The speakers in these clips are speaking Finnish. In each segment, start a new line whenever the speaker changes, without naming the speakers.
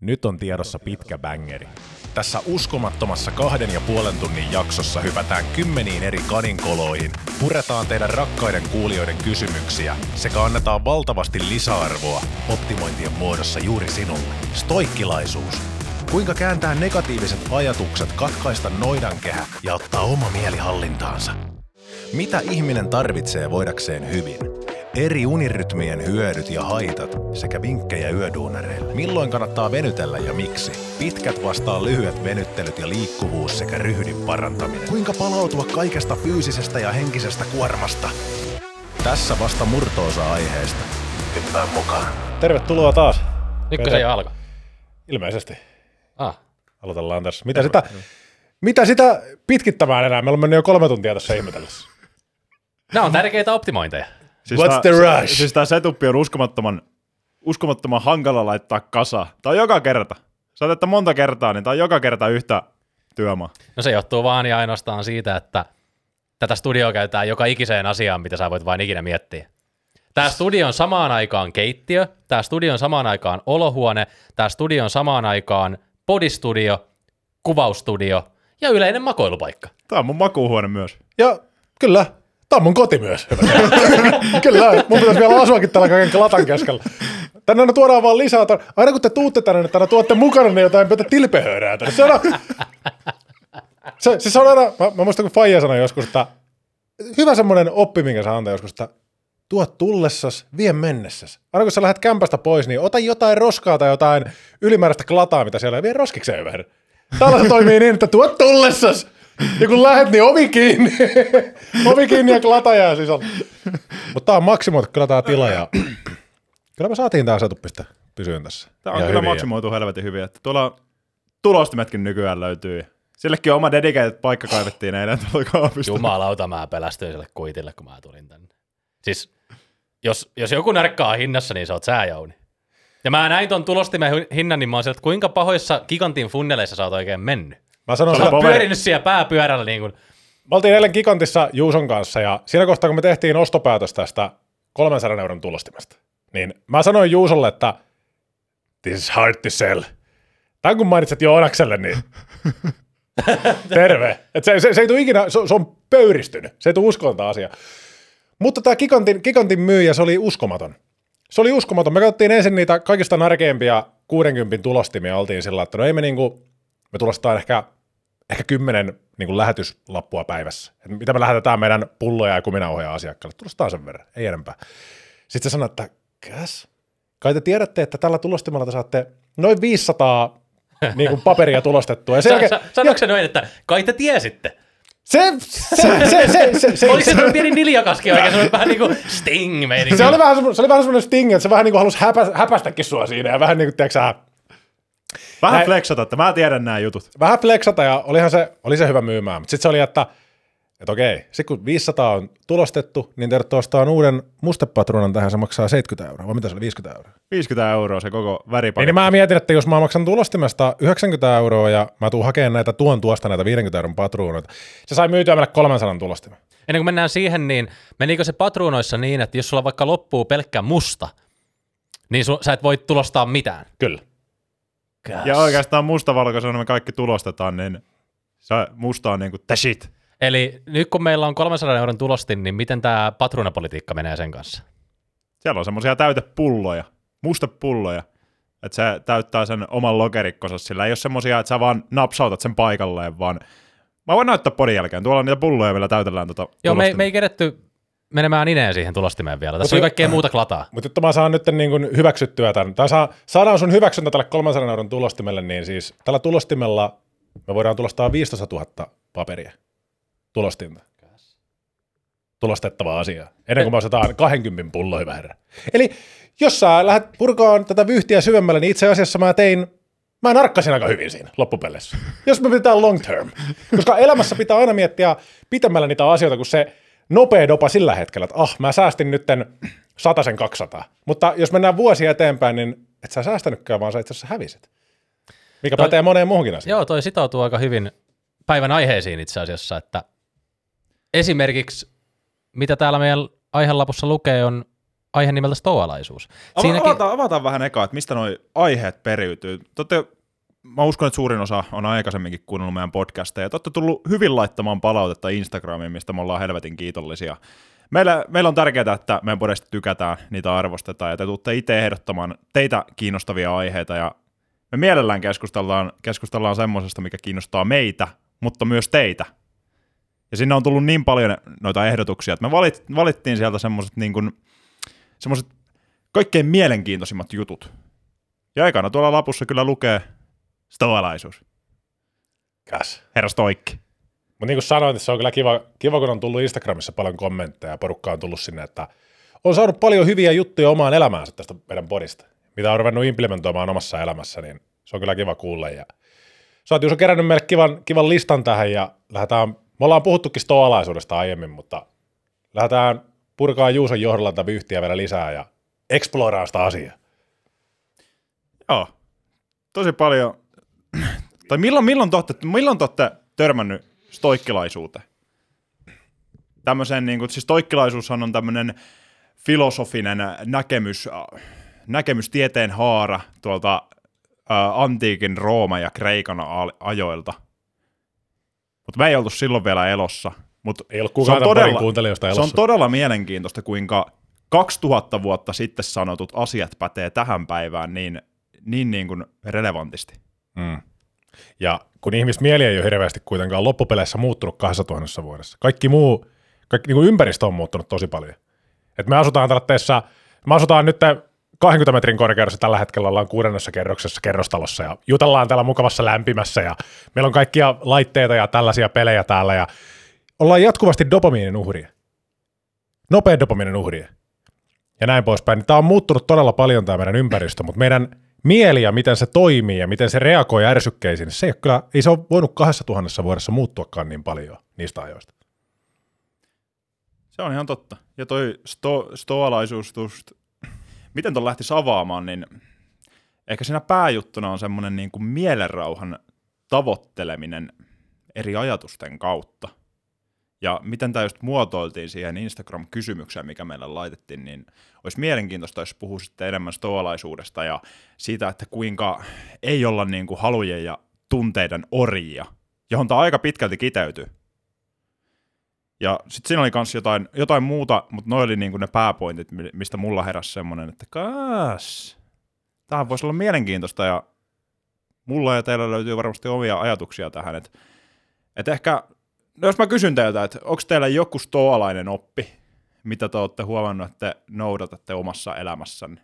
Nyt on tiedossa pitkä bängeri. Tässä uskomattomassa 2,5 tunnin jaksossa hypätään 10 eri kaninkoloihin, puretaan teidän rakkaiden kuulijoiden kysymyksiä sekä annetaan valtavasti lisäarvoa optimointien muodossa juuri sinulle. Stoikkilaisuus. Kuinka kääntää negatiiviset ajatukset, katkaista noidankehä ja ottaa oma mieli hallintaansa. Mitä ihminen tarvitsee voidakseen hyvin? Eri unirytmien hyödyt ja haitat sekä vinkkejä yöduunareille. Milloin kannattaa venytellä ja miksi? Pitkät vastaan lyhyet venyttelyt ja liikkuvuus sekä ryhdin parantaminen. Kuinka palautua kaikesta fyysisestä ja henkisestä kuormasta? Tässä vasta murto-osa aiheesta. Hyppää mukaan.
Tervetuloa taas.
Nytkö se jo alkoi?
Ilmeisesti.
Aloitellaan tässä. Mitä sitä pitkittämään enää? Meillä on mennyt jo 3 tuntia tässä ihmetellessä.
Nämä on tärkeitä optimointeja.
Siis
What's the rush?
Siis tämä setup on uskomattoman hankala laittaa kasaan. Tämä on joka kerta. Sä otat monta kertaa, niin tämä on joka kerta yhtä työmaa.
No se johtuu vaan ja ainoastaan siitä, että tätä studioa käytetään joka ikiseen asiaan, mitä sä voit vain ikinä miettiä. Tämä studio on samaan aikaan keittiö, tämä studio on samaan aikaan olohuone, tämä studio on samaan aikaan podistudio, kuvausstudio ja yleinen makoilupaikka.
Tämä on mun makuuhuone myös.
Ja kyllä, tämä on mun koti myös. Kyllä, mun pitäisi vielä asuakin tällä kaiken klatan keskellä. Tänne aina tuodaan vaan lisää. Aina kun te tuutte tänne, niin tänne tuotte mukana niin jotain tilpehöörää tänne. Se on aina, mä muistan kun Faija sanoi joskus, että hyvä semmoinen oppi, minkä sä antaa joskus, että tuo tullessas, vie mennessäs. Aina kun sä lähdet kämpästä pois, niin ota jotain roskaa tai jotain ylimääräistä klataa, mitä siellä on, vie roskikseen vähän. Täällä se toimii niin, että tuo tullessas. Ja kun lähet, niin ovi kiinni. Ovi kiinni ja klata jää sisällä. Mutta tää on maksimoitu kyllä tää tila. Ja kyllä me saatiin tää setupista pysyyn tässä.
Tää on kyllä maksimoitu helvetin hyvin. Että tuolla tulostimetkin nykyään löytyy. Sillekin oma dedicated paikka kaivettiin eilen tuolla kaapista.
Jumalauta, mä pelästyin sille kuitille, kun mä tulin tänne. Siis, jos joku närkkää hinnassa, niin sä oot sä, Jouni. Ja mä näin ton tulostimen hinnan, niin mä oon sieltä, että kuinka pahoissa gigantin funneleissa sä oot oikein mennyt. Sä oot pyörinyt siellä pääpyörällä niin kuin.
Me oltiin eilen Gigantissa Juuson kanssa ja siinä kohtaa, kun me tehtiin ostopäätös tästä 300 euron tulostimesta, niin mä sanoin Juusolle, että this is hard to sell. Tämän kun mainitset Joonakselle, niin terve. Et se ei tule ikinä, se on pöyristynyt. Se ei tule uskonta asia. Mutta tämä Gigantin myyjä, se oli uskomaton. Se oli uskomaton. Me katsottiin ensin niitä kaikista narkeimpia 60 tulostimia. Oltiin sillä, että no ei me me tulostetaan ehkä 10 lähetyslappua päivässä. Et mitä me lähetetään meidän pulloja ja kuminauhoja asiakkaille. Tulostetaan sen verran, ei enempää. Sitten se sanoi, että kai te tiedätte, että tällä tulostimella te saatte noin 500 paperia tulostettua.
Sanoiko se noin, että kai te tiesitte?
Se
oliko se pieni niljakaskin oikein, se oli vähän niin kuin Sting-meininki.
Se oli vähän semmoinen Sting, että se vähän niin kuin halusi häpästäkin sua siinä ja vähän niin kuin, tiedätkö
vähän flexata, että mä tiedän nämä jutut.
Vähän flexata ja oli se hyvä myymään, mutta sitten se oli, että okei, sitten kun 500 on tulostettu, niin tervetuloa ostaa uuden mustepatruunan tähän, se maksaa 70 euroa, vai mitä se oli, 50 euroa?
50 euroa se koko väripaketti.
Niin mä mietin, että jos mä maksan tulostimesta 90 euroa ja mä tuun hakemaan tuosta näitä 50 euron patruunoita, se sai myytyä meille 300 tulostimen.
Ennen kuin mennään siihen, niin menikö se patruunoissa niin, että jos sulla vaikka loppuu pelkkä musta, niin sä et voi tulostaa mitään?
Kyllä.
Ja oikeastaan mustavalkoisena me kaikki tulostetaan, niin se musta on niin kuin the shit.
Eli nyt kun meillä on 300 euron tulostin, niin miten tämä patruunapolitiikka menee sen kanssa?
Siellä on semmoisia täytepulloja, mustepulloja, että se täyttää sen oman lokerikkonsa. Sillä ei ole semmoisia, että sä vaan napsautat sen paikalleen, vaan mä voin näyttää podin jälkeen. Tuolla on niitä pulloja, millä täytellään
Joo, me ei keretty menemään ineen siihen tulostimeen vielä. Tässä on kaikkea muuta klataa.
Mutta jotta mä saan nyt niin hyväksyttyä tämän, tai saadaan sun hyväksyntä tälle 300 euron tulostimelle, niin siis tällä tulostimella me voidaan tulostaa 15 000 paperia. Tulostinta. Tulostettavaa asiaa. Ennen kuin me osataan 20 pulloja vähän. Eli jos sä lähdet purkaan tätä vyyhtiä syvemmälle, niin itse asiassa mä narkkasin aika hyvin siinä loppupeleissä. Jos me pitää long term. Koska elämässä pitää aina miettiä pitemmällä niitä asioita, kuin se nopea dopa sillä hetkellä, että mä säästin nytten 100-200. Mutta jos mennään vuosia eteenpäin, niin et sä säästänytkään, vaan sä itse asiassa hävisit. Mikä pätee moneen muuhunkin asiaan.
Joo, toi sitoutuu aika hyvin päivän aiheisiin itse asiassa, että esimerkiksi mitä täällä meidän aihelapussa lukee on aihe nimeltä stoalaisuus.
Avataan vähän ekaa, että mistä nuo aiheet periytyy. Mä uskon, että suurin osa on aikaisemminkin kuunnellut meidän podcasteja. Te olette tullut hyvin laittamaan palautetta Instagramiin, mistä me ollaan helvetin kiitollisia. Meillä on tärkeää, että meidän podesta tykätään, niitä arvostetaan, ja te tuutte itse ehdottamaan teitä kiinnostavia aiheita, ja me mielellään keskustellaan semmoisesta, mikä kiinnostaa meitä, mutta myös teitä. Ja sinne on tullut niin paljon noita ehdotuksia, että me valittiin sieltä semmoiset kaikkein mielenkiintoisimmat jutut. Ja ekana tuolla lapussa kyllä lukee stoalaisuus. Herra Stoikki.
Mutta niin kuin sanoin, se on kyllä kiva, kun on tullut Instagramissa paljon kommentteja ja porukka on tullut sinne, että on saanut paljon hyviä juttuja omaan elämäänsä tästä meidän podista, mitä on ruvennut implementoimaan omassa elämässä, niin se on kyllä kiva kuulla. Ja sä oot Juuso kerännyt meille kivan listan tähän ja me ollaan puhuttukin stoalaisuudesta aiemmin, mutta lähdetään purkaa Juuson johdolla tätä vyyhtiä vielä lisää ja exploraan sitä asiaa.
Joo, tosi paljon. Tai milloin te olette törmännyt stoikkilaisuuteen? Tämmöisen, niin kuin, siis stoikkilaisuushan on tämmöinen filosofinen näkemys tieteen haara tuolta antiikin Rooman ja Kreikan ajoilta. Mutta me ei oltu silloin vielä elossa.
Ei ollut kukaan tämän kuuntelijoista elossa.
Se on todella mielenkiintoista, kuinka 2000 vuotta sitten sanotut asiat pätee tähän päivään niin kuin relevantisti.
Mm. Ja kun ihmismieli ei ole hirveästi kuitenkaan loppupeleissä muuttunut 2000 vuodessa. Kaikki niin kuin ympäristö on muuttunut tosi paljon. Et me asutaan nyt 20 metrin korkeudessa tällä hetkellä, ollaan 6. kerroksessa kerrostalossa ja jutellaan täällä mukavassa lämpimässä ja meillä on kaikkia laitteita ja tällaisia pelejä täällä ja ollaan jatkuvasti dopamiinin uhria. Nopea dopamiinin uhria. Ja näin poispäin. Tämä on muuttunut todella paljon tämä meidän ympäristö, mutta meidän mieli ja miten se toimii ja miten se reagoi ärsykkeisiin, ei se ole voinut 2000 vuodessa muuttuakaan niin paljon niistä ajoista.
Se on ihan totta. Ja toi stoalaisuus, miten ton lähtisi avaamaan, niin ehkä siinä pääjuttuna on semmoinen niin kuin mielenrauhan tavoitteleminen eri ajatusten kautta. Ja miten tämä just muotoiltiin siihen Instagram-kysymykseen, mikä meille laitettiin, niin olisi mielenkiintoista, jos puhuisitte enemmän stoalaisuudesta ja siitä, että kuinka ei olla niin kuin halujen ja tunteiden orjia, johon tämä aika pitkälti kiteytyy. Ja sitten siinä oli myös jotain muuta, mutta noi oli niin kuin ne pääpointit, mistä mulla heräsi semmoinen, että tämähän voisi olla mielenkiintoista ja mulla ja teillä löytyy varmasti omia ajatuksia tähän, että ehkä jos mä kysyn teiltä, että onko teillä joku stoalainen oppi, mitä te olette huomannut, että te noudatatte omassa elämässänne?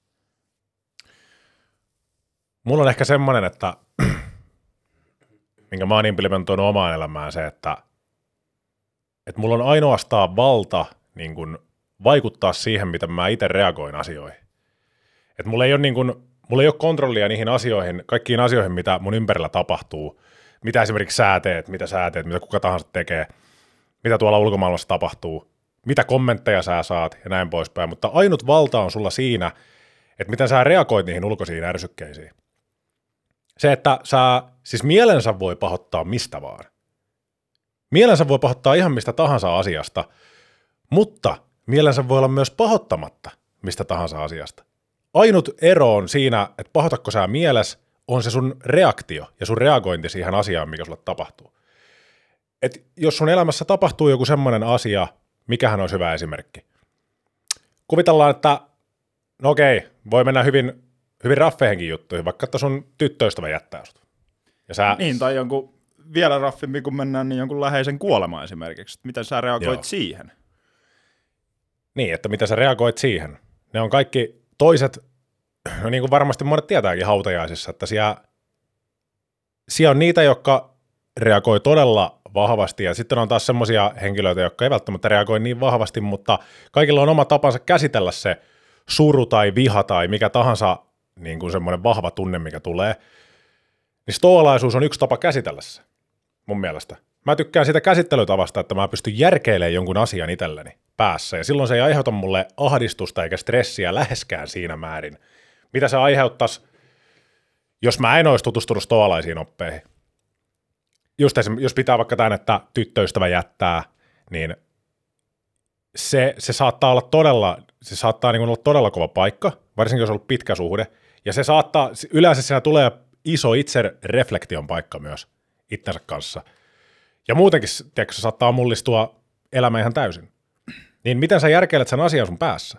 Mulla on ehkä semmoinen, että minkä mä oon implementoinut omaan elämään se, että mulla on ainoastaan valta niin kun vaikuttaa siihen, miten mä itse reagoin asioihin. Että mulla ei ole kontrollia niihin asioihin, kaikkiin asioihin, mitä mun ympärillä tapahtuu, mitä esimerkiksi sä teet, mitä kuka tahansa tekee, mitä tuolla ulkomaailmassa tapahtuu, mitä kommentteja sä saat ja näin poispäin, mutta ainut valta on sulla siinä, että miten sä reagoit niihin ulkoisiin ärsykkeisiin. Se, että siis mielensä voi pahoittaa mistä vaan. Mielensä voi pahoittaa ihan mistä tahansa asiasta, mutta mielensä voi olla myös pahoittamatta mistä tahansa asiasta. Ainut ero on siinä, että pahoitatko sä mieles, on se sun reaktio ja sun reagointi siihen asiaan, mikä sulle tapahtuu. Et jos sun elämässä tapahtuu joku semmoinen asia, mikähän olisi hyvä esimerkki. Kuvitellaan, että no okei, voi mennä hyvin raffeihinkin juttuihin, vaikka että sun tyttöystävä jättää sut. Ja
niin, tai jonkun vielä raffimmin, kun mennään, niin jonkun läheisen kuolemaan esimerkiksi. Miten sä reagoit siihen?
Niin, että miten sä reagoit siihen. Ne on kaikki toiset, no niin kuin varmasti monet tietääkin hautajaisissa, että siellä on niitä, jotka reagoi todella vahvasti, ja sitten on taas semmoisia henkilöitä, jotka ei välttämättä reagoi niin vahvasti, mutta kaikilla on oma tapansa käsitellä se suru tai viha tai mikä tahansa niin kuin semmoinen vahva tunne, mikä tulee. Niin stoalaisuus on yksi tapa käsitellä se, mun mielestä. Mä tykkään siitä käsittelytavasta, että mä pystyn järkeilemään jonkun asian itselleni päässä, ja silloin se ei aiheuta mulle ahdistusta eikä stressiä läheskään siinä määrin, mitä se aiheuttaisi, jos mä en olisi tutustunut stoalaisiin oppeihin. Just jos pitää vaikka tämän, että tyttöystävä jättää, niin se saattaa olla todella kova paikka, varsinkin jos on ollut pitkä suhde, ja se saattaa, yleensä siinä tulee iso itsereflektion paikka myös itsensä kanssa. Ja muutenkin, tiedätkö, se saattaa mullistua elämä ihan täysin. Niin miten sä järkeilet sen asian sun päässä?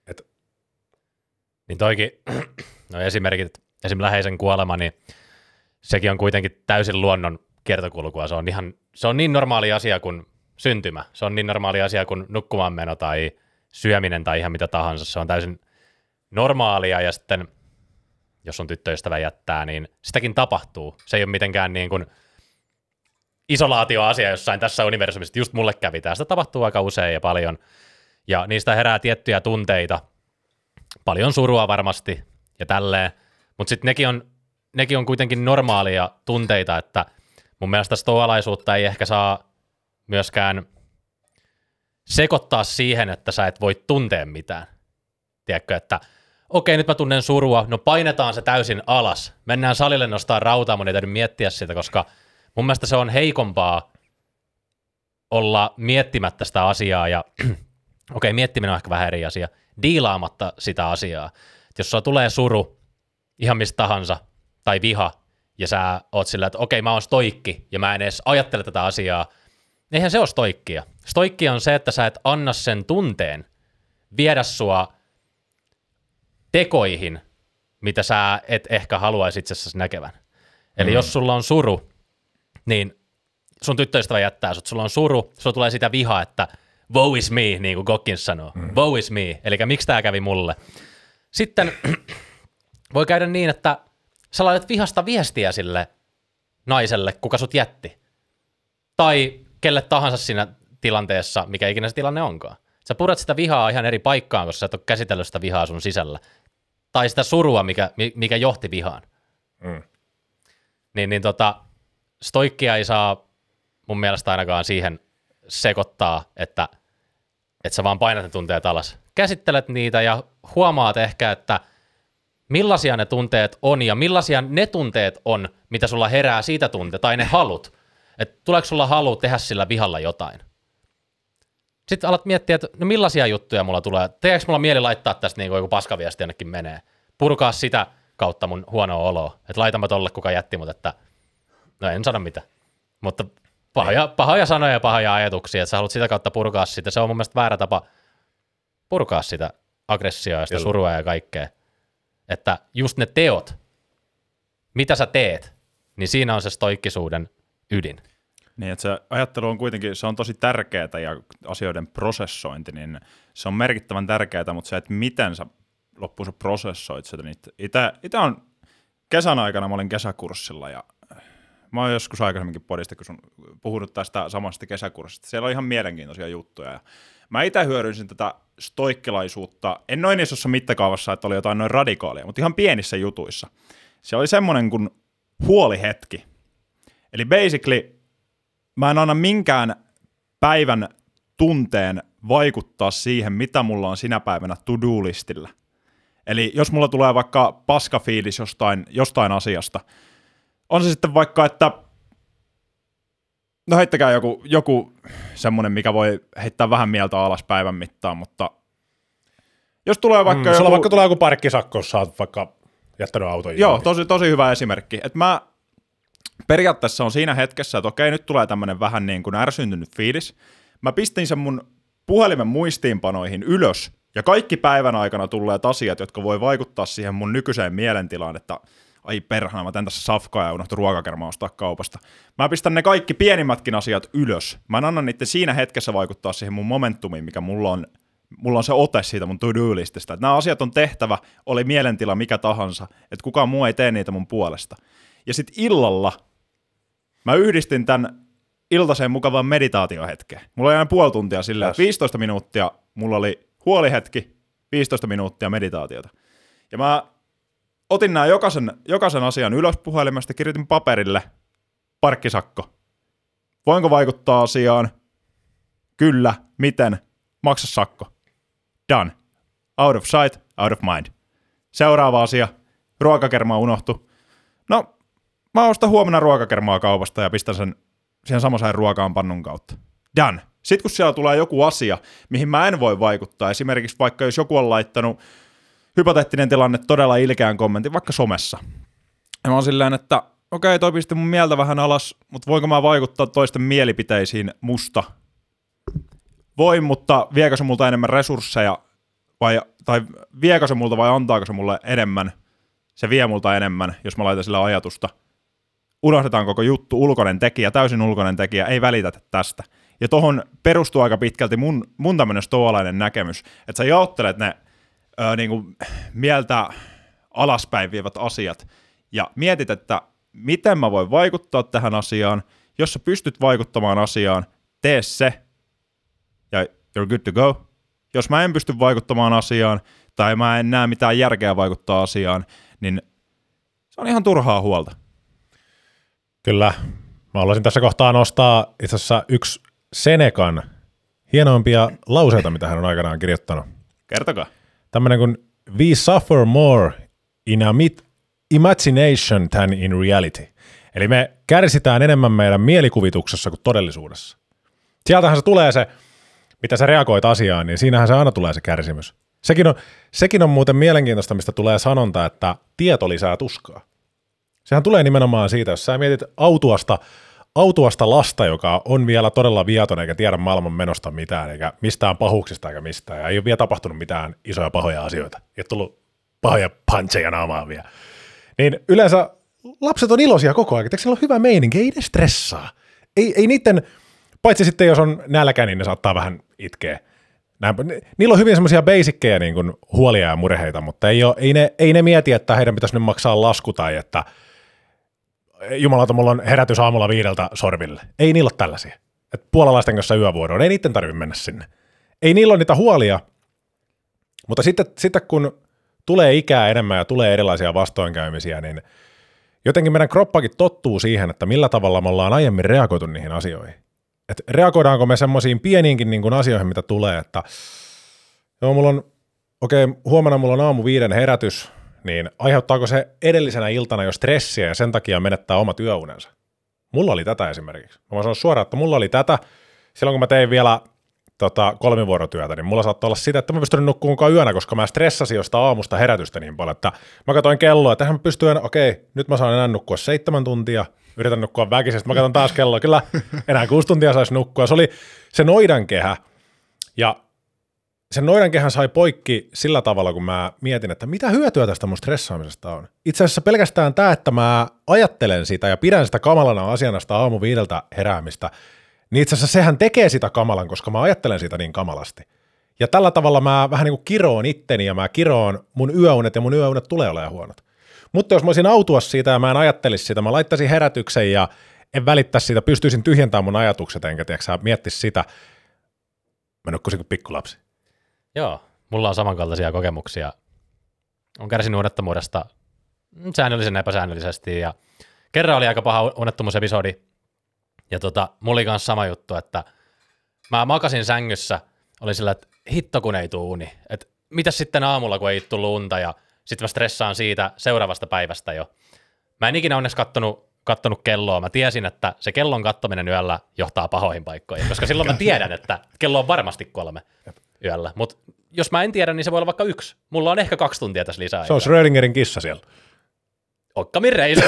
Niin toikin, no esimerkiksi läheisen kuolema, niin sekin on kuitenkin täysin luonnon kiertokulkua. Se on niin normaali asia kuin syntymä. Se on niin normaali asia kuin nukkumaanmeno tai syöminen tai ihan mitä tahansa. Se on täysin normaalia ja sitten, jos on tyttöystävä jättää, niin sitäkin tapahtuu. Se ei ole mitenkään niin kuin isolaatioasia jossain tässä universumissa, just mulle kävi tämä. Sitä tapahtuu aika usein ja paljon. Ja niistä herää tiettyjä tunteita. Paljon surua varmasti ja tälleen. Mutta sitten nekin on kuitenkin normaalia tunteita, että mun mielestä stoalaisuutta ei ehkä saa myöskään sekoittaa siihen, että sä et voi tuntea mitään. Tiedätkö, että okei, nyt mä tunnen surua, no painetaan se täysin alas. Mennään salille nostaa rautaa, mun ei täytyy miettiä sitä, koska mun mielestä se on heikompaa olla miettimättä sitä asiaa ja okei, miettiminen on ehkä vähän eri asia, diilaamatta sitä asiaa. Et jos sulla tulee suru, ihan mistä tahansa, tai viha, ja sä oot sillä, että okei, mä oon stoikki, ja mä en edes ajattele tätä asiaa, eihän se ole stoikkia. Stoikkia on se, että sä et anna sen tunteen viedä sua tekoihin, mitä sä et ehkä haluaisi itse asiassa näkevän. Eli jos sulla on suru, niin sun tyttöystävä jättää sut, sulla on suru, sulla tulee sitä vihaa, että woe is me, niin kuin Goggins sanoo. Woe is me, eli miksi tää kävi mulle. Sitten voi käydä niin, että sä laitat vihasta viestiä sille naiselle, kuka sut jätti. Tai kelle tahansa siinä tilanteessa, mikä ikinä se tilanne onkaan. Sä purat sitä vihaa ihan eri paikkaan, koska sä et ole käsitellyt sitä vihaa sun sisällä. Tai sitä surua, mikä johti vihaan. Stoikkia ei saa mun mielestä ainakaan siihen sekoittaa, että sä vaan painat ne tunteet alas. Käsittelet niitä ja huomaat ehkä, että millaisia ne tunteet on ja millaisia ne tunteet on, mitä sulla herää siitä tunteesta, tai ne halut. Että tuleeko sulla halu tehdä sillä vihalla jotain? Sitten alat miettiä, että no millaisia juttuja mulla tulee. Teekö mulla mieli laittaa tästä niin kuin joku paskaviesti jonnekin menee? Purkaa sitä kautta mun huonoa oloa. Että laitan mä tolle, kuka jätti mut, että no en sano mitä. Mutta pahoja sanoja ja pahoja ajatuksia, että sä haluat sitä kautta purkaa sitä. Se on mun mielestä väärä tapa purkaa sitä aggressioa ja sitä surua ja kaikkea. Että just ne teot, mitä sä teet, niin siinä on se stoikkisuuden ydin.
Niin, että se ajattelu on kuitenkin, se on tosi tärkeää ja asioiden prosessointi, niin se on merkittävän tärkeää, mutta se, että miten sä loppuun sä prosessoit sitä. Niin itse on kesän aikana, mä olin kesäkurssilla ja mä oon joskus aikaisemminkin podista, kun sun puhunut tästä samasta kesäkurssista. Siellä on ihan mielenkiintoisia juttuja ja mä itse hyödynsin tätä stoikkilaisuutta, en noin isossa mittakaavassa, että oli jotain noin radikaalia, mutta ihan pienissä jutuissa. Se oli semmoinen kuin huolihetki. Eli basically mä en anna minkään päivän tunteen vaikuttaa siihen, mitä mulla on sinä päivänä to-do-listillä. Eli jos mulla tulee vaikka paskafiilis jostain asiasta, on se sitten vaikka, että no heittäkää joku semmoinen, mikä voi heittää vähän mieltä alas päivän mittaan, mutta jos tulee vaikka
sulla vaikka tulee joku parkkisakko, jos sä oot vaikka jättänyt auton.
Joo, tosi hyvä esimerkki. Että mä periaatteessa on siinä hetkessä, että okei, nyt tulee tämmöinen vähän niin kuin ärsyntynyt fiilis. Mä pistin sen mun puhelimen muistiinpanoihin ylös, ja kaikki päivän aikana tulleet asiat, jotka voi vaikuttaa siihen mun nykyiseen mielentilaan, että ai perhana, mä teen tässä safkaa ja unohtu ruokakermaa ostaa kaupasta. Mä pistän ne kaikki pienimmätkin asiat ylös. Mä en anna niiden siinä hetkessä vaikuttaa siihen mun momentumiin, mikä mulla on se ote siitä mun to-do-lististä. Nämä asiat on tehtävä, oli mielentila mikä tahansa, että kukaan muu ei tee niitä mun puolesta. Ja sit illalla mä yhdistin tämän iltaseen mukavaan meditaatiohetkeen. Mulla oli aina puoli tuntia silleen, 15 minuuttia mulla oli huolihetki, 15 minuuttia meditaatiota. Ja mä otin nämä jokaisen asian ylös puhelimesta, kirjoitin paperille, parkkisakko. Voinko vaikuttaa asiaan? Kyllä. Miten? Maksa sakko. Done. Out of sight, out of mind. Seuraava asia. Ruokakerma unohtu. No, mä ostan huomenna ruokakermaa kaupasta ja pistän sen siihen samaiseen ruokaan pannun kautta. Done. Sitten kun siellä tulee joku asia, mihin mä en voi vaikuttaa, esimerkiksi vaikka jos joku on laittanut hypoteettinen tilanne todella ilkeän kommentin, vaikka somessa. Ja mä oon silleen, että okei, toi pisti mun mieltä vähän alas, mutta voinko mä vaikuttaa toisten mielipiteisiin musta? Voin, mutta viekö se multa enemmän resursseja, tai viekö se multa vai antaako se mulle enemmän? Se vie multa enemmän, jos mä laitan sillä ajatusta. Unohdetaan koko juttu, ulkoinen tekijä, täysin ulkoinen tekijä, ei välitetä tästä. Ja tohon perustuu aika pitkälti mun tämmönen stoalainen näkemys, että sä jaottelet ne niinku mieltä alaspäin vievät asiat, ja mietit, että miten mä voin vaikuttaa tähän asiaan. Jos sä pystyt vaikuttamaan asiaan, tee se, ja you're good to go. Jos mä en pysty vaikuttamaan asiaan, tai mä en näe mitään järkeä vaikuttaa asiaan, niin se on ihan turhaa huolta.
Kyllä. Mä haluaisin tässä kohtaa nostaa itse asiassa yksi Senecan hienoimpia lauseita, mitä hän on aikanaan kirjoittanut.
Kertokaa.
Tämmöinen kuin we suffer more in a imagination than in reality. Eli me kärsitään enemmän meidän mielikuvituksessa kuin todellisuudessa. Sieltähän se tulee se, mitä sä reagoit asiaan, niin siinähän se aina tulee se kärsimys. Sekin on muuten mielenkiintoista, mistä tulee sanonta, että tieto lisää tuskaa. Sehän tulee nimenomaan siitä, jos sä mietit autuasta lasta, joka on vielä todella viaton eikä tiedä maailman menosta mitään, eikä mistään pahuuksista eikä mistään, ja ei ole vielä tapahtunut mitään isoja pahoja asioita. Ei ole tullut pahoja puncheja naamaan vielä. Niin yleensä lapset on iloisia koko ajan, eikö siellä on hyvä meininki, ei ne stressaa. Ei niiden, paitsi sitten jos on nälkä, niin ne saattaa vähän itkeä. Niillä on hyvin semmoisia basickejä niin kuin huolia ja murheita, mutta ei ne mieti, että heidän pitäisi nyt maksaa lasku tai että jumalauta, mulla on herätys aamulla 5 sorville. Ei niillä ole tällaisia. Et puolalaisten kanssa yövuoroon, ei niiden tarvitse mennä sinne. Ei niillä ole niitä huolia, mutta sitten kun tulee ikää enemmän ja tulee erilaisia vastoinkäymisiä, niin jotenkin meidän kroppakin tottuu siihen, että millä tavalla me ollaan aiemmin reagoitu niihin asioihin. Et reagoidaanko me semmoisiin pieniinkin niin kuin asioihin, mitä tulee, että joo, huomenna mulla on aamu 5 herätys, niin aiheuttaako se edellisenä iltana jo stressiä ja sen takia menettää omat yöunensa? Mulla oli tätä esimerkiksi. Mä sanon suoraan, että mulla oli tätä. Silloin kun mä tein vielä kolmivuorotyötä, niin mulla saattoi olla sitä, että mä pystyn nukkumaan yönä, koska mä stressasin jostain aamusta herätystä niin paljon, että mä katsoin kelloa, että mä pystyn, nyt mä saan enää nukkua 7 tuntia, yritän nukkua väkisestä, mä katson taas kelloa, kyllä enää 6 tuntia saisi nukkua. Se oli se noidankehä, ja sen noidankehän sai poikki sillä tavalla, kun mä mietin, että mitä hyötyä tästä mun stressaamisesta on. Itse asiassa pelkästään tämä, että mä ajattelen sitä ja pidän sitä kamalana asiana sitä aamu 5 heräämistä, niin itse asiassa sehän tekee sitä kamalan, koska mä ajattelen sitä niin kamalasti. Ja tällä tavalla mä vähän niin kuin kiroon itteni ja mä kiroon mun yöunet ja mun yöunet tulee olemaan huonot. Mutta jos mä olisin autua siitä ja mä en ajattelisi sitä, mä laittaisin herätyksen ja en välittäisi siitä, pystyisin tyhjentämään mun ajatukset enkä miettisi sitä. Mä nukkuisin kuin pikkulapsi.
Joo, mulla on samankaltaisia kokemuksia. Olen kärsinyt unettomuudesta säännöllisen epäsäännöllisesti ja kerran oli aika paha unettomuusepisodi. Ja mulla oli kanssa sama juttu, että mä makasin sängyssä, olin sillä, että hitto kun ei tuu uni. Että mitäs sitten aamulla, kun ei tullut unta ja sitten mä stressaan siitä seuraavasta päivästä jo. Mä en ikinä onneksi kattonut kelloa. Mä tiesin, että se kellon kattominen yöllä johtaa pahoihin paikkoihin, koska silloin mä tiedän, että kello on varmasti 3 yöllä. Mutta jos mä en tiedä, niin se voi olla vaikka 1. Mulla on ehkä 2 tuntia tässä lisää.
Se on Schrödingerin kissa siellä.
Okkamin reis.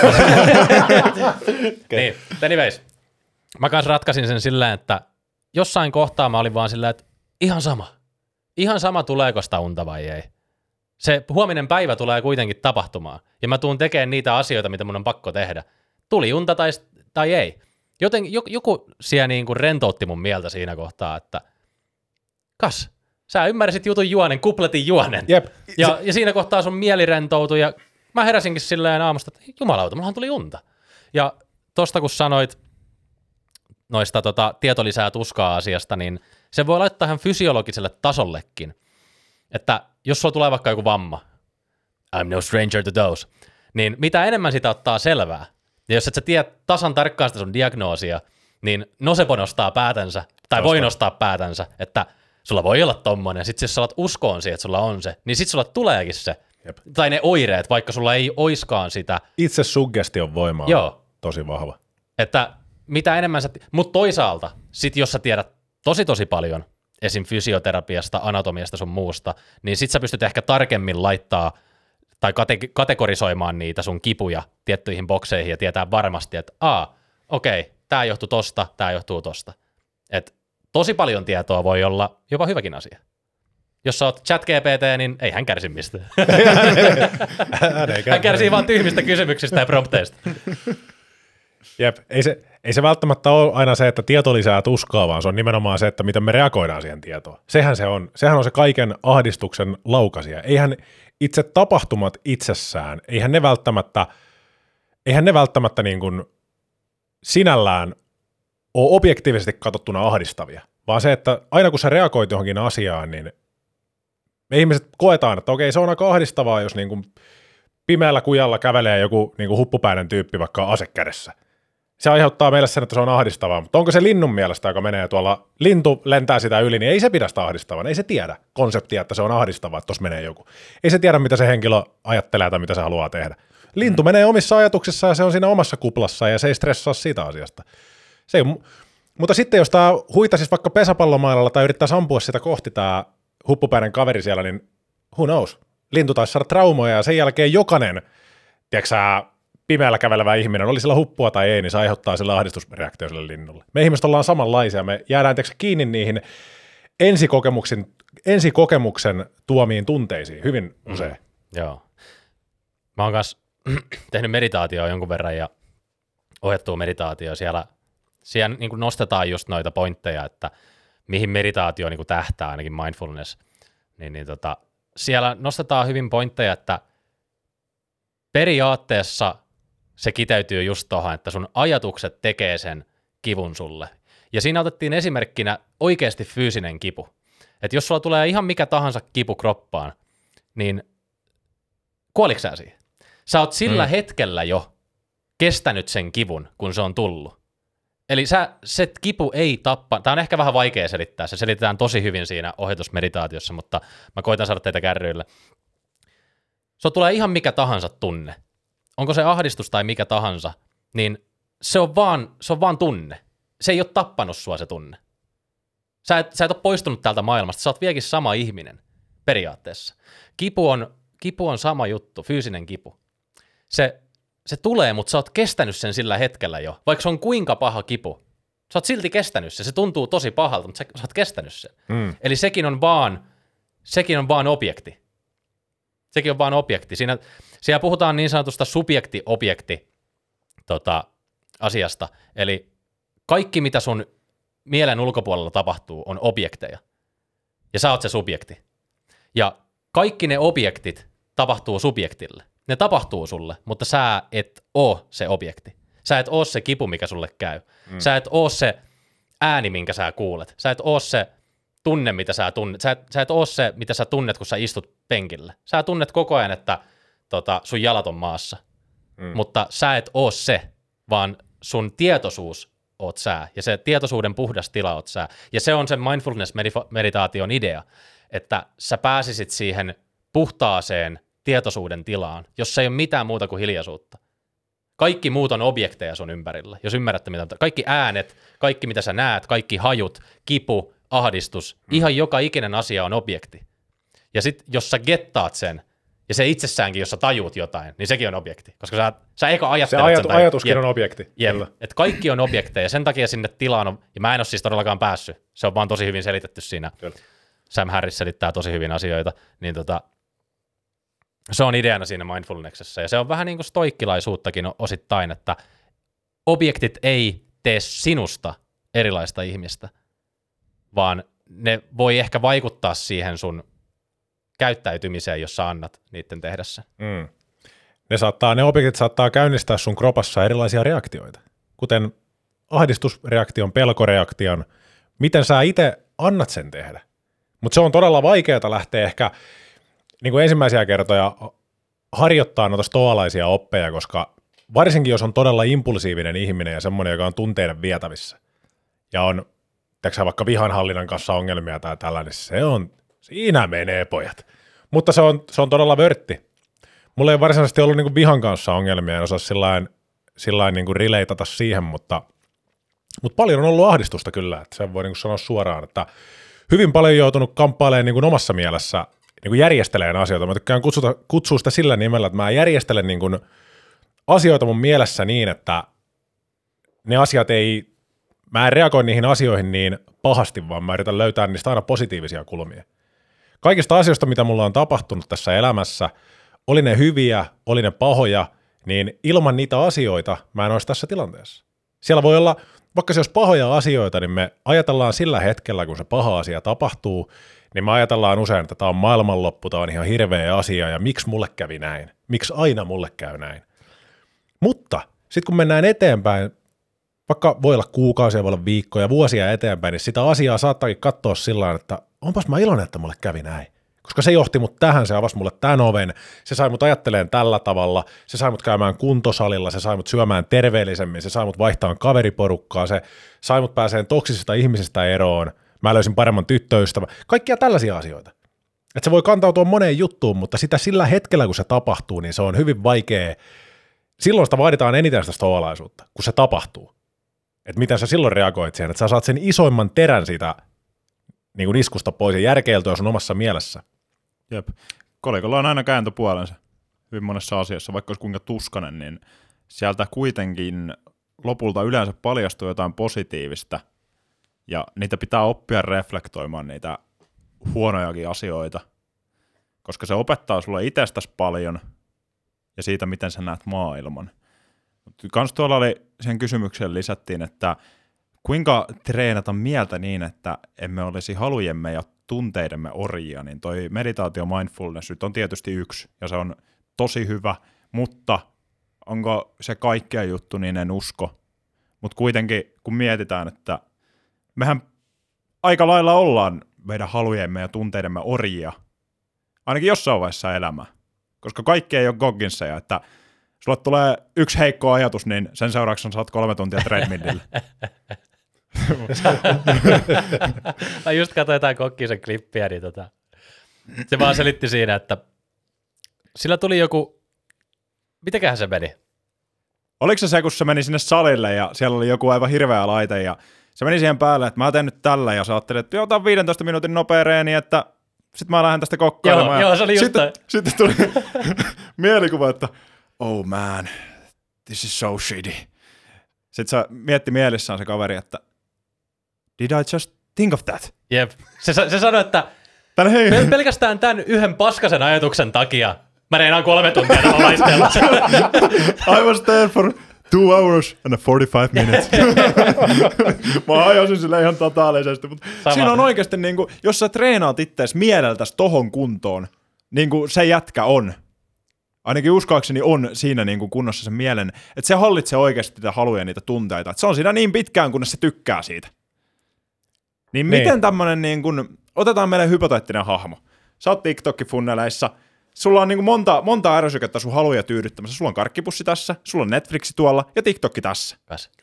Niin, anyways. Mä kans ratkaisin sen silleen, että jossain kohtaa mä olin vaan silleen, että ihan sama tuleeko sitä unta vai ei. Se huominen päivä tulee kuitenkin tapahtumaan, ja mä tuun tekemään niitä asioita, mitä mun on pakko tehdä. Tuli unta tai ei. Joten joku siellä niin kuin rentoutti mun mieltä siinä kohtaa, että sä ymmärsit jutun juonen, kupletin juonen.
Jep.
Ja siinä kohtaa sun mieli rentoutui, ja mä heräsinkin silleen aamusta, että jumalauta, mullahan tuli unta. Ja tosta kun sanoit noista tieto lisää tuskaa asiasta, niin se voi laittaa ihan fysiologiselle tasollekin. Että jos sulla tulee vaikka joku vamma, I'm no stranger to those, niin mitä enemmän sitä ottaa selvää, ja jos et sä tiedä tasan tarkkaan sitä sun diagnoosia, niin Nosebo nostaa päätänsä, tai voi nostaa päätänsä, että sulla voi olla tommonen, sit jos sä alat uskoon siihen, että sulla on se, niin sit sulla tuleekin se. Jep. Tai ne oireet, vaikka sulla ei oiskaan sitä.
Itse suggestion voima on tosi vahva.
Että mitä enemmän mutta toisaalta, sit jos sä tiedät tosi paljon esim. Fysioterapiasta, anatomiasta sun muusta, niin sit sä pystyt ehkä tarkemmin laittaa tai kategorisoimaan niitä sun kipuja tiettyihin bokseihin ja tietää varmasti, että okei, tää johtuu tosta, tää johtuu tosta. Et tosi paljon tietoa voi olla jopa hyväkin asia. Jos sä oot ChatGPT, niin ei hän kärsi mistään. Hän kärsii vaan tyhmistä kysymyksistä ja prompteista.
Jep, ei se välttämättä ole aina se, että tieto lisää tuskaa, vaan se on nimenomaan se, että miten me reagoidaan siihen tietoon. Sehän on se kaiken ahdistuksen laukaisija. Eihän itse tapahtumat itsessään, eihän ne välttämättä niin kuin sinällään ole objektiivisesti katsottuna ahdistavia, vaan se, että aina kun sä reagoit johonkin asiaan, niin me ihmiset koetaan, että okei, se on aika ahdistavaa, jos niin kuin pimeällä kujalla kävelee joku niin kuin huppupäinen tyyppi vaikka ase kädessä. Se aiheuttaa meille sen, että se on ahdistavaa, mutta onko se linnun mielestä, joka menee tuolla, lintu lentää sitä yli, niin ei se pidä sitä ahdistavaa, ei se tiedä konseptia, että se on ahdistavaa, että tuossa menee joku. Ei se tiedä, mitä se henkilö ajattelee tai mitä se haluaa tehdä. Lintu menee omissa ajatuksissaan ja se on siinä omassa kuplassa ja se ei stressaa siitä asiasta. Mutta sitten jos tämä huitaisi vaikka pesäpallomailalla tai yrittää ampua sitä kohti tämä huppupäinen kaveri siellä, niin who knows? Lintu taisi saada traumoja ja sen jälkeen jokainen, tiedätkö pimeällä kävelevä ihminen, oli sillä huppua tai ei, niin se aiheuttaa sillä ahdistusreaktio sille linnulle. Me ihmiset ollaan samanlaisia, me jäädään kiinni niihin ensikokemuksen tuomiin tunteisiin hyvin usein.
Joo. Mä oon kanssa tehnyt meditaatioa jonkun verran ja ohjattua meditaatioa. Siellä niin kuin nostetaan just noita pointteja, että mihin meditaatio niin kuin tähtää, ainakin mindfulness. Siellä nostetaan hyvin pointteja, että periaatteessa se kiteytyy just tuohon, että sun ajatukset tekee sen kivun sulle. Ja siinä otettiin esimerkkinä oikeasti fyysinen kipu. Että jos sulla tulee ihan mikä tahansa kipu kroppaan, niin kuoliko sä siihen? Sä oot sillä hetkellä jo kestänyt sen kivun, kun se on tullut. Eli se kipu ei tappa, tää on ehkä vähän vaikea selittää, se selitetään tosi hyvin siinä ohjatusmeditaatiossa, mutta mä koitan saada teitä kärryille. Se tulee ihan mikä tahansa tunne. Onko se ahdistus tai mikä tahansa, niin se on vaan tunne. Se ei ole tappanut sua se tunne. Sä et ole poistunut täältä maailmasta, sä oot vieläkin sama ihminen periaatteessa. Kipu on sama juttu, fyysinen kipu. Se tulee, mutta sä oot kestänyt sen sillä hetkellä jo, vaikka se on kuinka paha kipu. Sä oot silti kestänyt sen, se tuntuu tosi pahalta, mutta sä oot kestänyt sen. Eli sekin on vaan objekti. Sekin on vaan objekti. Siellä puhutaan niin sanotusta subjekti-objekti asiasta, eli kaikki mitä sun mielen ulkopuolella tapahtuu on objekteja, ja sä oot se subjekti. Ja kaikki ne objektit tapahtuu subjektille. Ne tapahtuu sulle, mutta sä et oo se objekti. Sä et oo se kipu, mikä sulle käy. Sä et oo se ääni, minkä sä kuulet. Sä et oo se tunne, mitä sä tunnet. Sä et oo se, mitä sä tunnet, kun sä istut penkillä. Sä tunnet koko ajan, että sun jalat on maassa. Mutta sä et oo se, vaan sun tietoisuus oot sä. Ja se tietoisuuden puhdas tila oot sä. Ja se on sen mindfulness-meditaation idea, että sä pääsisit siihen puhtaaseen tietoisuuden tilaan, jossa ei ole mitään muuta kuin hiljaisuutta. Kaikki muut on objekteja sun ympärillä, jos ymmärrätte mitä. Kaikki äänet, kaikki mitä sä näet, kaikki hajut, kipu, ahdistus, ihan joka ikinen asia on objekti. Ja sit jos sä gettaat sen, ja se itsessäänkin, jos sä tajuut jotain, niin sekin on objekti. Koska sä eka ajattelet sen.
Se ajatuskin on objekti.
Että kaikki on objekteja, sen takia sinne tilaan on, ja mä en ole siis todellakaan päässyt, se on vaan tosi hyvin selitetty siinä. Kyllä. Sam Harris selittää tosi hyvin asioita, niin se on ideana siinä mindfulnessessa, ja se on vähän niin kuin stoikkilaisuuttakin osittain, että objektit ei tee sinusta erilaista ihmistä, vaan ne voi ehkä vaikuttaa siihen sun käyttäytymiseen, jos sä annat niiden tehdä sen.
Ne objektit saattaa käynnistää sun kropassa erilaisia reaktioita, kuten ahdistusreaktion, pelkoreaktion, miten sä itse annat sen tehdä. Mutta se on todella vaikeaa lähteä ehkä niin kuin ensimmäisiä kertoja harjoittaa noita stoalaisia oppeja, koska varsinkin jos on todella impulsiivinen ihminen ja semmoinen, joka on tunteiden vietävissä ja on, vaikka vihanhallinnan kanssa ongelmia tai tällainen, siinä menee pojat. Mutta se on todella vörtti. Mulla ei varsinaisesti ollut niin kuin vihan kanssa ongelmia, en osaa sillain niin kuin relateata siihen, mutta Mutta paljon on ollut ahdistusta kyllä, että sen voi niin kuin sanoa suoraan, että hyvin paljon joutunut kamppailemaan niin kuin omassa mielessä niin kuin järjestelemään asioita. Mä tykkään kutsua sitä sillä nimellä, että mä järjestelen niin kuin asioita mun mielessä niin, että ne asiat mä en reagoi niihin asioihin niin pahasti, vaan mä yritän löytää niistä aina positiivisia kulmia. Kaikista asioista, mitä mulla on tapahtunut tässä elämässä, oli ne hyviä, oli ne pahoja, niin ilman niitä asioita mä en olisi tässä tilanteessa. Siellä voi olla, vaikka se olisi pahoja asioita, niin me ajatellaan sillä hetkellä, kun se paha asia tapahtuu, niin me ajatellaan usein, että tämä on maailmanloppu, tämä on ihan hirveä asia, ja miksi mulle kävi näin? Miksi aina mulle käy näin? Mutta sitten kun mennään eteenpäin, vaikka voi olla kuukausia, voi olla viikkoja, vuosia eteenpäin, niin sitä asiaa saattaakin katsoa sillä tavalla, että onpas mä iloinen, että mulle kävi näin. Koska se johti mut tähän, se avasi mulle tämän oven, se sai mut ajatteleen tällä tavalla, se sai mut käymään kuntosalilla, se sai mut syömään terveellisemmin, se sai mut vaihtamaan kaveriporukkaa, se sai mut pääseen toksisista ihmisistä eroon, mä löysin paremman tyttöystävän, kaikkia tällaisia asioita. Että se voi kantautua moneen juttuun, mutta sitä sillä hetkellä, kun se tapahtuu, niin se on hyvin vaikea. Silloin sitä vaaditaan eniten sitä stoalaisuutta, kun se tapahtuu. Että miten sä silloin reagoit siihen, että sä saat sen isoimman terän siitä niin kuin iskusta pois ja järkeiltyä sun omassa mielessä.
Jep. Kolikolla on aina kääntöpuolensa hyvin monessa asiassa, vaikka olisi kuinka tuskanen, niin sieltä kuitenkin lopulta yleensä paljastuu jotain positiivista, ja niitä pitää oppia reflektoimaan niitä huonojakin asioita, koska se opettaa sulle itsestäsi paljon ja siitä, miten sä näet maailman. Kans tuolla oli sen kysymykseen lisättiin, että kuinka treenata mieltä niin, että emme olisi halujemme ja tunteidemme orjia, niin toi meditaatio mindfulness nyt on tietysti yksi, ja se on tosi hyvä, mutta onko se kaikkea juttu, niin en usko. Mutta kuitenkin, kun mietitään, että mehän aika lailla ollaan meidän halujemme ja tunteidemme orjia, ainakin jossain vaiheessa elämää, koska kaikki ei ole Gogginseja, että sulle tulee yksi heikko ajatus, niin sen seurauksena saat 3 tuntia treadmillille.
Mä just katsoin jotain Kokkisen klippiä, niin se vaan selitti siinä, että sillä tuli joku, mitenköhän se meni?
Oliko se, kun se meni sinne salille ja siellä oli joku aivan hirveä laite ja se meni siihen päälle, että mä teen nyt tällä ja sä ajattelit, että otan 15 minuutin nopea reeni, että sit mä lähden tästä kokkailemaan.
Joo, se oli just
sitten tuli mielikuva, että oh man, this is so shitty. Sitten se mietti mielessään se kaveri, että did I just think of that?
Jep. Se sanoi, että pelkästään tämän yhden paskasen ajatuksen takia mä reinaan 3 tuntia tämän laitteella.
I was there for 2 hours and 45 minutes. Mä ajoisin sille ihan totaalisesti, mutta siinä on oikeasti, niin kuin, jos sä treenaat itseäsi mieleltäsi tohon kuntoon, niin kuin se jätkä on, ainakin uskoakseni on siinä niin kuin kunnossa sen mielen, että se hallitsee oikeasti niitä haluja ja niitä tunteita, että se on siinä niin pitkään, kunnes se tykkää siitä. Niin miten tämmönen, niin kuin, otetaan meille hypoteettinen hahmo. Sä oot TikTok-funneleissa, sulla on niin kuin monta ärsykettä sun haluja tyydyttämässä. Sulla on karkkipussi tässä, sulla on Netflixi tuolla ja TikTokki tässä.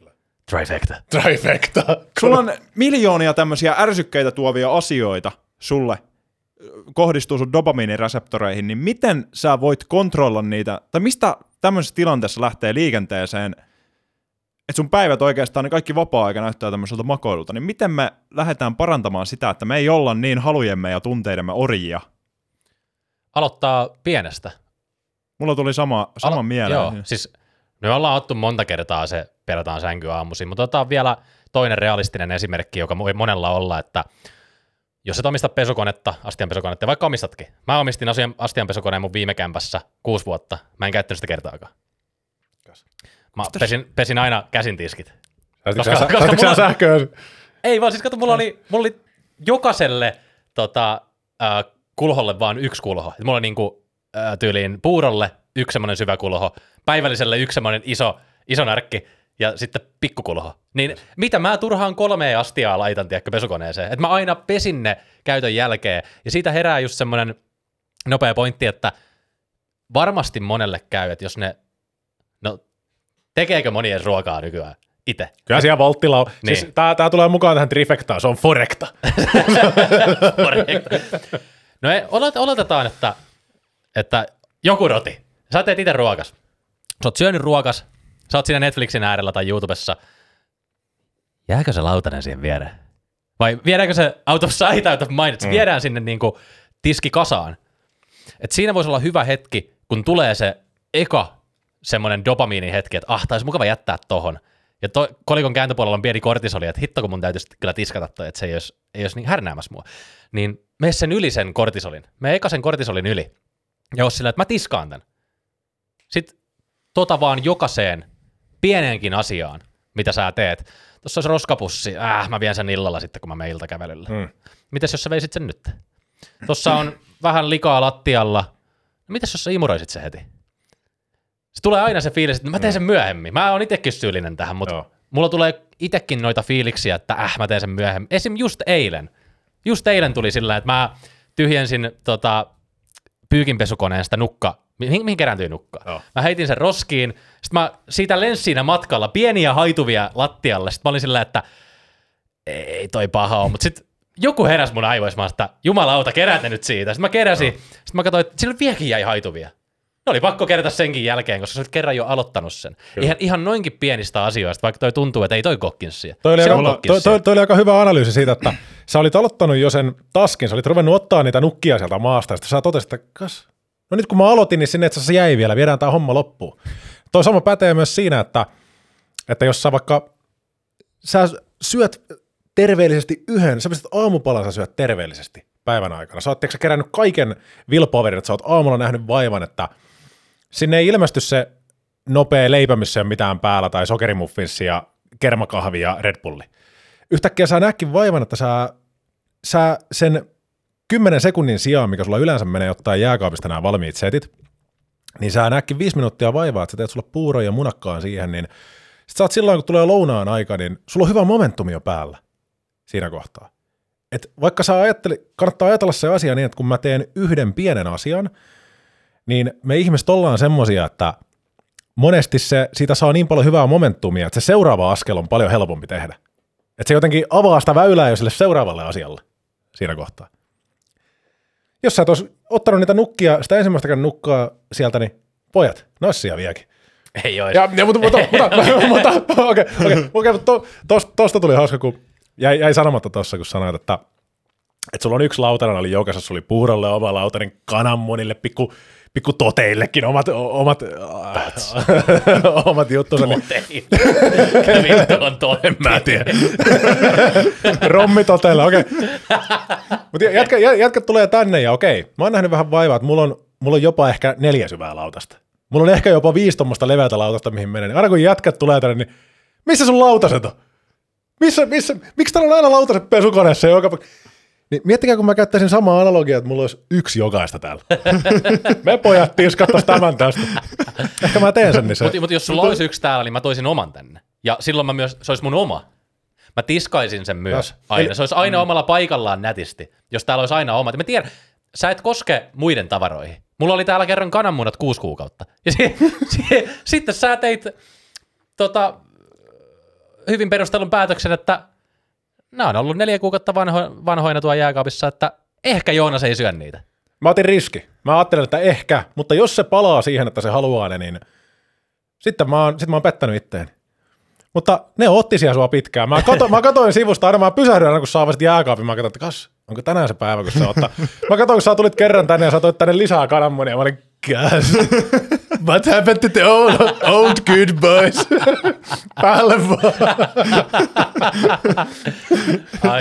Trifecta.
Sulla on miljoonia tämmöisiä ärsykkeitä tuovia asioita sulle, kohdistuu sun dopamiinireseptoreihin, niin miten sä voit kontrolloida niitä, tai mistä tämmöisessä tilanteessa lähtee liikenteeseen, että sun päivät oikeastaan, niin kaikki vapaa-aika näyttää tämmöiseltä makoilulta, niin miten me lähdetään parantamaan sitä, että me ei olla niin halujemme ja tunteidemme orjia?
Aloittaa pienestä.
Mulla tuli sama mieleen.
Joo, siis me ollaan ottu monta kertaa se pelataan sänky aamuisin, mutta otetaan vielä toinen realistinen esimerkki, joka voi monella olla, että jos et omista pesukonetta, astianpesukonetta, vaikka omistatkin. Mä omistin astianpesukoneen mun viime kämpässä 6 vuotta. Mä en käyttänyt sitä kertaakaan. Mä pesin aina käsintiskit.
Saatko sä sähköä?
Ei vaan, siis kato, mulla oli jokaiselle kulholle vaan 1 kulho. Mulla oli niinku, tyyliin puurolle 1 semmoinen syvä kulho, päivälliselle 1 semmoinen iso närkki ja sitten pikkukulho. Niin mitä mä turhaan 3 astiaa laitan, tiedätkö, pesukoneeseen? Että mä aina pesin ne käytön jälkeen. Ja siitä herää just semmoinen nopea pointti, että varmasti monelle käy, että jos ne, tekeekö moni edes ruokaa nykyään itse?
Kyllä siellä Valttila on. Niin. Siis tää tulee mukaan tähän trifectaan, se on forekta.
No oletetaan, että joku roti. Sä teet itse ruokas. Sä oot syönyt ruokas, sä oot siinä Netflixin äärellä tai YouTubessa, jääkö se lautanen siihen viereen? Vai viedäänkö se out of sight, out of mind, että se viedään sinne niinku tiskikasaan. Et siinä voisi olla hyvä hetki, kun tulee se eka semmoinen dopamiinihetki, että taisi mukava jättää tohon. Ja kolikon kääntöpuolella on pieni kortisoli, että hitto kun mun täytyisi kyllä tiskata toi, että se ei olisi niin härnäämässä mua. Niin mene sen yli sen kortisolin. Mene eka sen kortisolin yli. Ja jos sillä, että mä tiskaan tän. Sitten vaan jokaiseen pieneenkin asiaan, mitä sä teet. Tuossa olisi roskapussi. Mä vien sen illalla sitten, kun mä menen iltakävelyllä. Mites jos sä veisit sen nyt? Tuossa on vähän likaa lattialla. No mitäs jos sä imuroisit se heti? Se tulee aina se fiilis, että mä teen sen myöhemmin. Mä oon itekin syyllinen tähän, mutta mulla tulee itekin noita fiiliksiä, että mä teen sen myöhemmin. Esim. Just eilen tuli sillä, että mä tyhjensin pyykinpesukoneen sitä mihin kerääntyy nukkaa. Mä heitin sen roskiin, sit mä siitä lensin siinä matkalla pieniä haituvia lattialle, sit mä olin sillä, että ei toi paha ole, mutta sit joku heräsi mun aivoissa, että jumalauta, keräätte nyt siitä. Sitten mä keräsin, sit mä katsoin, että sillä vieläkin jäi haituvia. Ne oli pakko kerätä senkin jälkeen, koska sä olit kerran jo aloittanut sen. Ihan noinkin pienistä asioista, vaikka toi tuntuu, että ei toi Gokkinsia.
Toi oli aika hyvä analyysi siitä, että sä olit aloittanut jo sen taskin, sä olit ruvennut ottaa niitä nukkia sieltä maasta, ja sitten sä totesit, että no nyt kun mä aloitin, niin sinne itse asiassa jäi vielä, viedään tää homma loppuun. Toi sama pätee myös siinä, että jos sä vaikka sä syöt terveellisesti sä pistät aamupalan, sä syöt terveellisesti päivän aikana. Sä oot kerännyt kaiken willpowerin, että sä oot aamulla nähnyt vaivan, että sinne ei ilmesty se nopea leipä, missä ei ole mitään päällä, tai sokerimuffinssi ja kermakahvi ja Red Bulli. Yhtäkkiä sä nähkin vaivan, että sä sen 10 sekunnin sijaan, mikä sulla yleensä menee ottaa jääkaapista nämä valmiit setit, niin sä nähkin 5 minuuttia vaivaa, että sä teet sulla puuron ja munakkaan siihen, niin sit sä oot silloin, kun tulee lounaan aika, niin sulla on hyvä momentumi jo päällä siinä kohtaa. Et vaikka kannattaa ajatella se asia niin, että kun mä teen yhden pienen asian, niin me ihmiset ollaan semmosia, että monesti siitä saa niin paljon hyvää momentumia, että se seuraava askel on paljon helpompi tehdä. Että se jotenkin avaa sitä väylää jo sille seuraavalle asialle siinä kohtaa. Jos sä et olisi ottanut niitä nukkia, sitä ensimmäistäkään nukkaa sieltä, niin pojat, nassia vieläkin.
Ei ois.
Mutta tosta tuli hauska, kun jäi sanomatta tuossa, kun sanoit, että sulla on yksi lautanen, oli jokaisessa, sulla oli puurolle oma lautanen, kananmunille, pikku toteillekin omat juttunsa.
Toteille. On tote.
Mä tiedän. Rommitoteille, okei. Mutta jätkät tulee tänne ja okei. Mä oon nähnyt vähän vaivaa, että mulla on jopa ehkä 4 syvää lautasta. Mulla on ehkä jopa 5 tommoista leveätä lautasta, mihin menen. Aina kun jätkät tulee tänne, niin missä sun lautaset on? Miksi täällä on aina lautaset pesukoneessa joka... Niin miettikää, kun mä käyttäisin samaa analogiaa, että mulla olisi 1 jokaista täällä. Me pojat tiskattais tämän tästä. Ehkä mä teen sen. Niin
Mutta jos sulla olisi 1 täällä, niin mä toisin oman tänne. Ja silloin se olisi mun oma. Mä tiskaisin sen myös aina. Se olisi aina omalla paikallaan nätisti, jos täällä olisi aina oma. Mä tiedän, sä et koske muiden tavaroihin. Mulla oli täällä kerran kananmunat 6 kuukautta. Ja sitten sä teit hyvin perustelun päätöksen, että nämä on ollut 4 kuukautta vanhoina tuolla jääkaapissa, että ehkä Joonas ei syö niitä.
Mä otin riski. Mä ajattelin, että ehkä, mutta jos se palaa siihen, että se haluaa ne, niin sitten mä oon pettänyt itteeni. Mutta ne otti siellä sua pitkään. Mä katoin sivusta aina, mä pysähdyin aina, kun saavasit jääkaapin. Mä katsoin, että onko tänään se päivä, kun se ottaa. Mä katsoin, kun sä tulit kerran tänne ja sä toit tänne lisää kananmunia. Mä olin, what happened to the old good boys? Päälle vaan.
Ai.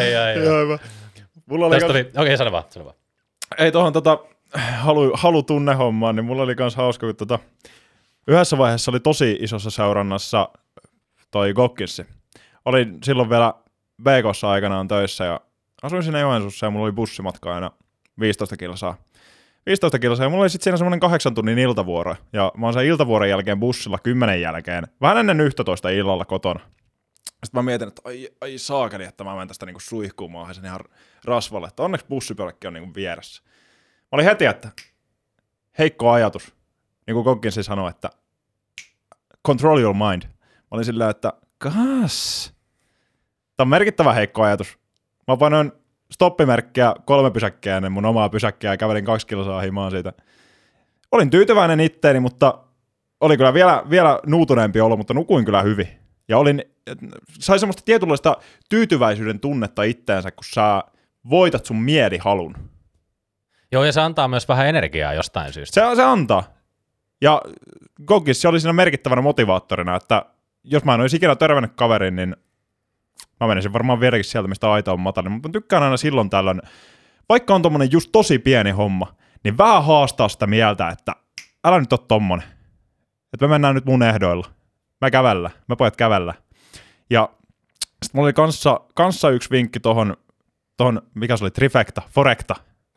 Okei, sano vaan.
Ei tuohon halutunnehommaan, niin mulla oli kans hauska, kun yhdessä vaiheessa oli tosi isossa seurannassa toi Gokkinsi. Olin silloin vielä BK:ssa aikanaan töissä ja asuin siinä Joensuussa ja mulla oli bussimatka aina 15 kilsaa. Ja mulla oli sitten siinä semmoinen 8 tunnin iltavuoro. Ja mä oon sen iltavuoron jälkeen bussilla 10 jälkeen, vähän ennen 11 illalla kotona. Sitten mä mietin, että ai saakeli, että mä menen tästä niinku suihkumaan sen ihan rasvalle. Että onneksi bussipyöräkki on niinku vieressä. Mä olin heti, että heikko ajatus. Niin kuin Gokkinsi sanoi, että control your mind. Mä olin silleen, että kas. Tämä on merkittävä heikko ajatus. Mä painoin stoppimerkkiä 3 pysäkkiä ennen mun omaa pysäkkiä ja kävelin 2 kilsaa himaan siitä. Olin tyytyväinen itteeni, mutta oli kyllä vielä nuutuneempi olo, mutta nukuin kyllä hyvin. Ja olin sai semmoista tietynlaista tyytyväisyyden tunnetta itteensä, kun sä voitat sun mielihalun.
Joo, ja se antaa myös vähän energiaa jostain syystä.
Se antaa. Ja Gogis se oli siinä merkittävänä motivaattorina, että jos mä en olisi ikinä törmännyt kaverin, niin mä menisin varmaan vieläkin sieltä, mistä aita on matalin. Mutta mä tykkään aina silloin tällöin, vaikka on tommonen just tosi pieni homma, niin vähän haastaa sitä mieltä, että älä nyt ole tommonen. Että me mennään nyt mun ehdoilla. Me pojat kävellä. Ja sitten mulla oli kanssa yksi vinkki tohon, mikä se oli, Forecta.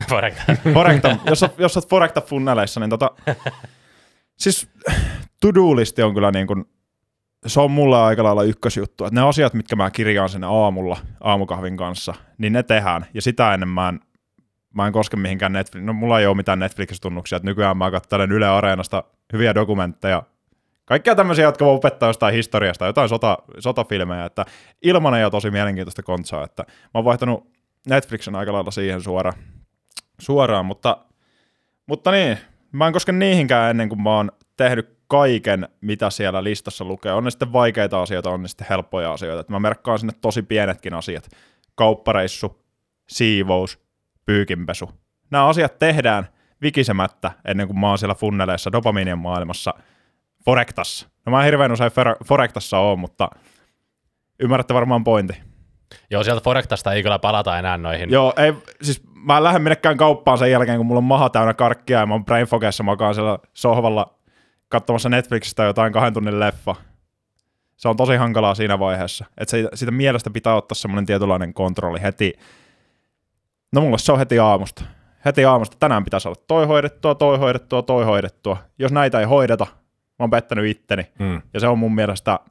Jos oot Forecta funneleissa, niin siis to-do-listi on kyllä niin kuin, se on mulle aika lailla ykkösjuttu, että ne asiat, mitkä mä kirjaan sinne aamulla aamukahvin kanssa, niin ne tehdään, ja sitä ennen mä en koske mihinkään mulla ei ole mitään Netflix-tunnuksia, että nykyään mä katselen Yle Areenasta hyviä dokumentteja, kaikkia tämmöisiä, jotka voi opettaa jostain historiasta, jotain sotafilmejä, että ilmanen ja tosi mielenkiintoista kontsaa, että mä oon vaihtanut Netflixin aika lailla siihen suoraan, mutta niin, mä en koske niihinkään ennen kuin mä oon tehnyt kaiken, mitä siellä listassa lukee. On ne sitten vaikeita asioita, on ne sitten helppoja asioita. Että mä merkkaan sinne tosi pienetkin asiat. Kauppareissu, siivous, pyykinpesu. Nämä asiat tehdään vikisemättä ennen kuin mä oon siellä funneleissa dopamiinien maailmassa Forectassa. No mä en hirveän usein Forectassa ole, mutta ymmärrätte varmaan pointti.
Joo, sieltä Forectasta ei kyllä palata enää noihin.
Joo, ei, siis mä en lähde minnekään kauppaan sen jälkeen, kun mulla on maha täynnä karkkia ja mä oon brainfogessa, makaan siellä sohvalla katsomassa Netflixistä jotain 2 tunnin leffa. Se on tosi hankalaa siinä vaiheessa. Että siitä mielestä pitää ottaa semmoinen tietynlainen kontrolli heti. No mulle se on heti aamusta. Tänään pitäisi olla toi hoidettua. Jos näitä ei hoideta, mä oon pettänyt itteni. Ja se on mun mielestä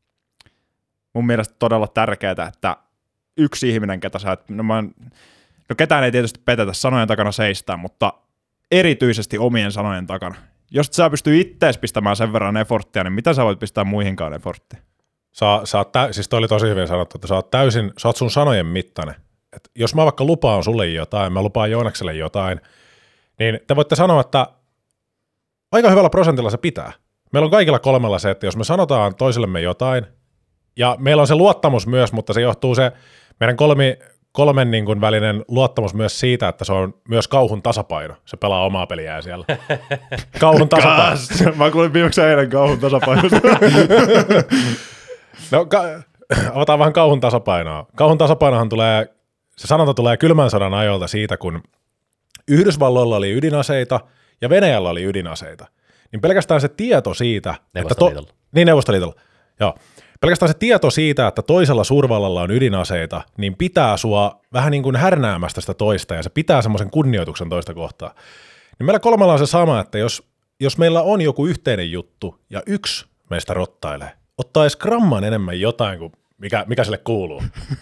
todella tärkeää, että yksi ihminen, ketä sä et... No ketään ei tietysti petetä, sanojen takana seistään, mutta erityisesti omien sanojen takana. Jos et sä pystyy ittees pistämään sen verran efforttia, niin mitä sä voit pistää muihinkaan efforttia?
Siis toi oli tosi hyvin sanottu, että sä oot sun sanojen mittainen. Et jos mä vaikka lupaan sulle jotain, mä lupaan Joonakselle jotain, niin te voitte sanoa, että aika hyvällä prosentilla se pitää. Meillä on kaikilla 3 se, että jos me sanotaan toisellemme jotain, ja meillä on se luottamus myös, mutta se johtuu se meidän kolmen niin kuin välinen luottamus myös siitä, että se on myös kauhun tasapaino. Se pelaa omaa peliään siellä. Kauhun tasapaino.
Mä kuulin viimeksi eilen kauhun tasapainosta.
No, avataan vähän kauhun tasapainoa. Kauhun tasapainohan se sanonta tulee kylmän sodan ajoilta siitä, kun Yhdysvalloilla oli ydinaseita ja Venäjällä oli ydinaseita. Niin pelkästään se tieto siitä, Neuvostoliitolla. Joo. Pelkästään se tieto siitä, että toisella suurvallalla on ydinaseita, niin pitää sua vähän niin kuin härnäämästä sitä toista, ja se pitää semmoisen kunnioituksen toista kohtaa. Niin meillä 3 on se sama, että jos meillä on joku yhteinen juttu, ja yksi meistä rottailee, ottaa edes gramman enemmän jotain kuin mikä sille kuuluu,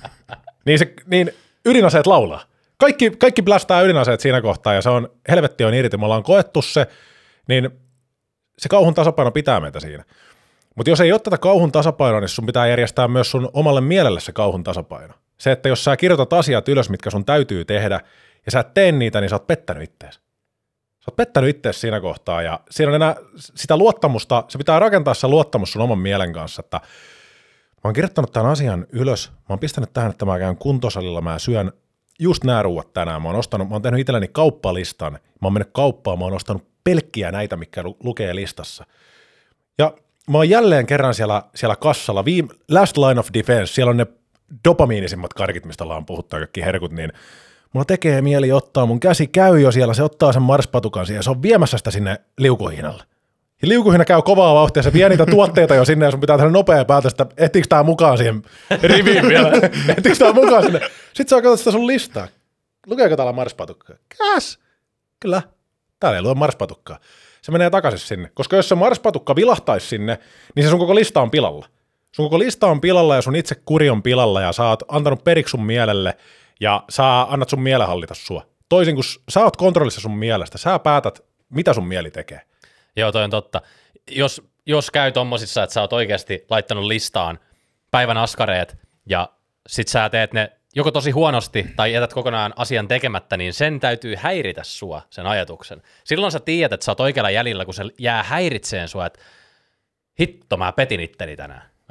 niin ydinaseet laulaa. Kaikki blästää ydinaseet siinä kohtaa, ja se on helvetti on irti. Me ollaan koettu se, niin se kauhun tasapaino pitää meitä siinä. Mutta jos ei ole tätä kauhun tasapainoa, niin sun pitää järjestää myös sun omalle mielelle se kauhun tasapaino. Se, että jos sä kirjoitat asiat ylös, mitkä sun täytyy tehdä, ja sä et tee niitä, niin sä oot pettänyt ittees. Sä oot pettänyt ittees siinä kohtaa, ja siinä on enää sitä luottamusta, se pitää rakentaa se luottamus sun oman mielen kanssa, että mä oon kirjoittanut tämän asian ylös, mä oon pistänyt tähän, että mä käyn kuntosalilla, mä syön just nämä ruuat tänään, mä oon tehnyt itselleni kauppalistan, mä oon mennyt kauppaan, mä oon ostanut pelkkiä näitä, mitkä lukee listassa. Ja mä oon jälleen kerran siellä kassalla, last line of defense, siellä on ne dopamiinisimmat karkit, mistä ollaan puhuttu kaikki herkut, niin mulla tekee mieli ottaa, mun käsi käy jo siellä, se ottaa sen marspatukan siihen ja se on viemässä sitä sinne liukuhihnalle. Ja liukuhihna käy kovaa vauhtia, se vie niitä tuotteita jo sinne ja sun pitää tehdä nopea päätös, että ehtiikö tää mukaan siihen riviin vielä, ehtiikö tää mukaan sinne. Sitten sä katsot sitä sun listaa, lukeeko täällä marspatukkaa? Käs! Kyllä, täällä ei lue marspatukkaa. Se menee takaisin sinne, koska jos se marspatukka vilahtaisi sinne, niin se sun koko lista on pilalla. Sun koko lista on pilalla ja sun itse kuri on pilalla ja sä oot antanut periksi sun mielelle ja sä annat sun mielen hallita sua. Toisin kuin sä oot kontrollissa sun mielestä, sä päätät, mitä sun mieli tekee.
Joo, toi on totta. Jos käy tommosissa, että sä oot oikeasti laittanut listaan päivän askareet ja sit sä teet ne joko tosi huonosti tai jätät kokonaan asian tekemättä, niin sen täytyy häiritä sua, sen ajatuksen. Silloin sä tiedät, että sä oot oikealla jäljellä, kun se jää häiritseen sua, että hitto, mä petin itteni tänään.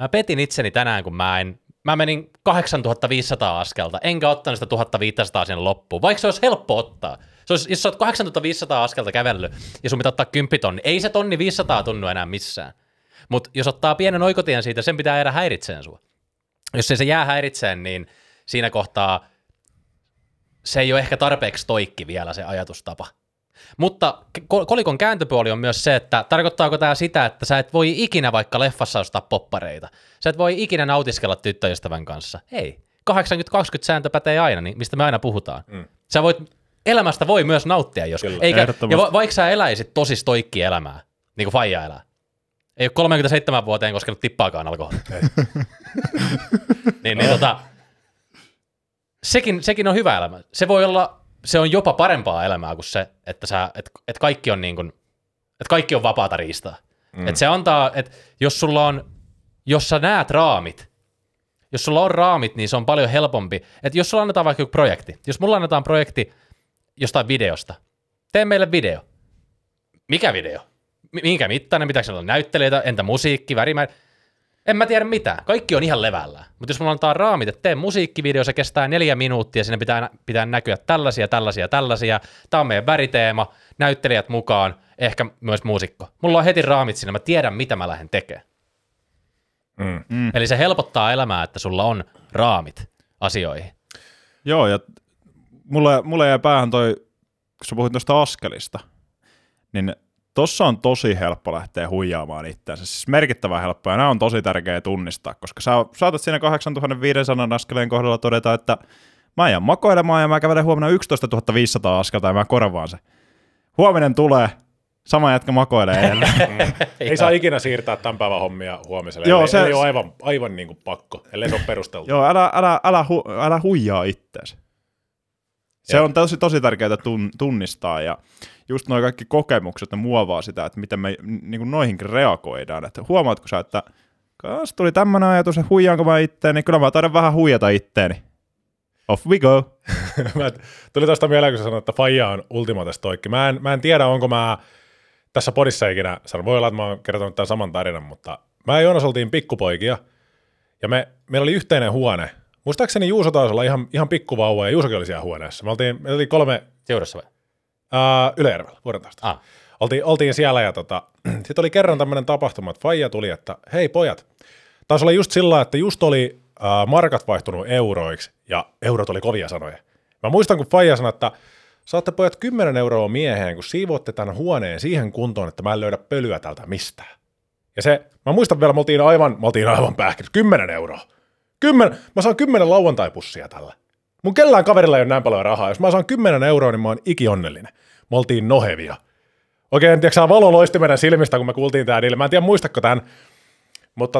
Mä petin itseni tänään, kun mä menin 8500 askelta, enkä ottanut sitä 1500 sinne loppuun, vaikka se olisi helppo ottaa. Jos sä oot 8500 askelta kävellyt ja sun pitää ottaa 10 tonni, ei se 1500 tunnu enää missään. Mutta jos ottaa pienen oikotien siitä, sen pitää jäädä häiritseen sua. Jos ei se jää häiritseen, niin siinä kohtaa se ei ole ehkä tarpeeksi toikki vielä se ajatustapa. Mutta kolikon kääntöpuoli on myös se, että tarkoittaako tämä sitä, että sä et voi ikinä vaikka leffassa ostaa poppareita. Sä et voi ikinä nautiskella tyttöystävän kanssa. Ei. 80-20 sääntö pätee aina, niin mistä me aina puhutaan. Sä voit, elämästä voi myös nauttia, jos. Ja vaikka sä eläisit tosi stoikki elämää, niin kuin faija elää. Ei ole 37 vuoteen koskenut tippaakaan alkoholia. Sekin on hyvä elämä. Se on jopa parempaa elämää kuin se, että että kaikki on niin kuin, että kaikki on vapaata riistaa. Että se antaa, että jos sä näet raamit, jos sulla on raamit, niin se on paljon helpompi. Että jos sulla annetaan vaikka joku projekti, jos mulla annetaan projekti jostain videosta, tee meille video. Mikä video? Minkä mittainen, pitääkö siellä olla näyttelijöitä, entä musiikki, värimäärä? En mä tiedä mitään. Kaikki on ihan levällään. Mutta jos mulla antaa raamit, että tee musiikkivideo, se kestää 4 minuuttia, siinä pitää näkyä tällaisia. Tämä on meidän väriteema, näyttelijät mukaan, ehkä myös muusikko. Mulla on heti raamit siinä, mä tiedän mitä mä lähden tekemään. Eli se helpottaa elämää, että sulla on raamit asioihin.
Joo, ja mulle jäi päähän toi, kun sä puhuit tuosta askelista, niin tossa on tosi helppo lähteä huijaamaan itseänsä, siis merkittävän helppo, ja nämä on tosi tärkeää tunnistaa, koska sä saatat siinä 8500 askeleen kohdalla todeta, että mä jään makoilemaan ja mä kävelen huomenna 11 500 askelta ja mä korvaan se. Huominen tulee, sama jätkä makoilee edelleen.
Ei saa ikinä siirtää tämän päivän hommia huomiselle, joo, se ei ole aivan niin kuin pakko, ellei se ole perusteltu.
Joo, älä huijaa itseäsi. Se on tosi tärkeää tunnistaa, ja just nuo kaikki kokemukset, ne muovaa sitä, että miten me niin noihinkin reagoidaan. Että huomaatko sä, että jos tuli tämmöinen ajatus, että huijaanko mä itteeni, niin kyllä mä taidan vähän huijata itteeni. Off we go.
Tuli tuosta mieleen, kun sä sanoit, että faija on ultimate stoikki. Mä en tiedä, onko mä tässä podissa ikinä sanonut. Voi olla, että mä oon kertonut tämän saman tarinan, mutta mä ja Joonas oltiin pikkupoikia, ja meillä oli yhteinen huone. Muistaakseni Juuso taisi olla ihan pikkuvauva, ja Juusokin oli siellä huoneessa. Me oltiin 3...
Seurassa vai?
Yläjärvellä, Vuorentaasta. Oltiin siellä, ja sitten oli kerran tämmöinen tapahtuma, että faija tuli, että hei pojat, taisi olla just sillä, että just oli markat vaihtunut euroiksi, ja eurot oli kovia sanoja. Mä muistan, kun faija sanoi, että saatte pojat 10 euroa mieheen, kun siivoatte tämän huoneen siihen kuntoon, että mä en löydä pölyä täältä mistään. Ja mä muistan vielä, me oltiin aivan pähkinä, 10 euroa. Mä saan 10 lauantaipussia tällä. Mun kellään kaverilla ei ole näin paljon rahaa. Jos mä saan 10 euroa, niin mä oon ikionnellinen. Me oltiin nohevia. Oikein, tiedätkö, valo loisti meidän silmistä, kun me kuultiin tää niille. Mä en tiedä, muistatko tämän, mutta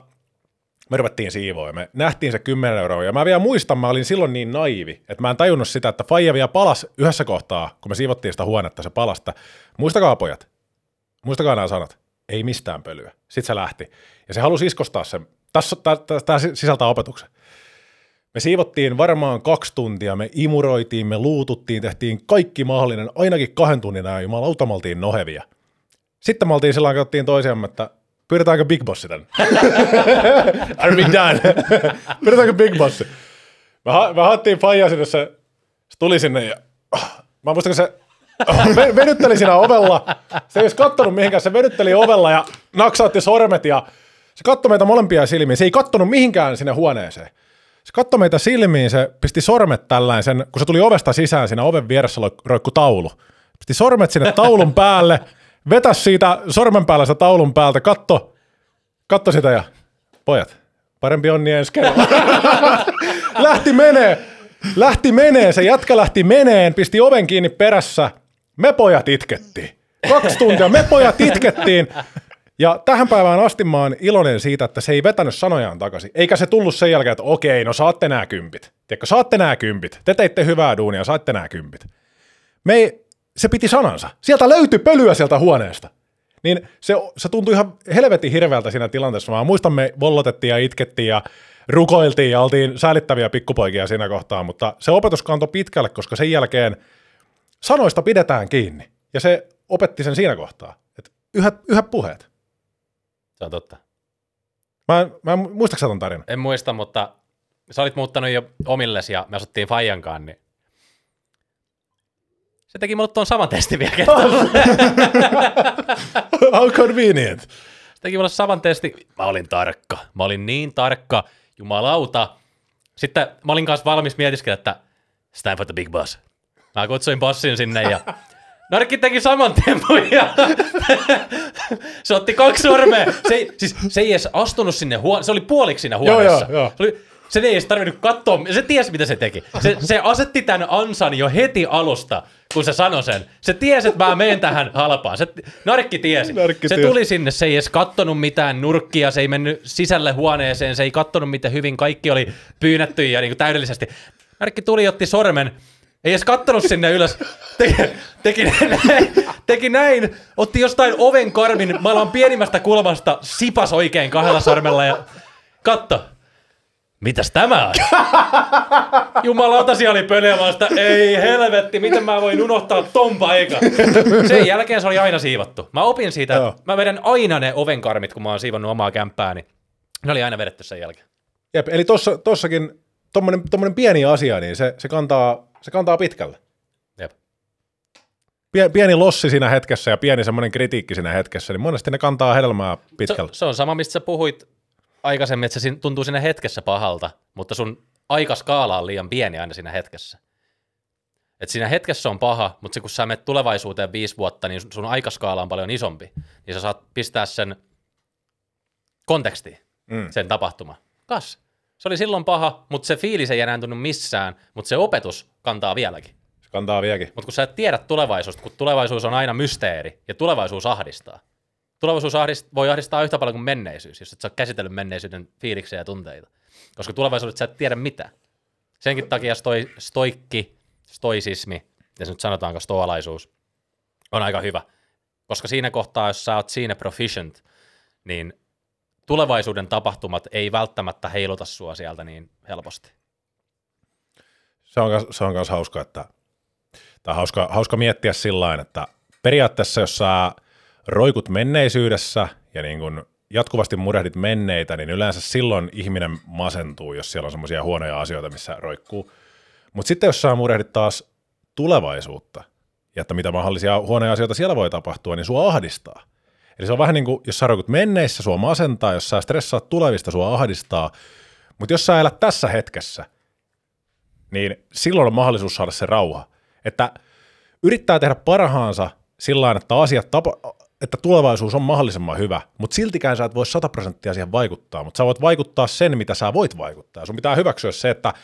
me ruvettiin siivoa ja me nähtiin se 10 euroa. Ja mä vielä muistan, mä olin silloin niin naivi, että mä en tajunnut sitä, että faija vielä palas yhdessä kohtaa, kun me siivottiin sitä huonetta, se palasta. Muistakaa pojat, muistakaa nämä sanat. Ei mistään pölyä. Sitten se lähti. Ja se halusi iskostaa sen. Tämä sisältää opetuksen. Me siivottiin varmaan 2 tuntia, me imuroitiin, me luututtiin, tehtiin kaikki mahdollinen, ainakin 2 tunnin ajan, jumalauta, me oltiin nohevia. Sitten me oltiin silloin, katsottiin toisiamme, että pyydetäänkö Big Bossi tänne? Are we done? Pyydetäänkö Big Bossi? Me haettiin faijaa sinne, se tuli sinne ja mä muistan, kun se venytteli siinä ovella. Se ei edes kattonut mihinkään, se venytteli ovella ja naksautti sormet ja se katsoi meitä molempia silmiin. Se ei kattonut mihinkään sinne huoneeseen. Se katsoi meitä silmiin, se pisti sormet tällaisen, kun se tuli ovesta sisään, siinä oven vieressä roikku taulu. Pisti sormet sinne taulun päälle, vetäisi siitä sormen päällä sitä taulun päältä, katso sitä ja pojat, parempi onni ensi kerralla. Lähti menee, se jätkä lähti meneen, pisti oven kiinni perässä. Me pojat itkettiin. 2 tuntia, me pojat itkettiin. Ja tähän päivään asti mä oon iloinen siitä, että se ei vetänyt sanojaan takaisin. Eikä se tullut sen jälkeen, että okei, no saatte nämä 10. Tiedätkö, saatte nämä 10. Te teitte hyvää duunia, saatte nämä 10. Se piti sanansa. Sieltä löytyi pölyä sieltä huoneesta. Niin se tuntui ihan helvetin hirveältä siinä tilanteessa. Mä muistan, me vollotettiin ja itkettiin ja rukoiltiin ja oltiin säälittäviä pikkupoikia siinä kohtaa, mutta se opetus kantoi pitkälle, koska sen jälkeen sanoista pidetään kiinni. Ja se opetti sen siinä kohtaa, että yhä puheet.
Se on totta.
Mä en muistaaksä ton tarinan?
En muista, mutta sä olit muuttanut jo omilles ja me asuttiin Fajankaan, niin se teki mulle tuon saman testin vielä kertaa.
How convenient.
Se teki mulle saman testin. Mä olin niin tarkka, jumalauta. Sitten mä olin kanssa valmis mietiskellä, että it's time for the big boss. Mä kutsuin bossin sinne ja Narkki teki saman tempun ja se otti 2 sormea. Se ei edes astunut sinne se oli puoliksi siinä huoneessa.
Joo.
Se ei edes tarvinnut katsoa, se tiesi mitä se teki. Se asetti tämän ansan jo heti alusta, kun se sanoi sen. Se tiesi, että mä menen tähän halpaan. Narkki tiesi. Se tuli sinne, se ei edes kattonut mitään nurkkia, se ei mennyt sisälle huoneeseen, se ei kattonut miten hyvin kaikki oli pyynätty ja niin kuin täydellisesti. Narkki tuli, otti sormen, ei edes kattonut sinne ylös, teki näin, otti jostain oven karmin maailman pienimmästä kulmasta, sipas oikein 2 sormella ja katto. Mitäs tämä on? Jumalauta, siellä oli pöliä vasta. Ei helvetti, miten mä voin unohtaa ton paikan? Sen jälkeen se oli aina siivattu. Mä opin siitä, että mä vedän aina ne ovenkarmit, kun mä oon siivannut omaa kämppääni. Ne oli aina vedetty sen jälkeen.
Jep, eli tossakin tommonen pieni asia, niin se kantaa pitkälle.
Jep.
Pieni lossi siinä hetkessä ja pieni semmoinen kritiikki siinä hetkessä, niin monesti ne kantaa hedelmää pitkälle.
Se on sama, mistä sä puhuit aikaisemmin, että se tuntuu siinä hetkessä pahalta, mutta sun aikaskaala on liian pieni aina siinä hetkessä. Et siinä hetkessä on paha, mutta kun sä menet tulevaisuuteen 5 vuotta, niin sun aikaskaala on paljon isompi. Niin sä saat pistää sen kontekstiin, sen tapahtuma. Se oli silloin paha, mutta se fiilis ei enää tunnu missään, mutta se opetus kantaa vieläkin.
Se kantaa vieläkin.
Mutta kun sä et tiedä tulevaisuutta, kun tulevaisuus on aina mysteeri, ja tulevaisuus ahdistaa. Tulevaisuus voi ahdistaa yhtä paljon kuin menneisyys, jos et sä ole käsitellyt menneisyyden fiiliksiä ja tunteita. Koska tulevaisuudessa sä et tiedä mitään. Senkin takia stoisismi, ja nyt sanotaanko stoalaisuus, on aika hyvä. Koska siinä kohtaa, jos sä oot siinä proficient, niin tulevaisuuden tapahtumat ei välttämättä heiluta sua sieltä niin helposti.
Se on myös hauska, hauska miettiä sillain, että periaatteessa jos sä roikut menneisyydessä ja niin kun jatkuvasti murehdit menneitä, niin yleensä silloin ihminen masentuu, jos siellä on semmoisia huonoja asioita, missä roikkuu. Mutta sitten jos sä murehdit taas tulevaisuutta, ja että mitä mahdollisia huonoja asioita siellä voi tapahtua, niin sua ahdistaa. Eli se on vähän niin kuin, jos sä roikut menneissä, sua masentaa, jos sä stressaat tulevista, sua ahdistaa. Mutta jos sä elät tässä hetkessä, niin silloin on mahdollisuus saada se rauha. Että yrittää tehdä parhaansa sillain, että että tulevaisuus on mahdollisimman hyvä, mutta siltikään sä et voi 100% siihen vaikuttaa, mutta sä voit vaikuttaa sen, mitä sä voit vaikuttaa. Sun pitää hyväksyä se, että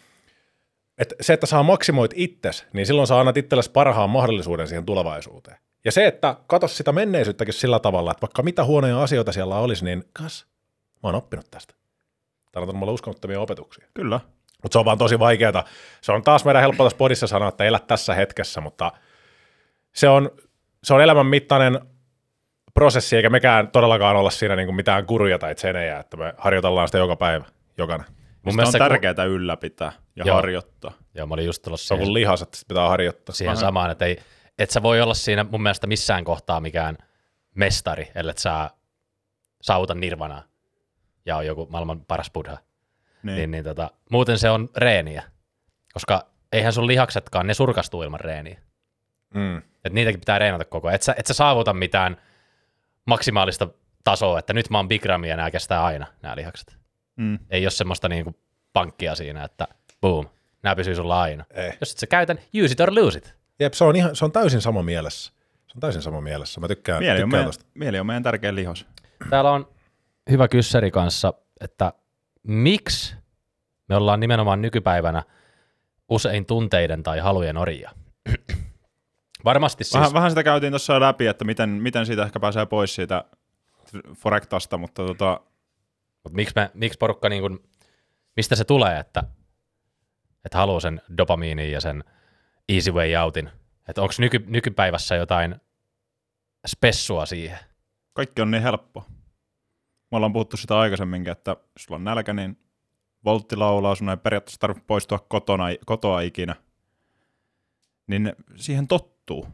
sä maksimoit itses, niin silloin sä annat itsellesi parhaan mahdollisuuden siihen tulevaisuuteen. Ja se, että katso sitä menneisyyttäkin sillä tavalla, että vaikka mitä huonoja asioita siellä olisi, niin mä oon oppinut tästä. Tämä on antanut mulle uskomattomia opetuksia.
Kyllä.
Mutta se on vaan tosi vaikeaa. Se on taas meidän helppo tässä podissa sanoa, että elä tässä hetkessä, mutta se on elämän mittainen prosessi, eikä mekään todellakaan olla siinä niin kuin mitään kuruja tai tsenejä, että me harjoitellaan sitä joka päivä, jokainen.
Mun mielestä on tärkeää ylläpitää ja harjoittaa.
Joo, mä olin just tulossa
se on kuin lihas, että sitä pitää harjoittaa.
Siihen samaan, että et sä voi olla siinä mun mielestä missään kohtaa mikään mestari, ellei sä saavuta nirvanaa ja on joku maailman paras buddha. Niin, muuten se on reeniä, koska eihän sun lihaksetkaan, ne surkastuu ilman reeniä. Et niitäkin pitää reenata koko ajan. Et sä saavuta mitään maksimaalista tasoa, että nyt mä oon Big Ram ja nää kestää aina, nämä lihakset. Ei ole semmoista niinku pankkia siinä, että boom, nää pysyy sulla aina.
Ei.
Jos et sä käytän, use it or lose it.
Jep, se on täysin sama mielessä. Mä tykkään tosta.
Mieli on meidän tärkein lihos.
Täällä on hyvä kyssäri kanssa, että miksi me ollaan nimenomaan nykypäivänä usein tunteiden tai halujen orjia? Varmasti siis.
Vähän sitä käytiin tuossa jo läpi, että miten siitä ehkä pääsee pois siitä forektasta, mutta
miksi porukka, niin kun, mistä se tulee, että haluaa sen dopamiinin ja sen easy way outin? Että onko nykypäivässä jotain spessua siihen?
Kaikki on niin helppo. Me ollaan puhuttu sitä aikaisemminkin, että jos sulla on nälkä, niin voltti laulaa, sun ei periaatteessa tarvitse poistua kotoa ikinä. Niin siihen tottuu.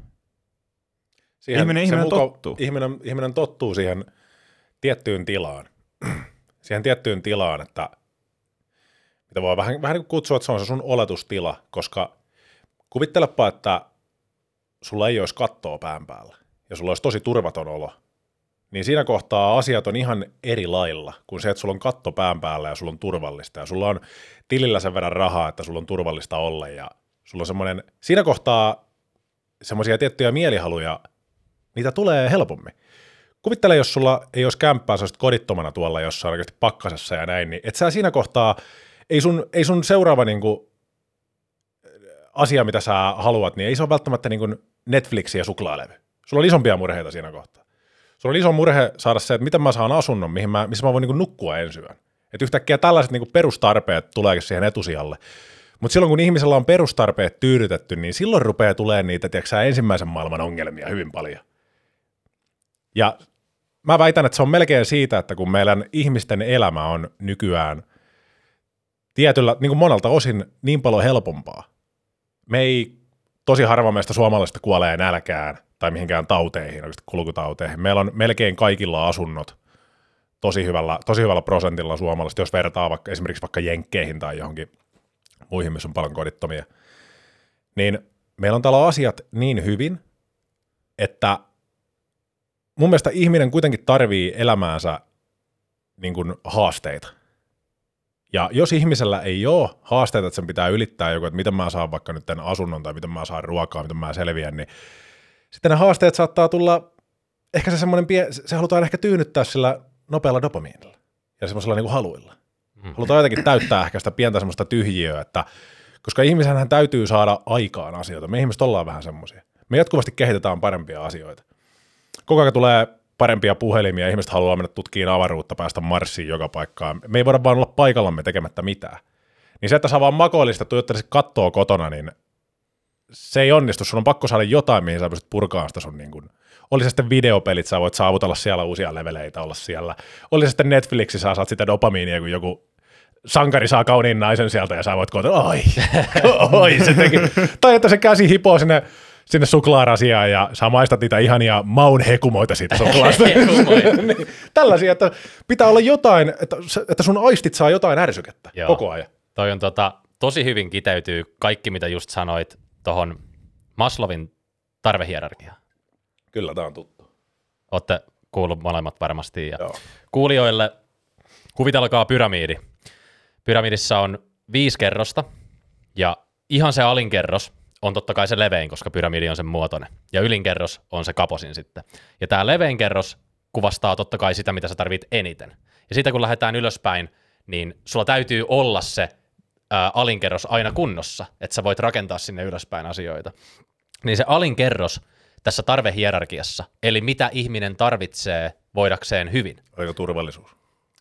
Ihminen tottuu siihen tiettyyn tilaan. siihen tiettyyn tilaan, että mitä voi vähän niin kuin kutsua, että se on se sun oletustila, koska kuvittelepa, että sulla ei olisi kattoa pään päällä ja sulla olisi tosi turvaton olo, niin siinä kohtaa asiat on ihan eri lailla kuin se, että sulla on katto pään päällä ja sulla on turvallista ja sulla on tilillä sen verran rahaa, että sulla on turvallista olla ja sulla on semmoinen, siinä kohtaa semmoisia tiettyjä mielihaluja, niitä tulee helpommin. Kuvittele, jos sulla ei olisi kämppää, sä olisit kodittomana tuolla jossain oikeasti pakkasessa ja näin, niin et sä siinä kohtaa, ei sun seuraava niinku asia, mitä sä haluat, niin ei se ole välttämättä niinku Netflix ja suklaalevy. Sulla on isompia murheita siinä kohtaa. Sulla on iso murhe saada se, että miten mä saan asunnon, missä mä voin niinku nukkua ensi yön. Että yhtäkkiä tällaiset niinku perustarpeet tuleekin siihen etusijalle. Mutta silloin kun ihmisellä on perustarpeet tyydytetty, niin silloin rupeaa tulemaan niitä, tiedätkö, ensimmäisen maailman ongelmia hyvin paljon. Ja mä väitän, että se on melkein siitä, että kun meidän ihmisten elämä on nykyään tietyllä, niin kuin monelta osin niin paljon helpompaa. Me ei tosi harva meistä suomalaisista kuolee nälkään tai mihinkään tauteihin, oikeasti kulkutauteihin. Meillä on melkein kaikilla asunnot tosi hyvällä prosentilla suomalaisista, jos vertaa esimerkiksi vaikka jenkkeihin tai johonkin muihin, missä on paljon kodittomia. Niin meillä on täällä asiat niin hyvin, että mun mielestä ihminen kuitenkin tarvii elämäänsä niin kuin haasteita. Ja jos ihmisellä ei ole haasteita, että sen pitää ylittää joku, että miten mä saan vaikka nyt tämän asunnon tai miten mä saan ruokaa, miten mä selviän, niin sitten ne haasteet saattaa tulla, ehkä se semmoinen, se halutaan ehkä tyynnyttää sillä nopealla dopamiinilla ja semmoisella niin kuin haluilla. Halutaan jotenkin täyttää ehkä sitä pientä semmoista tyhjiöä, että koska ihmisenhän täytyy saada aikaan asioita. Me ihmiset ollaan vähän semmoisia. Me jatkuvasti kehitetään parempia asioita. Koko ajan tulee parempia puhelimia, ihmiset haluaa mennä tutkimaan avaruutta, päästä Marsiin joka paikkaan. Me ei voida vaan olla paikallamme tekemättä mitään. Niin se, että sä vaan makoilista tuijottelisit kattoo kotona, niin se ei onnistu. Sun on pakko saada jotain, mihin sä pystyt purkaan sitä sun niin kuin, oli se sitten videopelit, sä voit saavutella siellä uusia leveleitä, olla siellä. Oli se sitten Netflixissä, sä saat sitä dopamiinia, kun joku sankari saa kauniin naisen sieltä ja sä voit koota, oi, se teki. Tai että se käsi hipoo sinne suklaarasiaan ja sä maistat niitä ihania maun hekumoita siitä suklaasta. Niin, tällaisia, että pitää olla jotain, että sun aistit saa jotain ärsykettä koko ajan.
Toi on tosi hyvin kiteytyy kaikki, mitä just sanoit tuohon Maslowin tarvehierarkiaan.
Kyllä, tää on tuttu.
Ootte kuullut molemmat varmasti. Ja kuulijoille kuvitelkaa pyramidi. Pyramidissa on 5 kerrosta ja ihan se alinkerros on totta kai se levein, koska pyramidi on sen muotoinen. Ja ylinkerros on se kaposin sitten. Ja tämä levein kerros kuvastaa totta kai sitä, mitä sä tarvit eniten. Ja siitä kun lähdetään ylöspäin, niin sulla täytyy olla se alinkerros aina kunnossa, että sä voit rakentaa sinne ylöspäin asioita. Niin se alinkerros tässä tarvehierarkiassa, eli mitä ihminen tarvitsee voidakseen hyvin.
Oliko turvallisuus?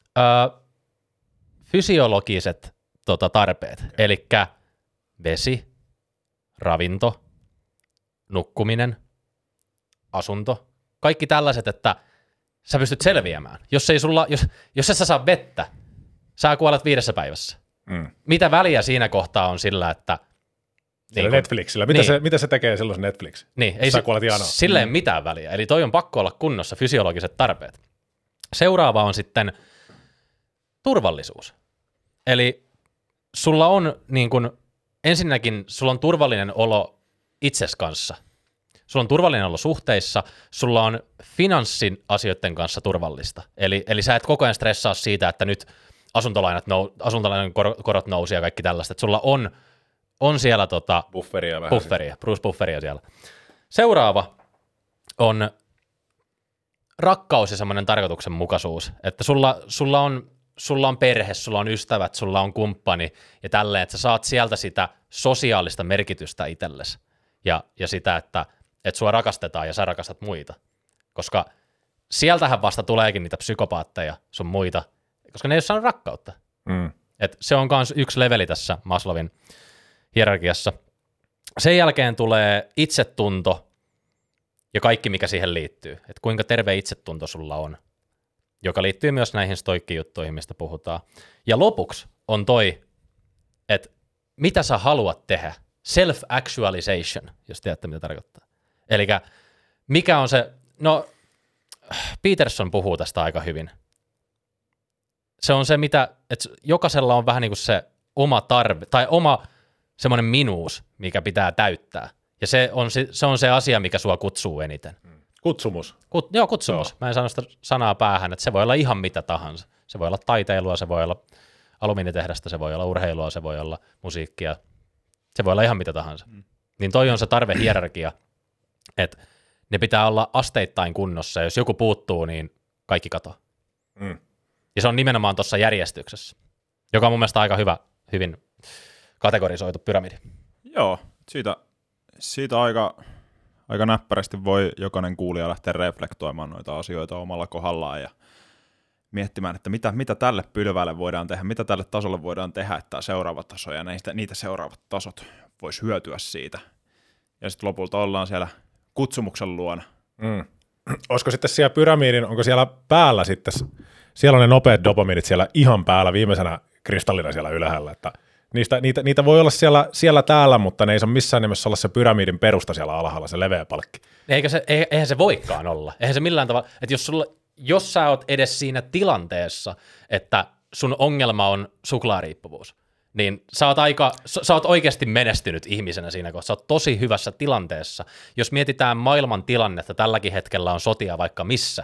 Fysiologiset tarpeet, eli vesi, ravinto, nukkuminen, asunto, kaikki tällaiset, että sä pystyt selviämään. Jos et sä saa vettä, sä kuolet 5 päivässä. Mitä väliä siinä kohtaa on sillä, että
niin Netflixillä. Mitä se tekee silloin Netflix?
Niin, ei silleen mitään väliä. Eli toi on pakko olla kunnossa fysiologiset tarpeet. Seuraava on sitten turvallisuus. Eli sulla on niin kun, ensinnäkin sulla on turvallinen olo itses kanssa. Sulla on turvallinen olo suhteissa, sulla on finanssin asioiden kanssa turvallista. Eli sä et koko ajan stressaa siitä, että nyt asuntolainan korot nousee ja kaikki tällaista. Että sulla on siellä bufferia siellä. Seuraava on rakkaus ja semmoinen tarkoituksenmukaisuus. Että sulla on perhe, sulla on ystävät, sulla on kumppani ja tälleen, että sä saat sieltä sitä sosiaalista merkitystä itsellesi ja sitä, että sua rakastetaan ja sä rakastat muita. Koska sieltähän vasta tuleekin niitä psykopaatteja sun muita, koska ne ei ole saanut rakkautta. Et se on myös yksi leveli tässä Maslowin hierarkiassa. Sen jälkeen tulee itsetunto ja kaikki, mikä siihen liittyy. Että kuinka terve itsetunto sulla on, joka liittyy myös näihin stoikkijuttuihin, mistä puhutaan. Ja lopuksi on toi, että mitä sä haluat tehdä. Self-actualization, jos tiedätte, mitä tarkoittaa. Eli mikä on se, no Peterson puhuu tästä aika hyvin. se on se, että jokaisella on vähän niin kuin se oma tarve, tai oma semmoinen minuus, mikä pitää täyttää. Ja se on se asia, mikä sua kutsuu eniten.
Kutsumus.
Kutsumus. Mä en sano sitä sanaa päähän, että se voi olla ihan mitä tahansa. Se voi olla taiteilua, se voi olla alumiinitehdasta, se voi olla urheilua, se voi olla musiikkia. Se voi olla ihan mitä tahansa. Niin toi on se tarvehierarkia, että ne pitää olla asteittain kunnossa, ja jos joku puuttuu, niin kaikki katoaa. Ja se on nimenomaan tuossa järjestyksessä, joka on mun mielestä aika hyvin kategorisoitu pyramidi.
Joo, siitä aika näppärästi voi jokainen kuulija lähteä reflektoimaan noita asioita omalla kohdallaan ja miettimään, että mitä tälle pylvälle voidaan tehdä, mitä tälle tasolle voidaan tehdä, että tämä seuraava taso ja niitä seuraavat tasot vois hyötyä siitä. Ja sitten lopulta ollaan siellä kutsumuksen luona.
Olisiko sitten siellä pyramidin, onko siellä päällä sitten, siellä on ne nopeat dopamiinit siellä ihan päällä viimeisenä kristallina siellä ylhäällä, että niitä voi olla siellä täällä, mutta ne ei saa missään nimessä olla se pyramidin perusta siellä alhaalla, se leveä palkki.
Eihän se voikaan olla. Eihän se millään tavalla, että jos sä oot edes siinä tilanteessa, että sun ongelma on suklaariippuvuus, niin sä oot oikeasti menestynyt ihmisenä siinä kohtaa. Sä oot tosi hyvässä tilanteessa. Jos mietitään maailman tilannetta, tälläkin hetkellä on sotia vaikka missä.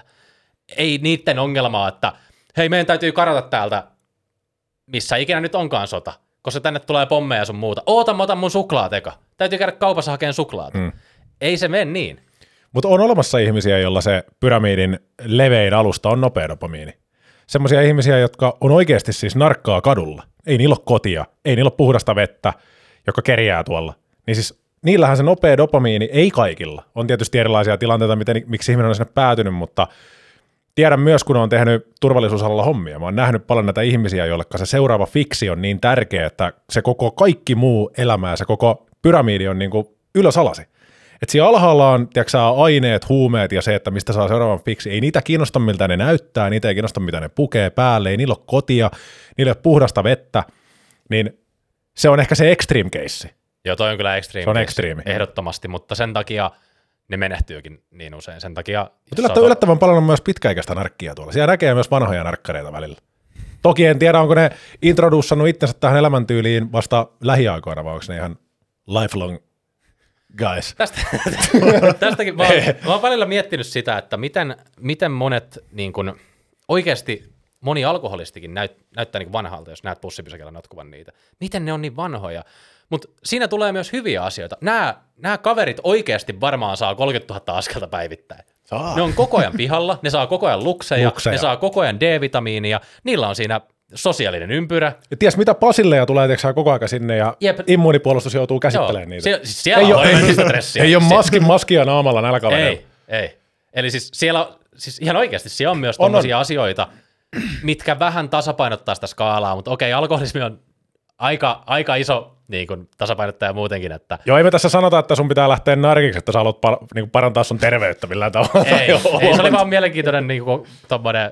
Ei niiden ongelmaa, että hei, meidän täytyy karata täältä, missä ikinä nyt onkaan sota, koska tänne tulee pommeja sun muuta. Mä otan mun suklaat eka. Täytyy käydä kaupassa hakemaan suklaata. Ei se mene niin.
Mutta on olemassa ihmisiä, joilla se pyramidin levein alusta on nopea dopamiini. Semmoisia ihmisiä, jotka on oikeasti siis narkkaa kadulla. Ei niillä ole kotia, ei niillä ole puhdasta vettä, joka kerjää tuolla. Niin siis niillähän se nopea dopamiini, ei kaikilla. On tietysti erilaisia tilanteita, miksi ihminen on sinne päätynyt, mutta tiedän myös, kun olen tehnyt turvallisuusalalla hommia. Mä oon nähnyt paljon näitä ihmisiä, joille se seuraava fiksi on niin tärkeä, että se koko kaikki muu elämä ja se koko pyramidi on niin kuin ylösalasi. Että siellä alhaalla on aineet, huumeet ja se, että mistä saa seuraavan fiksi. Ei niitä kiinnosta, miltä ne näyttää, niitä ei kiinnosta, mitä ne pukee päälle, ei niillä ole kotia, niillä ei ole puhdasta vettä. Niin se on ehkä se extreme case.
Joo, toi on kyllä extreme.
Se on extreme.
Ehdottomasti, mutta sen takia ne menehtyykin niin usein. Sen takia,
mutta yllättävän paljon on myös pitkäikäistä narkkia tuolla. Siellä näkee myös vanhoja narkkareita välillä. Toki en tiedä, onko ne introduussannut itsensä tähän elämäntyyliin vasta lähiaikoina, vai onko ne ihan lifelong guys.
Tästäkin mä oon välillä miettinyt sitä, että miten monet niin kun, oikeasti moni alkoholistikin näyttää niin vanhalta, jos näet pussipysäkillä notkuvan niitä. Miten ne on niin vanhoja? Mutta siinä tulee myös hyviä asioita. Nämä kaverit oikeasti varmaan saa 30 000 askelta päivittäin. Ne on koko ajan pihalla, ne saa koko ajan lukseja. Ne saa koko ajan D-vitamiinia, niillä on siinä sosiaalinen ympyrä. Ja
ties mitä pasilleja tulee koko aika sinne ja immuunipuolustus joutuu käsittelemään niitä.
Siellä on stressiä.
Ei ole maskia naamalla näillä kavereilla.
Ei. Eli siis siellä ihan oikeasti siellä on myös tommosia asioita, mitkä vähän tasapainottaa sitä skaalaa, mutta okei, alkoholismi on aika iso niin kuin tasapainottaja muutenkin. Että
joo, ei me tässä sanota, että sun pitää lähteä narkiksi, että sä haluat niin parantaa sun terveyttä millään tavalla.
Ei, se oli vaan mielenkiintoinen niin kuin tommoinen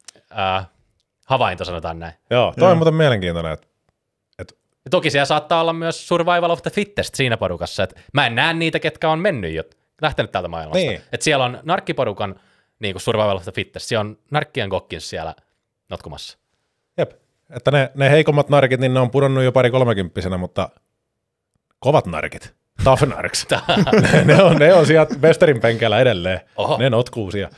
havainto, sanotaan näin.
Joo, toi on muuten mielenkiintoinen.
Toki siellä saattaa olla myös survival of the fittest siinä porukassa, että mä en näe niitä, ketkä on mennyt lähtenyt täältä maailmasta. Niin. Että siellä on narkkiporukan niin kuin survival of the fittest, siellä on narkkien kokkins siellä notkumassa.
Jep, että ne heikommat narkit, niin ne on pudonnut jo 30-40-vuotiaana, mutta kovat narkit, tough narks, ne on sieltä Westerin penkeillä edelleen, Oho. Ne notkuu siellä.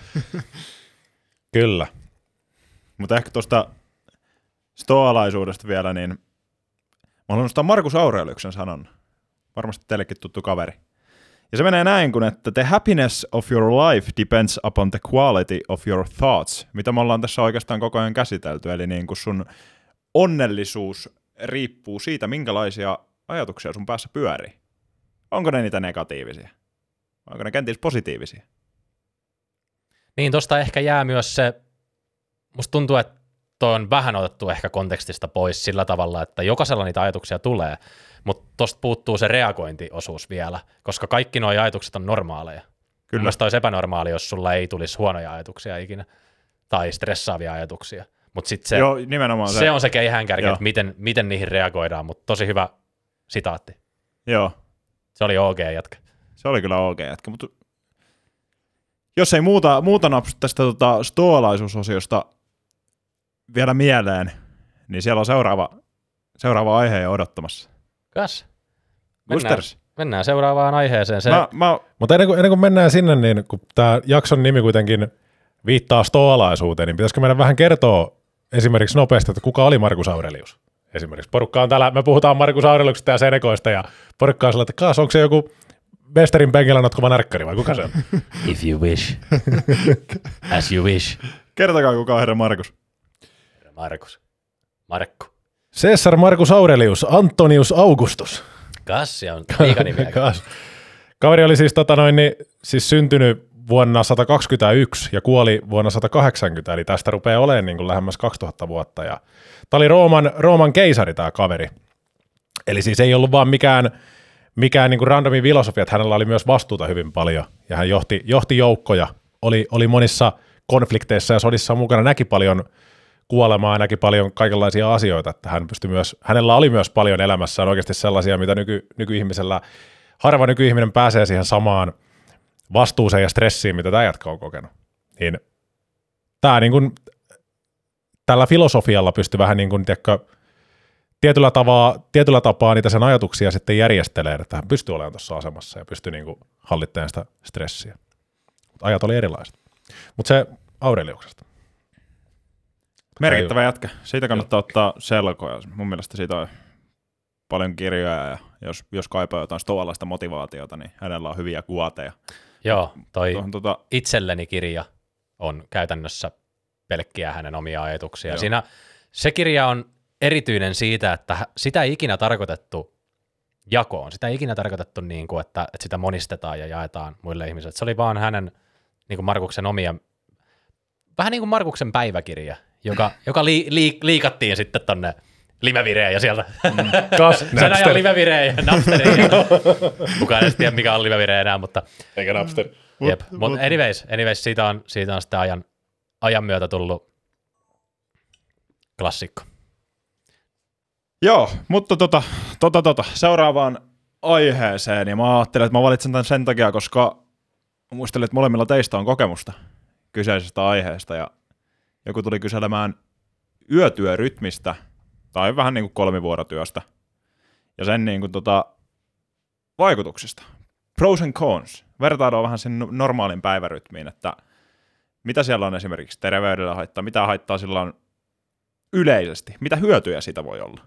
Kyllä.
Mutta ehkä tuosta stoalaisuudesta vielä, niin mä haluan nostaa Markus Aureliuksen sanon. Varmasti teillekin tuttu kaveri. Ja se menee näin, kun että the happiness of your life depends upon the quality of your thoughts, mitä me ollaan tässä oikeastaan koko ajan käsitelty. Eli niin kuin sun onnellisuus riippuu siitä, minkälaisia ajatuksia sun päässä pyörii. Onko ne niitä negatiivisia? Onko ne kenties positiivisia?
Niin, tosta ehkä jää myös se, musta tuntuu, että toi on vähän otettu ehkä kontekstista pois sillä tavalla, että jokaisella niitä ajatuksia tulee, mutta tosta puuttuu se reagointiosuus vielä, koska kaikki nuo ajatukset on normaaleja. Kyllä. Mielestäni olisi epänormaali, jos sulla ei tulisi huonoja ajatuksia ikinä tai stressaavia ajatuksia. Mutta sitten se on se keihäänkärki, että miten niihin reagoidaan, mutta tosi hyvä sitaatti.
Joo.
Se oli OG jätkä.
Se oli kyllä OG jätkä, mutta jos ei muuta napsu tästä stoalaisuusosiosta vielä mieleen, niin siellä on seuraava aihe jo odottamassa.
Kas.
Boosters.
Mennään seuraavaan aiheeseen.
Mutta ennen kuin mennään sinne, niin kun tämä jakson nimi kuitenkin viittaa stoalaisuuteen, niin pitäisikö meidän vähän kertoa esimerkiksi nopeasti, että kuka oli Markus Aurelius? Esimerkiksi porukka on täällä, me puhutaan Markus Aureliuksesta ja Senekoista, ja porukka on sillä, että Kaas, onko se joku Westerin penkillä notkova närkkäri vai kuka se on?
If you wish. As you wish.
Kertokaa, kuka on herra Markus.
Markku.
Caesar Marcus Aurelius, Antonius Augustus.
Kassi on liikanimiä.
Kaveri oli siis syntynyt vuonna 121 ja kuoli vuonna 180, eli tästä rupeaa olemaan niin kuin lähemmäs 2000 vuotta. Ja tämä oli Rooman keisari tämä kaveri. Eli siis ei ollut vaan mikään niin kuin randomi filosofia, että hänellä oli myös vastuuta hyvin paljon. Ja hän johti joukkoja, oli monissa konflikteissa ja sodissa mukana, näki paljon kuolemaa, näki paljon kaikenlaisia asioita, että hänellä oli myös paljon elämässään oikeasti sellaisia, mitä harva nykyihminen pääsee siihen samaan vastuuseen ja stressiin, mitä tämä jätkä on kokenut. Niin tämä niin kuin, tällä filosofialla pystyy vähän niin kuin, tietyllä tapaa niitä sen ajatuksia sitten järjestelemään, että hän pystyy olemaan tuossa asemassa ja pystyy niin kuin hallittamaan sitä stressiä. Mutta ajat oli erilaiset. Mutta se Aureliuksesta.
Merkittävä jätkä. Siitä kannattaa ottaa selkoja. Mun mielestä siitä on paljon kirjoja, ja jos kaipaa jotain stoalaista motivaatiota, niin hänellä on hyviä kuoteja.
Joo, itselleni kirja on käytännössä pelkkiä hänen omia ajatuksia.
Joo.
Siinä se kirja on erityinen siitä, että sitä ei ikinä tarkoitettu jakoon. Sitä ei ikinä tarkoitettu niin kuin, että sitä monistetaan ja jaetaan muille ihmisille. Se oli vaan hänen niin kuin Markuksen omia, vähän niin kuin Markuksen päiväkirja, joka liikattiin sitten tonne livevireen ja sieltä. Sen ajan livevireen ja Napsteriin. Kukaan ei tiedä, mikä on livevire enää, mutta...
Eikä Napster.
Mutta anyways siitä on sitten ajan myötä tullut klassikko.
Joo, mutta seuraavaan aiheeseen, ja mä ajattelin, että mä valitsen tämän sen takia, koska muistelin, että molemmilla teistä on kokemusta kyseisestä aiheesta, ja joku tuli kyselemään yötyörytmistä, tai vähän niin kuin kolmivuorotyöstä, ja sen niin kuin vaikutuksista. Pros and cons. Vertaillaan vähän sen normaalin päivärytmiin, että mitä siellä on esimerkiksi terveydellä haittaa, mitä haittaa sillä on yleisesti, mitä hyötyjä siitä voi olla.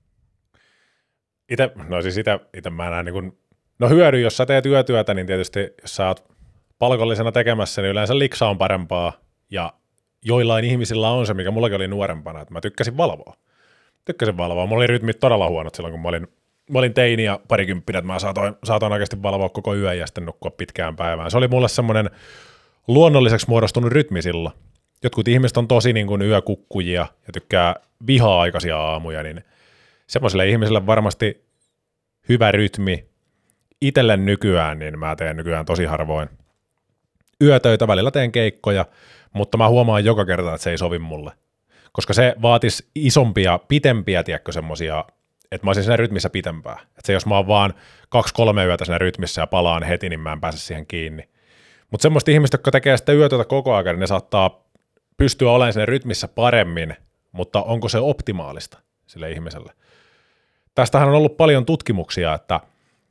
Itse mä näen niin kuin, hyödy, jos sä teet yötyötä, niin tietysti jos sä oot palkollisena tekemässä, niin yleensä liksa on parempaa, ja joillain ihmisillä on se, mikä mullakin oli nuorempana, että mä tykkäsin valvoa. Mulla oli rytmit todella huonot silloin, kun mä olin teini ja parikymppinen, että mä saatoin oikeasti valvoa koko yön ja sitten nukkua pitkään päivään. Se oli mulle semmoinen luonnolliseksi muodostunut rytmi silloin. Jotkut ihmiset on tosi niin kuin yökukkujia ja tykkää vihaa aikaisia aamuja, niin semmoiselle ihmiselle varmasti hyvä rytmi. Itelle nykyään, niin mä teen nykyään tosi harvoin yötöitä, välillä teen keikkoja, mutta mä huomaan joka kerta, että se ei sovi mulle. Koska se vaatisi isompia, pitempiä, tiedätkö, semmosia, että mä olisin siinä rytmissä pitempää. Että se jos mä oon vaan 2-3 yötä siinä rytmissä ja palaan heti, niin mä en pääse siihen kiinni. Mutta semmoista ihmistä, jotka tekee sitä yötyötä koko ajan, niin ne saattaa pystyä olemaan siinä rytmissä paremmin, mutta onko se optimaalista sille ihmiselle? Tästähän on ollut paljon tutkimuksia, että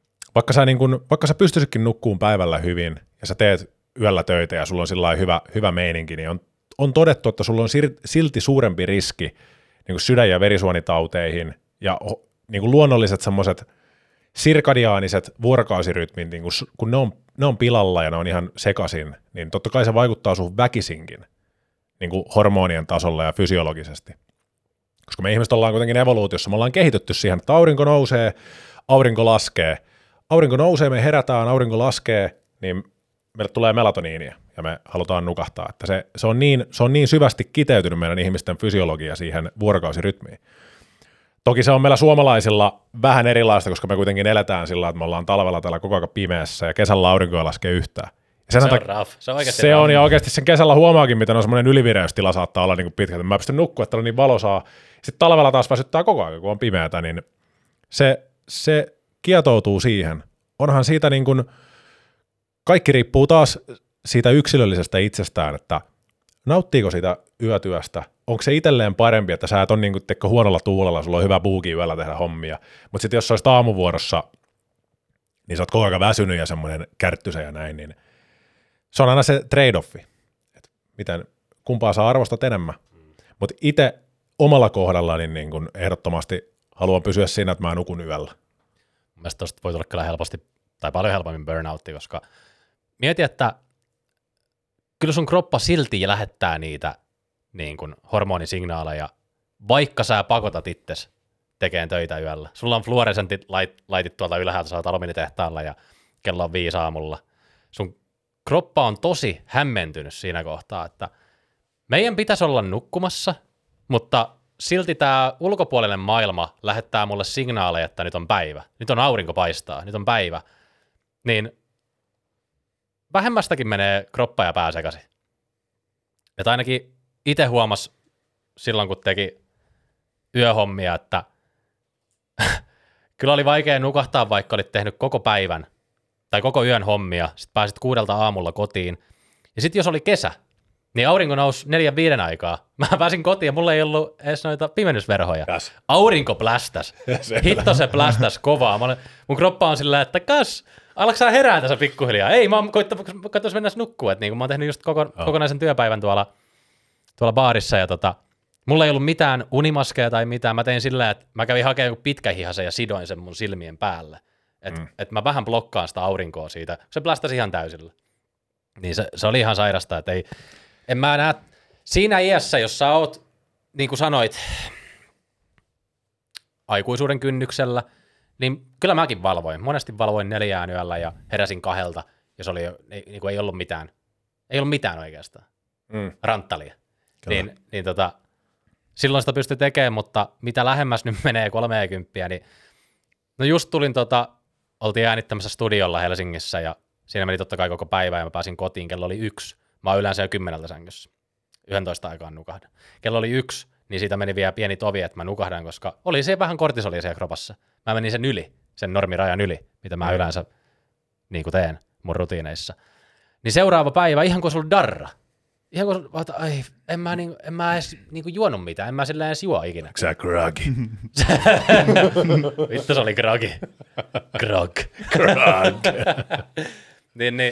vaikka sä pystyisitkin nukkuun päivällä hyvin ja sä teet yöllä töitä ja sulla on sillä hyvä meininki, niin on todettu, että sulla on silti suurempi riski niin kuin sydän- ja verisuonitauteihin ja niin kuin luonnolliset semmoiset sirkadiaaniset vuorokausirytmit, niin kun ne on pilalla ja ne on ihan sekaisin, niin totta kai se vaikuttaa sun väkisinkin niin kuin hormonien tasolla ja fysiologisesti. Koska me ihmiset ollaan kuitenkin evoluutiossa, me ollaan kehitetty siihen, että aurinko nousee, aurinko laskee. Aurinko nousee, me herätään, aurinko laskee, niin meille tulee melatoniinia ja me halutaan nukahtaa. Että se on niin syvästi kiteytynyt meidän ihmisten fysiologia siihen vuorokausirytmiin. Toki se on meillä suomalaisilla vähän erilaista, koska me kuitenkin eletään sillä, että me ollaan talvella täällä koko ajan pimeässä ja kesällä aurinko ei laske yhtään.
Se on rough. Se on oikeasti
se on, ja oikeasti sen kesällä huomaakin, miten on semmoinen ylivireystila saattaa olla niin pitkälti. Mä pystyn nukkua, että on niin valosaa. Sitten talvella taas väsyttää koko ajan, kun on pimeätä, niin se kietoutuu siihen. Onhan siitä niin kuin, kaikki riippuu taas siitä yksilöllisestä itsestään, että nauttiiko siitä yötyöstä? Onko se itselleen parempi, että sä et ole niin kuin, huonolla tuulella, sulla on hyvä buuki yöllä tehdä hommia, mutta sitten jos sä olisit aamuvuorossa, niin sä oot koko ajan väsynyt ja semmoinen kärttysä ja näin, niin se on aina se trade-offi, että miten, kumpaa sä arvostat enemmän. Mutta itse omalla kohdallani niin kun ehdottomasti haluan pysyä siinä, että mä nukun yöllä.
Mielestäni tuosta voi tulla kyllä helposti, tai paljon helpommin burnoutti, koska mieti, että kyllä sun kroppa silti lähettää niitä niin kuin hormonisignaaleja, vaikka sä pakotat itses tekemään töitä yöllä. Sulla on fluoresentit laitit tuolta ylhäältä, sä oot alumiinitehtaalla ja kello on 5 aamulla. Sun kroppa on tosi hämmentynyt siinä kohtaa, että meidän pitäisi olla nukkumassa, mutta silti tämä ulkopuolinen maailma lähettää mulle signaaleja, että nyt on päivä, nyt on aurinko paistaa, nyt on päivä, niin vähemmästäkin menee kroppa ja pää sekaisin. Että ainakin itse huomasi silloin, kun teki yöhommia, että kyllä oli vaikea nukahtaa, vaikka olit tehnyt koko päivän tai koko yön hommia, sitten pääsit 6 aamulla kotiin. Ja sitten jos oli kesä, niin aurinko nousi 4-5 aikaa. Mä pääsin kotiin ja mulla ei ollut edes noita pimennysverhoja.
Kas.
Aurinko plästäs. Hitto se plästäs kovaa. Mun kroppa on sillä, että kas, alatko sä herää tässä pikkuhiljaa? Ei, mä oon koittanut mennä nukkua. Niin mä oon tehnyt just kokonaisen työpäivän tuolla baarissa ja mulla ei ollut mitään unimaskeja tai mitään. Mä tein sillä, että mä kävin hakemaan pitkähihasen ja sidoin sen mun silmien päälle. Että mä vähän blokkaan sitä aurinkoa siitä. Se plästäsi ihan täysillä. Niin se oli ihan sairasta, että en mä näe siinä iässä, jos sä oot, niin kuin sanoit, aikuisuuden kynnyksellä, niin kyllä mäkin valvoin. Monesti valvoin 4 yöllä ja heräsin 2, jos oli, niin kuin ei ollut mitään oikeastaan. Ranttalia. Niin, silloin sitä pystyi tekemään, mutta mitä lähemmäs nyt menee 30, niin no just tulin oltiin äänittämässä studiolla Helsingissä ja siinä meni totta kai koko päivä ja mä pääsin kotiin, kello oli 1. Mä oon yleensä jo 10 sängyssä. 11 aikaan nukahdan. Kello oli 1, niin siitä meni vielä pieni tovi, että mä nukahdan, koska oli se vähän kortisolia siellä kropassa. Mä menin sen yli, sen normirajan yli, mitä mä yleensä niin kuin teen mun rutiineissa. Niin seuraava päivä, ihan kuin sulla darra. Ihan kuin en mä edes niin kuin juonut mitään, en mä sillä edes juo ikinä.
Sä groggy.
Vittu se oli groggy. Grog. niin.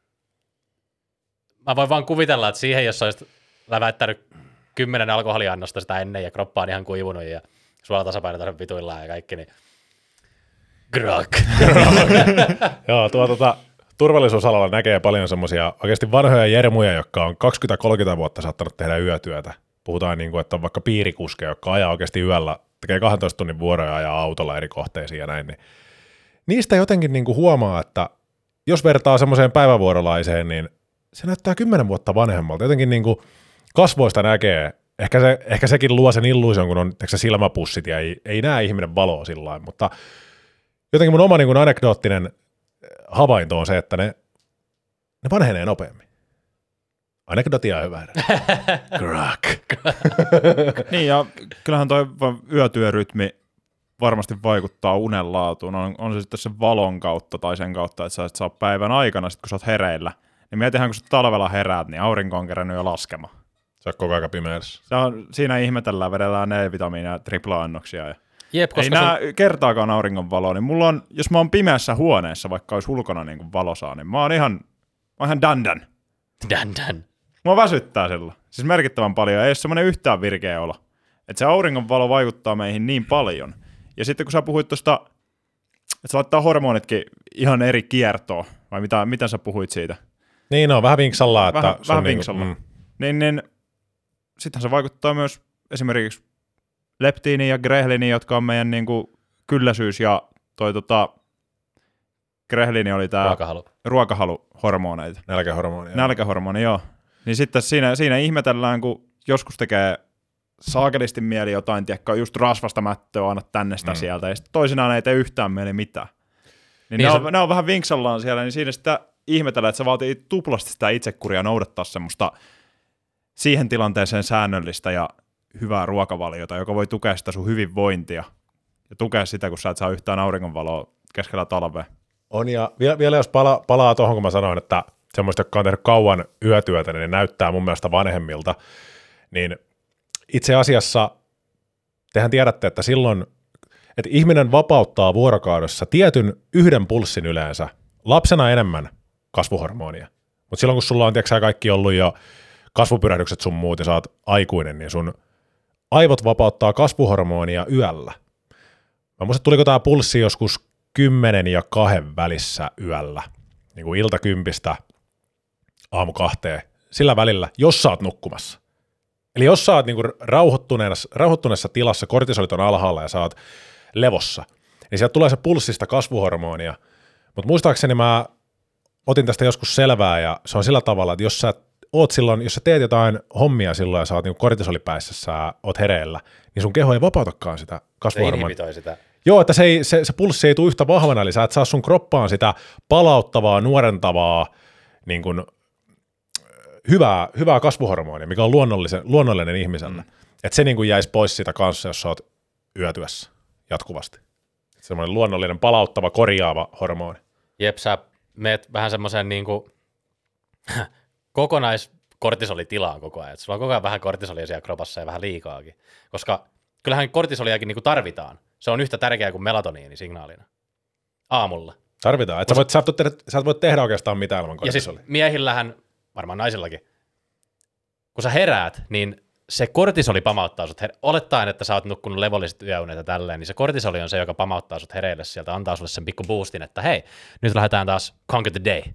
Mä voin vaan kuvitella, että siihen, jos olisit läväyttänyt 10 alkoholiannosta sitä ennen ja kroppa on ihan kuivunut ja suolatasapainot on vituillaan ja kaikki, niin grog.
Joo, turvallisuusalalla näkee paljon semmoisia oikeasti vanhoja jermuja, jotka on 20-30 vuotta saattanut tehdä yötyötä. Puhutaan niin kuin, että on vaikka piirikuskeja, jotka ajaa oikeasti yöllä, tekee 12 tunnin vuoroja ja ajaa autolla eri kohteisiin ja näin. Niin niistä jotenkin niin kuin huomaa, että jos vertaa semmoiseen päivävuorolaiseen, niin se näyttää 10 vuotta vanhemmalta. Jotenkin niin kuin kasvoista näkee. Ehkä sekin luo sen illuusion, kun on silmäpussit ja ei näe ihminen valoa sillä lailla. Mutta jotenkin mun oma niin kuin anekdoottinen havainto on se, että ne vanhenee nopeammin. Anekdotia on hyvä. Grog.
Niin ja kyllähän toi yötyörytmi varmasti vaikuttaa unen laatuun. On se sitten se valon kautta tai sen kautta, että sä et saa päivän aikana, sit kun sä oot hereillä. Niin mietihän, kun sä talvella heräät, niin aurinko on kerännyt jo laskema.
Se on koko ajan pimeässä.
Siinä ihmetellään, vedellään D-vitamiinia ja tripla-annoksia. Ja
Jep,
ei näe kertaakaan auringon valoa, niin mulla on, jos mä oon pimeässä huoneessa, vaikka olisi ulkona niin kuin valosaa, niin mä oon ihan dandan.
Dandan.
Mua väsyttää sillä. Siis merkittävän paljon. Ei ole semmoinen yhtään virkeä olo. Että se auringon valo vaikuttaa meihin niin paljon. Ja sitten kun sä puhuit tuosta, että se laittaa hormonitkin ihan eri kiertoon, vai mitä sä puhuit siitä?
Niin vähän vinksalla. Että
vähän vinksalla. Niin, sittenhän se vaikuttaa myös esimerkiksi leptiiniin ja greliniin, jotka on meidän niin kuin kylläisyys ja grelini oli tämä ruokahaluhormoneita. Nälkähormoni, joo. Niin sitten siinä ihmetellään, kun joskus tekee saakelisti mieli jotain, tiedätkö, just rasvasta mättöä, anna tänne sitä sieltä, ja sitten toisinaan ei tee yhtään mieli mitään. Niin ne on vähän vinksallaan siellä, niin siinä sitä ihmetellään, että se vaatii tuplasti sitä itsekuria noudattaa semmoista siihen tilanteeseen säännöllistä ja hyvää ruokavaliota, joka voi tukea sitä sun hyvinvointia ja tukea sitä, kun sä et saa yhtään auringonvaloa keskellä talvea.
On, ja vielä jos palaa tuohon, kun mä sanoin, että semmoista, jotka on tehnyt kauan yötyötä, niin ne näyttää mun mielestä vanhemmilta, niin itse asiassa tehän tiedätte, että silloin, että ihminen vapauttaa vuorokaudessa tietyn yhden pulssin yleensä, lapsena enemmän kasvuhormonia, mutta silloin kun sulla on kaikki ollut jo kasvupyrähdykset sun muut ja sä oot aikuinen, niin sun aivot vapauttaa kasvuhormonia yöllä. Mä muistan, tuliko tää pulssi joskus 10 ja 2 välissä yöllä, niin kuin ilta 10 aamu 2, sillä välillä, jos sä oot nukkumassa. Eli jos sä oot niin kuin rauhoittuneessa tilassa, kortisolit on alhaalla ja sä oot levossa, niin sieltä tulee se pulssista kasvuhormonia. Mutta muistaakseni mä otin tästä joskus selvää, ja se on sillä tavalla, että jos sä teet jotain hommia silloin ja sä oot niin kortisolipäissä, sä oot hereillä, niin sun keho ei vapautakaan sitä kasvuhormonia.
Se sitä.
Joo, että se pulssi ei tule yhtä vahvana, eli sä et saa sun kroppaan sitä palauttavaa, nuorentavaa, niin kuin hyvää kasvuhormonia, mikä on luonnollinen ihmiselle. Että se niin kuin jäisi pois siitä kanssa, jos sä oot yötyössä jatkuvasti. Semmoinen luonnollinen, palauttava, korjaava hormoni.
Jep, sä meet vähän semmoisen niin kuin kokonaiskortisolitilaan koko ajan. Sulla on koko ajan vähän kortisolia siellä kropassa ja vähän liikaakin. Koska kyllähän kortisoliakin niin kuin tarvitaan. Se on yhtä tärkeää kuin melatoniini signaalina. Aamulla.
Tarvitaan. Sä et voi tehdä oikeastaan mitään ilman kortisolia.
Ja siis miehillähän, varmaan naisillakin, kun sä heräät, niin se kortisoli pamauttaa sut, olettaen, että sä oot nukkunut levolliset yöunet ja tälleen, niin se kortisoli on se, joka pamauttaa sut hereille sieltä, antaa sulle sen pikku boostin, että hei, nyt lähdetään taas conquer the day.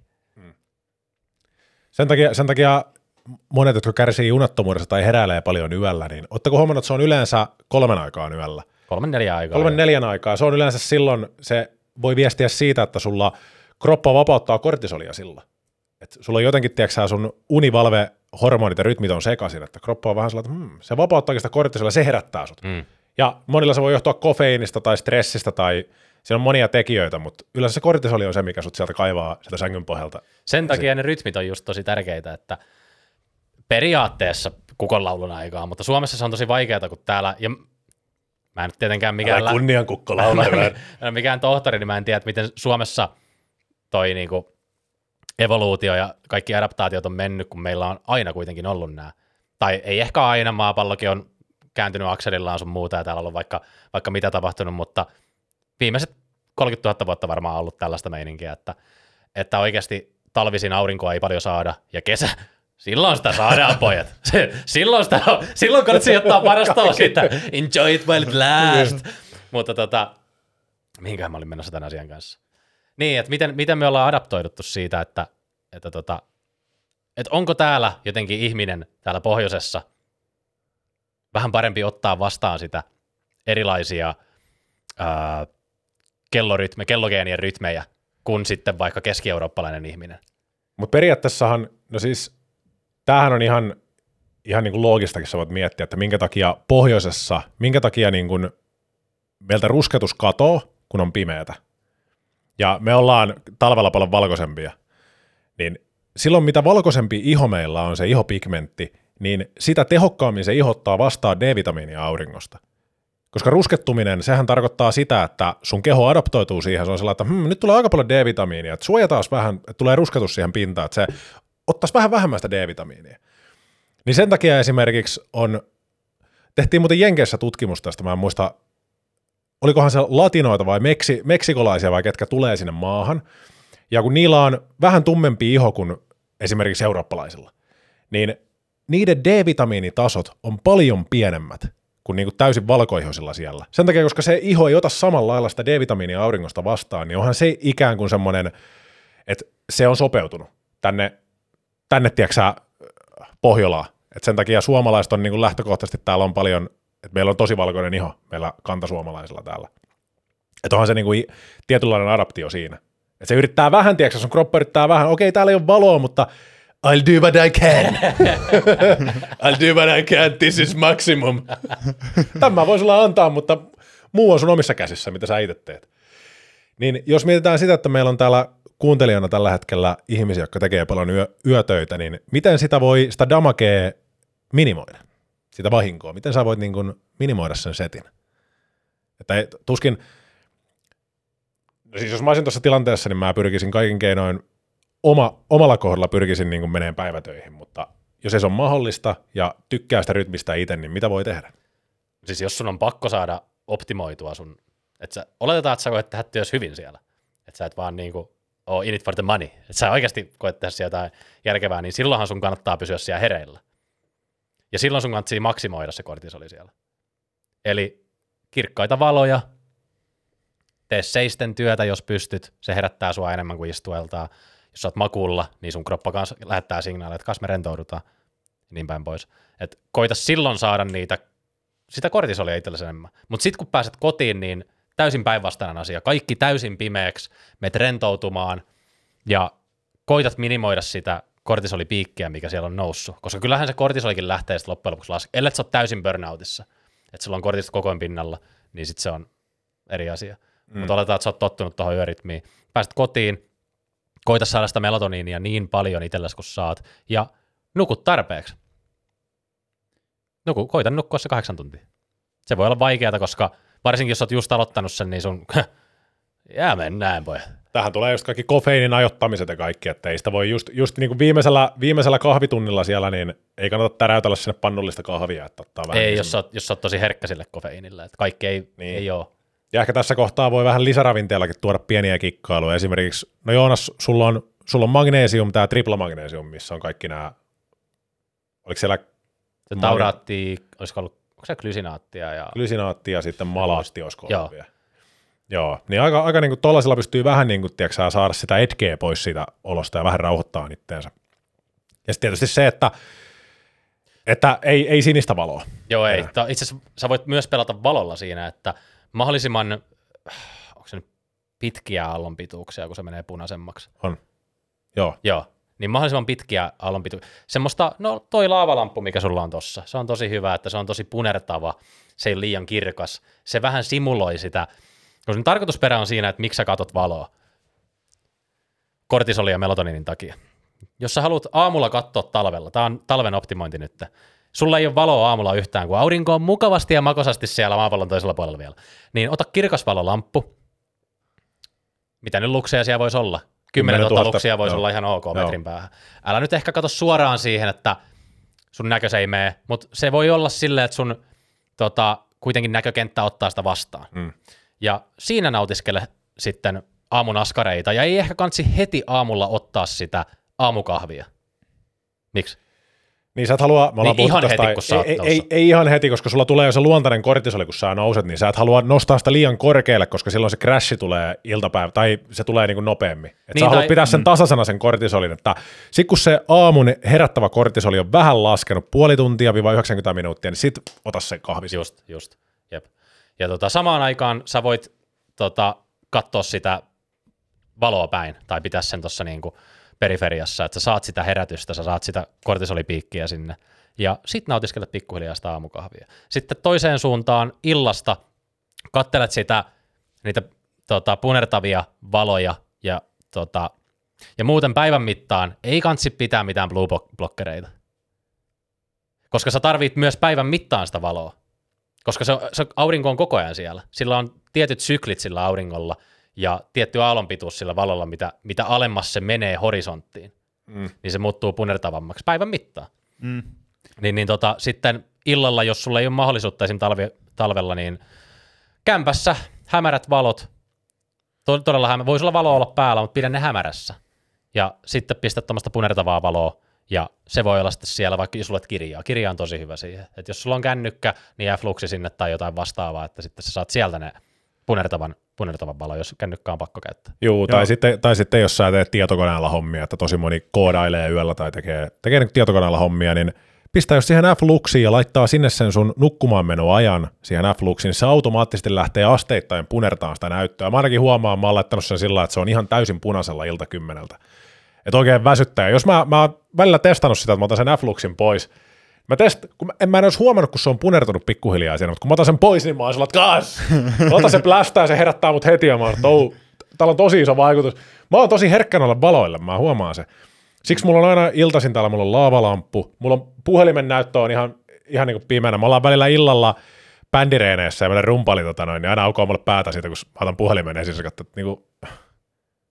Sen takia monet, jotka kärsii unettomuudesta tai heräilee paljon yöllä, niin ootteko huomannut, että se on yleensä 3 aikaan yöllä?
3-4 aikaa.
3-4 aikaa. Se on yleensä silloin, se voi viestiä siitä, että sulla kroppa vapauttaa kortisolia silloin. Et sulla on jotenkin, tiedätkö, sun univalve-hormonit ja rytmit on sekaisin, että kroppa on vähän sellainen, että se vapauttaakin sitä kortisolia, se herättää sut. Ja monilla se voi johtua kofeiinista tai stressistä tai siinä on monia tekijöitä, mutta yleensä se kortisoli on se, mikä sut sieltä kaivaa sieltä sängyn pohjalta.
Sen takia ne rytmit on just tosi tärkeitä, että periaatteessa kukonlaulun aikaa, mutta Suomessa se on tosi vaikeaa, kun täällä, ja mä en tietenkään
kunnian kukkolaula.
mikään tohtori, niin mä en tiedä, miten Suomessa toi niinku evoluutio ja kaikki adaptaatiot on mennyt, kun meillä on aina kuitenkin ollut nämä. Tai ei ehkä aina, maapallokin on kääntynyt akselillaan sun muuta, ja täällä on ollut vaikka mitä tapahtunut, mutta viimeiset 30 000 vuotta varmaan on ollut tällaista meininkiä, että oikeasti talvisin aurinkoa ei paljon saada, ja kesä, silloin sitä saadaan, pojat. Silloin kannattaa ottaa parasta siitä. Enjoy it while it lasts. Mutta mihinkähän mä olin menossa tämän asian kanssa. Niin, että miten me ollaan adaptoiduttu siitä, että onko täällä jotenkin ihminen täällä pohjoisessa vähän ottaa vastaan sitä erilaisia kellogeenien rytmejä kuin sitten vaikka keski-eurooppalainen ihminen.
Mutta periaatteessahan, no siis tämähän on ihan niin kuin loogistakin, sä voit miettiä, että minkä takia pohjoisessa, niin kuin meiltä rusketus katoo, kun on pimeätä. Ja me ollaan talvella paljon valkoisempia. Niin silloin mitä valkoisempi iho meillä on, se ihopigmentti, niin sitä tehokkaammin se iho ottaa vastaan D-vitamiinia auringosta. Koska ruskettuminen, sehän tarkoittaa sitä, että sun keho adaptoituu siihen, se on sellainen, että nyt tulee aika paljon D-vitamiinia, että suojataan vähän, että tulee rusketus siihen pintaan, että se ottaisi vähän vähemmän sitä D-vitamiinia. Niin sen takia esimerkiksi tehtiin muuten Jenkeissä tutkimus tästä, mä en muista, olikohan se latinoita vai meksikolaisia vai ketkä tulee sinne maahan, ja kun niillä on vähän tummempi iho kuin esimerkiksi eurooppalaisilla, niin niiden D-vitamiinitasot on paljon pienemmät kuin niinku täysin valkoihoisilla siellä. Sen takia, koska se iho ei ota samalla lailla sitä D-vitamiinia auringosta vastaan, niin onhan se ikään kuin semmoinen, että se on sopeutunut tänne tiedätkö Pohjolaan. Et sen takia suomalaiset on niinku lähtökohtaisesti täällä on paljon, että meillä on tosi valkoinen iho, meillä kantasuomalaisilla täällä. Että onhan se niinku tietynlainen adaptio siinä. Että se yrittää vähän, tiedätkö, sun kroppa yrittää vähän, okei, täällä ei ole valoa, mutta I'll do what I can. I'll do what I can, this is maximum. Tämä voi sulla antaa, mutta muu on sun omissa käsissä, mitä sä itse teet. Niin jos mietitään sitä, että meillä on täällä kuuntelijana tällä hetkellä ihmisiä, jotka tekee paljon yötöitä, niin miten sitä damagea minimoida, sitä vahinkoa? Miten sä voit niin kuin minimoida sen setin? Että tuskin, siis jos mä olisin tuossa tilanteessa, niin mä pyrkisin kaikin keinoin omalla kohdalla pyrkisin niin kuin meneen päivätöihin, mutta jos ei se ole mahdollista ja tykkää sitä rytmistä itse, niin mitä voi tehdä?
Siis jos sun on pakko saada optimoitua oletetaan, että sä koet tehdä työssä hyvin siellä, että sä et vaan niinku ole in it for the money, että sä oikeasti koet tehdä siellä jotain järkevää, niin silloinhan sun kannattaa pysyä siellä hereillä. Ja silloin sun kannattaa maksimoida se kortisoli siellä. Eli kirkkaita valoja, tee seisten työtä, jos pystyt, se herättää sua enemmän kuin istueltaan. Jos sä oot makuulla, niin sun kroppa kanssa lähettää signaaleja, että kas me rentoudutaan, niin päin pois. Et koita silloin saada sitä kortisolia itsellesi enemmän. Mutta sitten kun pääset kotiin, niin täysin päinvastainen asia. Kaikki täysin pimeäksi, menet rentoutumaan ja koitat minimoida sitä kortisolipiikkiä, mikä siellä on noussut. Koska kyllähän se kortisolikin lähtee sitten loppujen lopuksi ellei sä oot täysin burnoutissa, että sulla on kortisot koko ajan pinnalla, niin sitten se on eri asia. Mutta oletetaan, että sä oot tottunut tuohon yörytmiin. Pääset kotiin, koita saada sitä melatoniinia niin paljon itsellesi kuin saat, ja nukut tarpeeksi. Koita nukkua se 8 tuntia. Se voi olla vaikeaa, koska varsinkin jos oot just aloittanut sen, niin sun mennään poja.
Tähän tulee just kaikki kofeiinin ajoittamiset ja kaikki, että ei sitä voi just niin kuin viimeisellä kahvitunnilla siellä, niin ei kannata täräytellä sinne pannullista kahvia. Että ottaa vähän
ei, jos sä oot tosi herkkä sille kofeiinille, että kaikki ei ole.
Ja ehkä tässä kohtaa voi vähän lisäravinteellakin tuoda pieniä kikkailuja. Esimerkiksi, no Joonas, sulla on magnesium, tämä triplamagnesium, missä on kaikki nämä, oliko siellä
tauraattia, onko se glysinaattia?
Glysinaattia ja sitten malaatti, olisiko ollut vielä. Joo, niin aika niin kuin tuollaisella pystyy vähän niin kuin, tiedätkö, saada sitä etkeä pois siitä olosta ja vähän rauhoittaa itteensä. Ja sitten tietysti se, että ei sinistä valoa.
Joo, ei. Itse asiassa sä voit myös pelata valolla siinä, että mahdollisimman, onko se nyt pitkiä aallonpituuksia, kun se menee punaisemmaksi?
On, joo.
Joo, niin mahdollisimman pitkiä aallonpituuksia. Semmoista, toi laavalamppu, mikä sulla on tossa, se on tosi hyvä, että se on tosi punertava, se ei liian kirkas, se vähän simuloi sitä, koska tarkoitusperä on siinä, että miksi sä katot valoa kortisoli ja melatoniinin takia. Jos sä haluat aamulla katsoa talvella, tää on talven optimointi nyt, sulla ei ole valoa aamulla yhtään, kun aurinko on mukavasti ja makosasti siellä maapallon toisella puolella vielä, niin ota kirkasvalolamppu, mitä nyt lukseja siellä voisi olla, 10 000 luksia voisi olla ihan ok metrin päähän. Älä nyt ehkä katso suoraan siihen, että sun näkö se ei mene, mutta se voi olla silleen, että sun kuitenkin näkökenttä ottaa sitä vastaan. Ja siinä nautiskele sitten aamun askareita, ja ei ehkä kansi heti aamulla ottaa sitä aamukahvia. Miksi?
Niin sä et halua, me ollaan
niin ihan
tästä,
heti, kun sä oot
ei ihan heti, koska sulla tulee jo se luontainen kortisoli, kun sä nouset, niin sä et halua nostaa sitä liian korkealle, koska silloin se crashi tulee iltapäivä, tai se tulee niin kuin nopeammin. Sä haluat pitää sen tasaisena sen kortisolin, että sit kun se aamun herättävä kortisoli on vähän laskenut, puoli tuntia 90 minuuttia, niin sit ota se kahvi.
Just, jep. Ja samaan aikaan sä voit katsoa sitä valoa päin, tai pitää sen tuossa niinku periferiassa, että sä saat sitä herätystä, sä saat sitä kortisolipiikkiä sinne, ja sit nautiskelet pikkuhiljaa sitä aamukahvia. Sitten toiseen suuntaan illasta kattelet niitä punertavia valoja, ja muuten päivän mittaan ei kansi pitää mitään blue-blokkereita, koska sä tarvit myös päivän mittaan sitä valoa, koska se aurinko on koko ajan siellä. Sillä on tietyt syklit sillä auringolla, ja tietty aallonpituus sillä valolla, mitä alemmas se menee horisonttiin, niin se muuttuu punertavammaksi päivän mittaan. Sitten illalla, jos sulla ei ole mahdollisuutta esim. Talvella, niin kämpässä hämärät valot, todella voisi olla valoa olla päällä, mutta pidä ne hämärässä. Ja sitten pistä tuommoista punertavaa valoa, ja se voi olla sitten siellä, vaikka jos sulla on kirjaa. Kirja on tosi hyvä siihen. Et jos sulla on kännykkä, niin jää fluksi sinne tai jotain vastaavaa, että sitten sä saat sieltä ne punertavan valo, jos kännykkä on pakko käyttää.
Joo, tai sitten jos sä teet tietokoneella hommia, että tosi moni koodailee yöllä tai tekee tietokoneella hommia, niin pistää jos siihen F-luksiin ja laittaa sinne sen sun nukkumaanmenoajan siihen F-luksiin, niin se automaattisesti lähtee asteittain punertaan sitä näyttöä. Mä ainakin huomaan, mä oon laittanut sen sillä, että se on ihan täysin punaisella ilta 10. Että oikein väsyttää. Jos mä oon välillä testannut sitä, että mä otan sen F-luksin pois, mä en olisi huomannut, kun se on punertunut pikkuhiljaa siinä, mutta kun mä otan sen pois, niin mä oon sellainen, että ota se plästää ja se herättää mut heti, ja mä oon, täällä on tosi iso vaikutus. Mä oon tosi herkkänä olla valoille, mä huomaan se. Siksi mulla on aina iltaisin täällä, mulla on laavalamppu, mulla on puhelimen näyttö on ihan niin kuin pimeänä. Me ollaan välillä illalla bändireeneissä ja meidän rumpali niin aina aukoo mulle päätä siitä, kun mä otan puhelimen esiin, että niinku,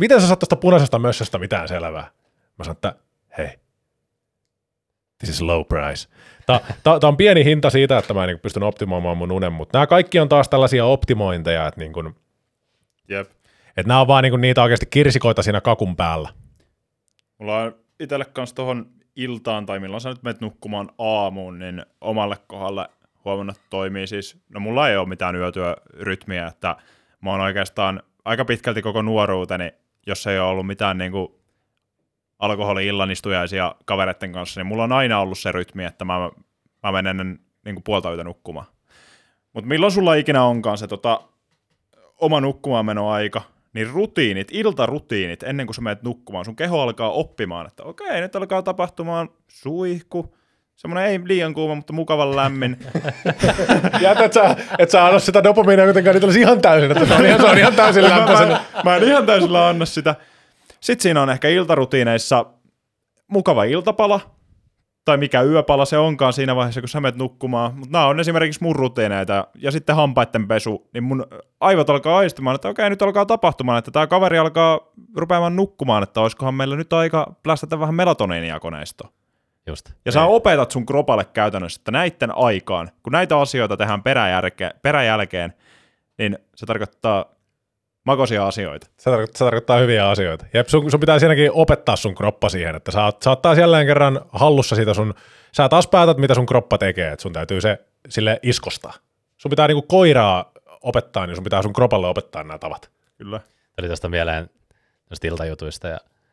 miten sä saat tuosta punaisesta mössöstä mitään selvää? Mä sanon, että hei, this is low price. Tää on pieni hinta siitä, että mä en pystyn optimoimaan mun unen, mutta nämä kaikki on taas tällaisia optimointeja, että
Jep.
että nämä on vaan niitä oikeasti kirsikoita siinä kakun päällä.
Mulla on itselle kanssa tuohon iltaan, tai milloin sä nyt menet nukkumaan aamuun, niin omalle kohdalle huomannut, että toimii siis, no mulla ei ole mitään yötyörytmiä, että mä oon oikeastaan aika pitkälti koko nuoruuteni, jos ei ole ollut mitään niinku alkoholi-illanistujaisia kavereiden kanssa, niin mulla on aina ollut se rytmi, että mä menen ennen niinku puolta yötä nukkumaan. Mutta milloin sulla ikinä onkaan se oma nukkumaanmenoaika, niin iltarutiinit, ennen kuin sä menet nukkumaan, sun keho alkaa oppimaan, että okei, nyt alkaa tapahtumaan suihku, semmoinen ei liian kuuma, mutta mukavan lämmin.
Jätät et sä anna sitä dopamiinia kuitenkaan, niin olisi ihan täysin, että se on ihan täysin lämpöisenä.
Mä en ihan täysillä anna sitä. Sitten siinä on ehkä iltarutiineissa mukava iltapala, tai mikä yöpala se onkaan siinä vaiheessa, kun sä menet nukkumaan. Mutta nämä on esimerkiksi mun rutiineita, ja sitten hampaitten pesu, niin mun aivot alkaa aistimaan, että okei, nyt alkaa tapahtumaan, että tämä kaveri alkaa rupeamaan nukkumaan, että olisikohan meillä nyt aika plästätä vähän melatoniinia koneistoon.
Just.
Ja sä opetat sun kropalle käytännössä, että näiden aikaan, kun näitä asioita tehdään peräjälkeen, niin se tarkoittaa makoisia asioita.
Se tarkoittaa hyviä asioita. Jep, sun pitää siinäkin opettaa sun kroppa siihen, että sä oot taas jälleen kerran hallussa siitä sä taas päätät, mitä sun kroppa tekee, että sun täytyy se sille iskostaa. Sun pitää niinku koiraa opettaa, niin sun pitää sun kropalle opettaa nämä tavat.
Kyllä.
Tuli tuosta mieleen noista iltajutuista.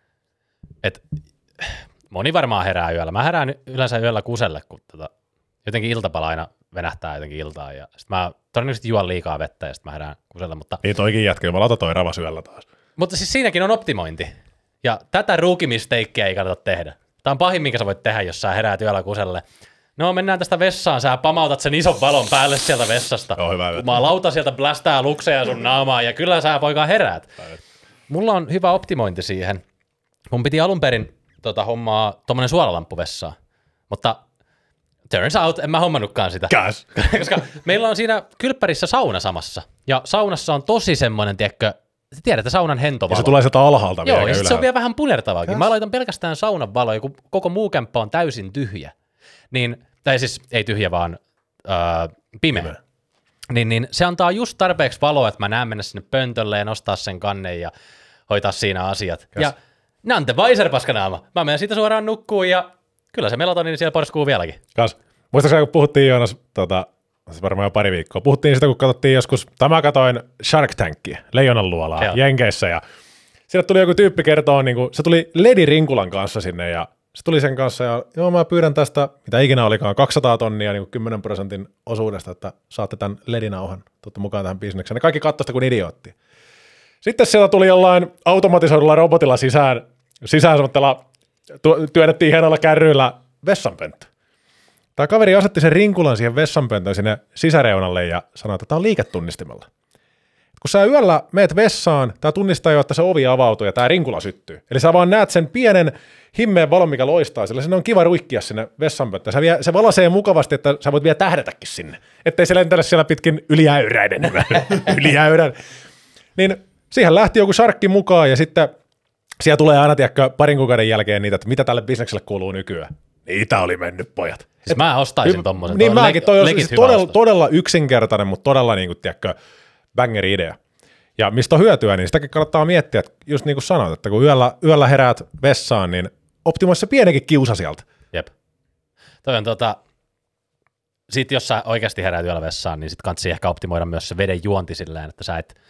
Moni varmaan herää yöllä. Mä herään yleensä yöllä kuselle, kun jotenkin iltapala aina venähtää jotenkin iltaan. Ja sitten mä todennäköisesti juon liikaa vettä ja sitten mä herään kuselle. Mutta
Niin toikin jätkä, jumalauta toi ravas yöllä taas.
Mutta siis siinäkin on optimointi. Ja tätä rookie-mistakeä ei kannata tehdä. Tämä on pahin, minkä sä voit tehdä, jos sä heräät yöllä kuselle. No, mennään tästä vessaan, sä pamautat sen ison valon päälle sieltä vessasta.
Joo, hyvä.
Jumalauta sieltä blästää lukseja sun naamaa ja kyllä sä poikaa heräät. Mulla on hyvä optimointi siihen. Mun piti alun perin hommaa tommonen suolalamppu vessaan. Mutta turns out, en mä hommannutkaan sitä.
Käs.
Koska meillä on siinä kylppärissä sauna samassa. Ja saunassa on tosi semmoinen, tiedätkö, sä tiedät, että saunan hentovalo.
Ja se tulee sieltä alhaalta
Joo,
vielä
ja se on vielä vähän punertavaakin. Mä laitan pelkästään saunan valoa, kun koko muu kämppä on täysin tyhjä. Niin, tai siis ei tyhjä, vaan pimeä. Niin se antaa just tarpeeksi valoa, että mä näen mennä sinne pöntölle ja nostaa sen kannen ja hoitaa siinä asiat. Yes. Ja Nante Weiser-paskanaama. Mä menen siitä suoraan nukkuun ja kyllä se melatoniini siellä porskuu vieläkin.
Muistatko, kun puhuttiin Joonas, varmaan jo pari viikkoa, puhuttiin sitä, kun katsottiin joskus, mä katsoin Shark Tankia, Leijonan luolaa, Jenkeissä, ja sinne tuli joku tyyppi kertoo, niin kuin, se tuli Ledi Rinkulan kanssa sinne, ja se tuli sen kanssa, ja joo, mä pyydän tästä, mitä ikinä olikaan, 200 tonnia niin 10% osuudesta, että saatte tämän Ledinauhan, tuutte mukaan tähän bisnekseen. Ne kaikki katsoi sitä kuin idiootti. Sitten sieltä tuli jollain automatisoidulla robotilla sisään semmoisella, työnnettiin hienoilla kärryillä vessanpönttö. Tämä kaveri asetti sen rinkulan siihen vessanpöntön sinne sisäreunalle ja sanoi, että tämä on liiketunnistimella. Kun sä yöllä meet vessaan, tämä tunnistaa jo, että se ovi avautuu ja tämä rinkula syttyy. Eli sä vaan näet sen pienen himmeen valon, mikä loistaa, sillä sinne on kiva ruikkia sinne vessanpönttöön. Se valasee mukavasti, että sä voit vielä tähdätäkin sinne, ettei se lentele siellä pitkin yliäyräiden. Niin siihen lähti joku sharkki mukaan ja sitten siellä tulee aina parin kuukauden jälkeen niitä, että mitä tälle bisnekselle kuuluu nykyään. Niitä oli mennyt pojat.
Siis mä ostaisin tommosen.
Niin mäkin, toi on siis todella yksinkertainen, mutta todella niin kuin, tiedätkö, bangeri idea. Ja mistä on hyötyä, niin sitäkin kannattaa miettiä, että just niin kuin sanoit, että kun yöllä heräät vessaan, niin optimoi se pienikin kiusa sieltä.
Jep. Toi on sit jos sä oikeasti heräät yöllä vessaan, niin sit kannattaa ehkä optimoida myös se veden juonti silleen, että sä et...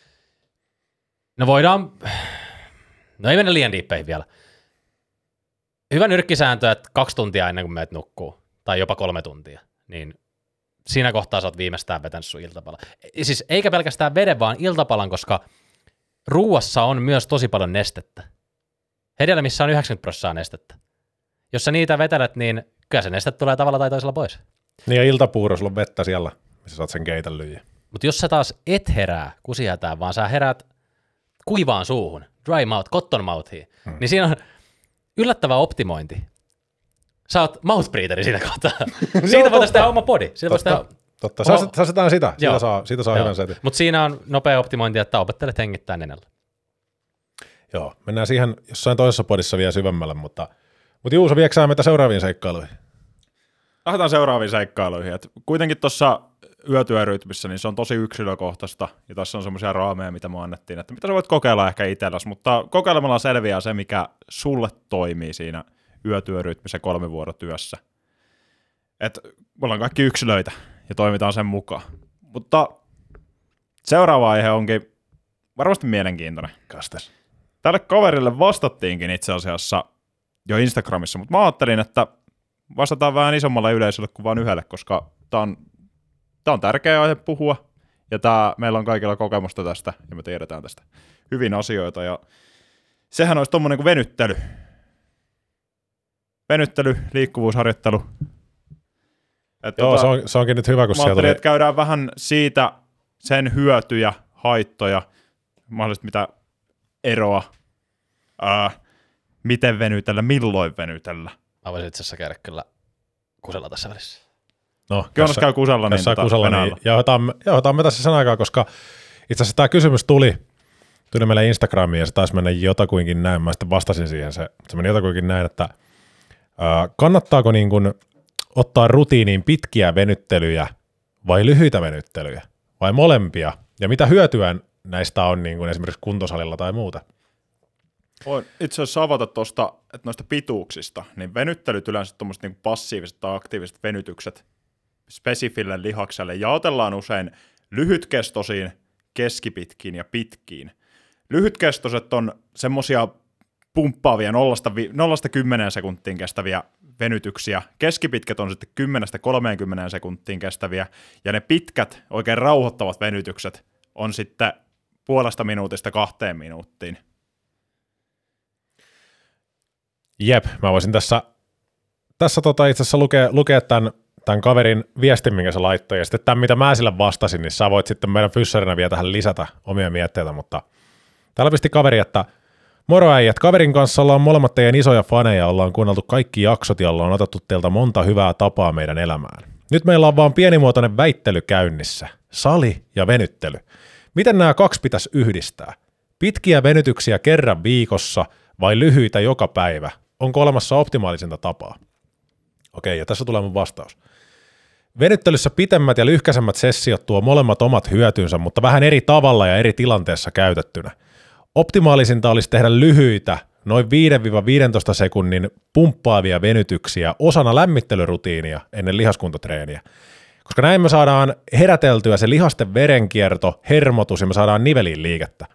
No ei mennä liian diippeihin vielä. Hyvä nyrkkisääntö, että 2 tuntia ennen kuin meet nukkuu, tai jopa 3 tuntia, niin siinä kohtaa sä oot viimeistään vetänyt sun iltapalan. Siis eikä pelkästään veden, vaan iltapalan, koska ruuassa on myös tosi paljon nestettä. Hedelmissä on 90% nestettä. Jos sä niitä vetelet, niin kyllä se nestettä tulee tavalla tai toisella pois.
Niin ja iltapuuro, sulla on vettä siellä, missä saat sen keitän.
Mutta jos sä taas et herää kusihätään, vaan sä heräät kuivaan suuhun, dry mouth, cotton mouthiin, niin siinä on yllättävä optimointi. Sä oot mouthbreatheri siinä kohtaa. Siitä voitaisiin tehdä oma podi.
Totta. Saasetaan sitä. Siitä saa hyvän setin.
Mutta siinä on nopea optimointi, että opettelet hengittää nenällä.
Joo, mennään siihen jossain toisessa podissa vielä syvemmälle, mutta Juuso, vieksää meitä seuraaviin seikkailuihin?
Lähdetään seuraaviin seikkailuihin. Et kuitenkin tuossa yötyörytmissä niin se on tosi yksilökohtaista, ja tässä on semmoisia raameja, mitä me annettiin, että mitä sä voit kokeilla ehkä itselläsi, mutta kokeilemalla selviää se, mikä sulle toimii siinä yötyörytmissä 3-vuorotyössä. Et me ollaan kaikki yksilöitä, ja toimitaan sen mukaan. Mutta seuraava aihe onkin varmasti mielenkiintoinen.
Kastes.
Tälle kaverille vastattiinkin itse asiassa jo Instagramissa, mutta mä ajattelin, että vastataan vähän isommalle yleisölle kuin vain yhdelle, koska tää on tärkeä aihe puhua, ja meillä on kaikilla kokemusta tästä, ja me tiedetään tästä hyvin asioita, ja sehän olisi tommonen kuin venyttely. Venyttely, liikkuvuusharjoittelu.
Joo, se onkin nyt hyvä, kun
siellä tuli. Että käydään vähän siitä sen hyötyjä, haittoja, mahdollisesti mitä eroa, miten venytellä, milloin venytellä.
Mä voisin itse asiassa käydä kyllä kusella tässä välissä.
No,
jos käy kusella, niin
jauhetaan me tässä sen aikaa, koska itse asiassa tämä kysymys tuli meille Instagramiin, ja se taisi mennä jotakuinkin näin, mä sitten vastasin siihen, se meni jotakuinkin näin, että kannattaako niin kuin ottaa rutiiniin pitkiä venyttelyjä vai lyhyitä venyttelyjä, vai molempia, ja mitä hyötyä näistä on niin kuin esimerkiksi kuntosalilla tai muuta?
Voin itse asiassa avata tuosta, että noista pituuksista, niin venyttelyt yleensä tuommoiset niin passiiviset tai aktiiviset venytykset spesifille lihakselle jaotellaan usein lyhytkestoisiin, keskipitkiin ja pitkiin. Lyhytkestoiset on semmoisia pumppaavia 0-10 sekuntiin kestäviä venytyksiä, keskipitkät on sitten 10-30 sekuntiin kestäviä, ja ne pitkät, oikein rauhoittavat venytykset on sitten 0,5 minuutista 2 minuuttiin.
Jep, mä voisin tässä itse asiassa lukea tämän kaverin viestin, minkä se laittoi, ja sitten tämän, mitä mä sille vastasin, niin sä voit sitten meidän fyssarina vielä tähän lisätä omia mietteitä, mutta täällä pisti kaveri, että moro äijät, kaverin kanssa ollaan molemmat teidän isoja faneja, ollaan kuunneltu kaikki jaksot ja ollaan otettu teiltä monta hyvää tapaa meidän elämään. Nyt meillä on vaan pienimuotoinen väittely käynnissä, sali ja venyttely. Miten nämä kaksi pitäisi yhdistää? Pitkiä venytyksiä kerran viikossa vai lyhyitä joka päivä? Onko olemassa optimaalisinta tapaa? Okei, ja tässä tulee mun vastaus. Venyttelyssä pitemmät ja lyhkäisemmät sessiot tuo molemmat omat hyötynsä, mutta vähän eri tavalla ja eri tilanteessa käytettynä. Optimaalisinta olisi tehdä lyhyitä, noin 5-15 sekunnin pumppaavia venytyksiä osana lämmittelyrutiinia ennen lihaskuntotreeniä. Koska näin me saadaan heräteltyä se lihasten verenkierto, hermotus ja me saadaan niveliin liikettä.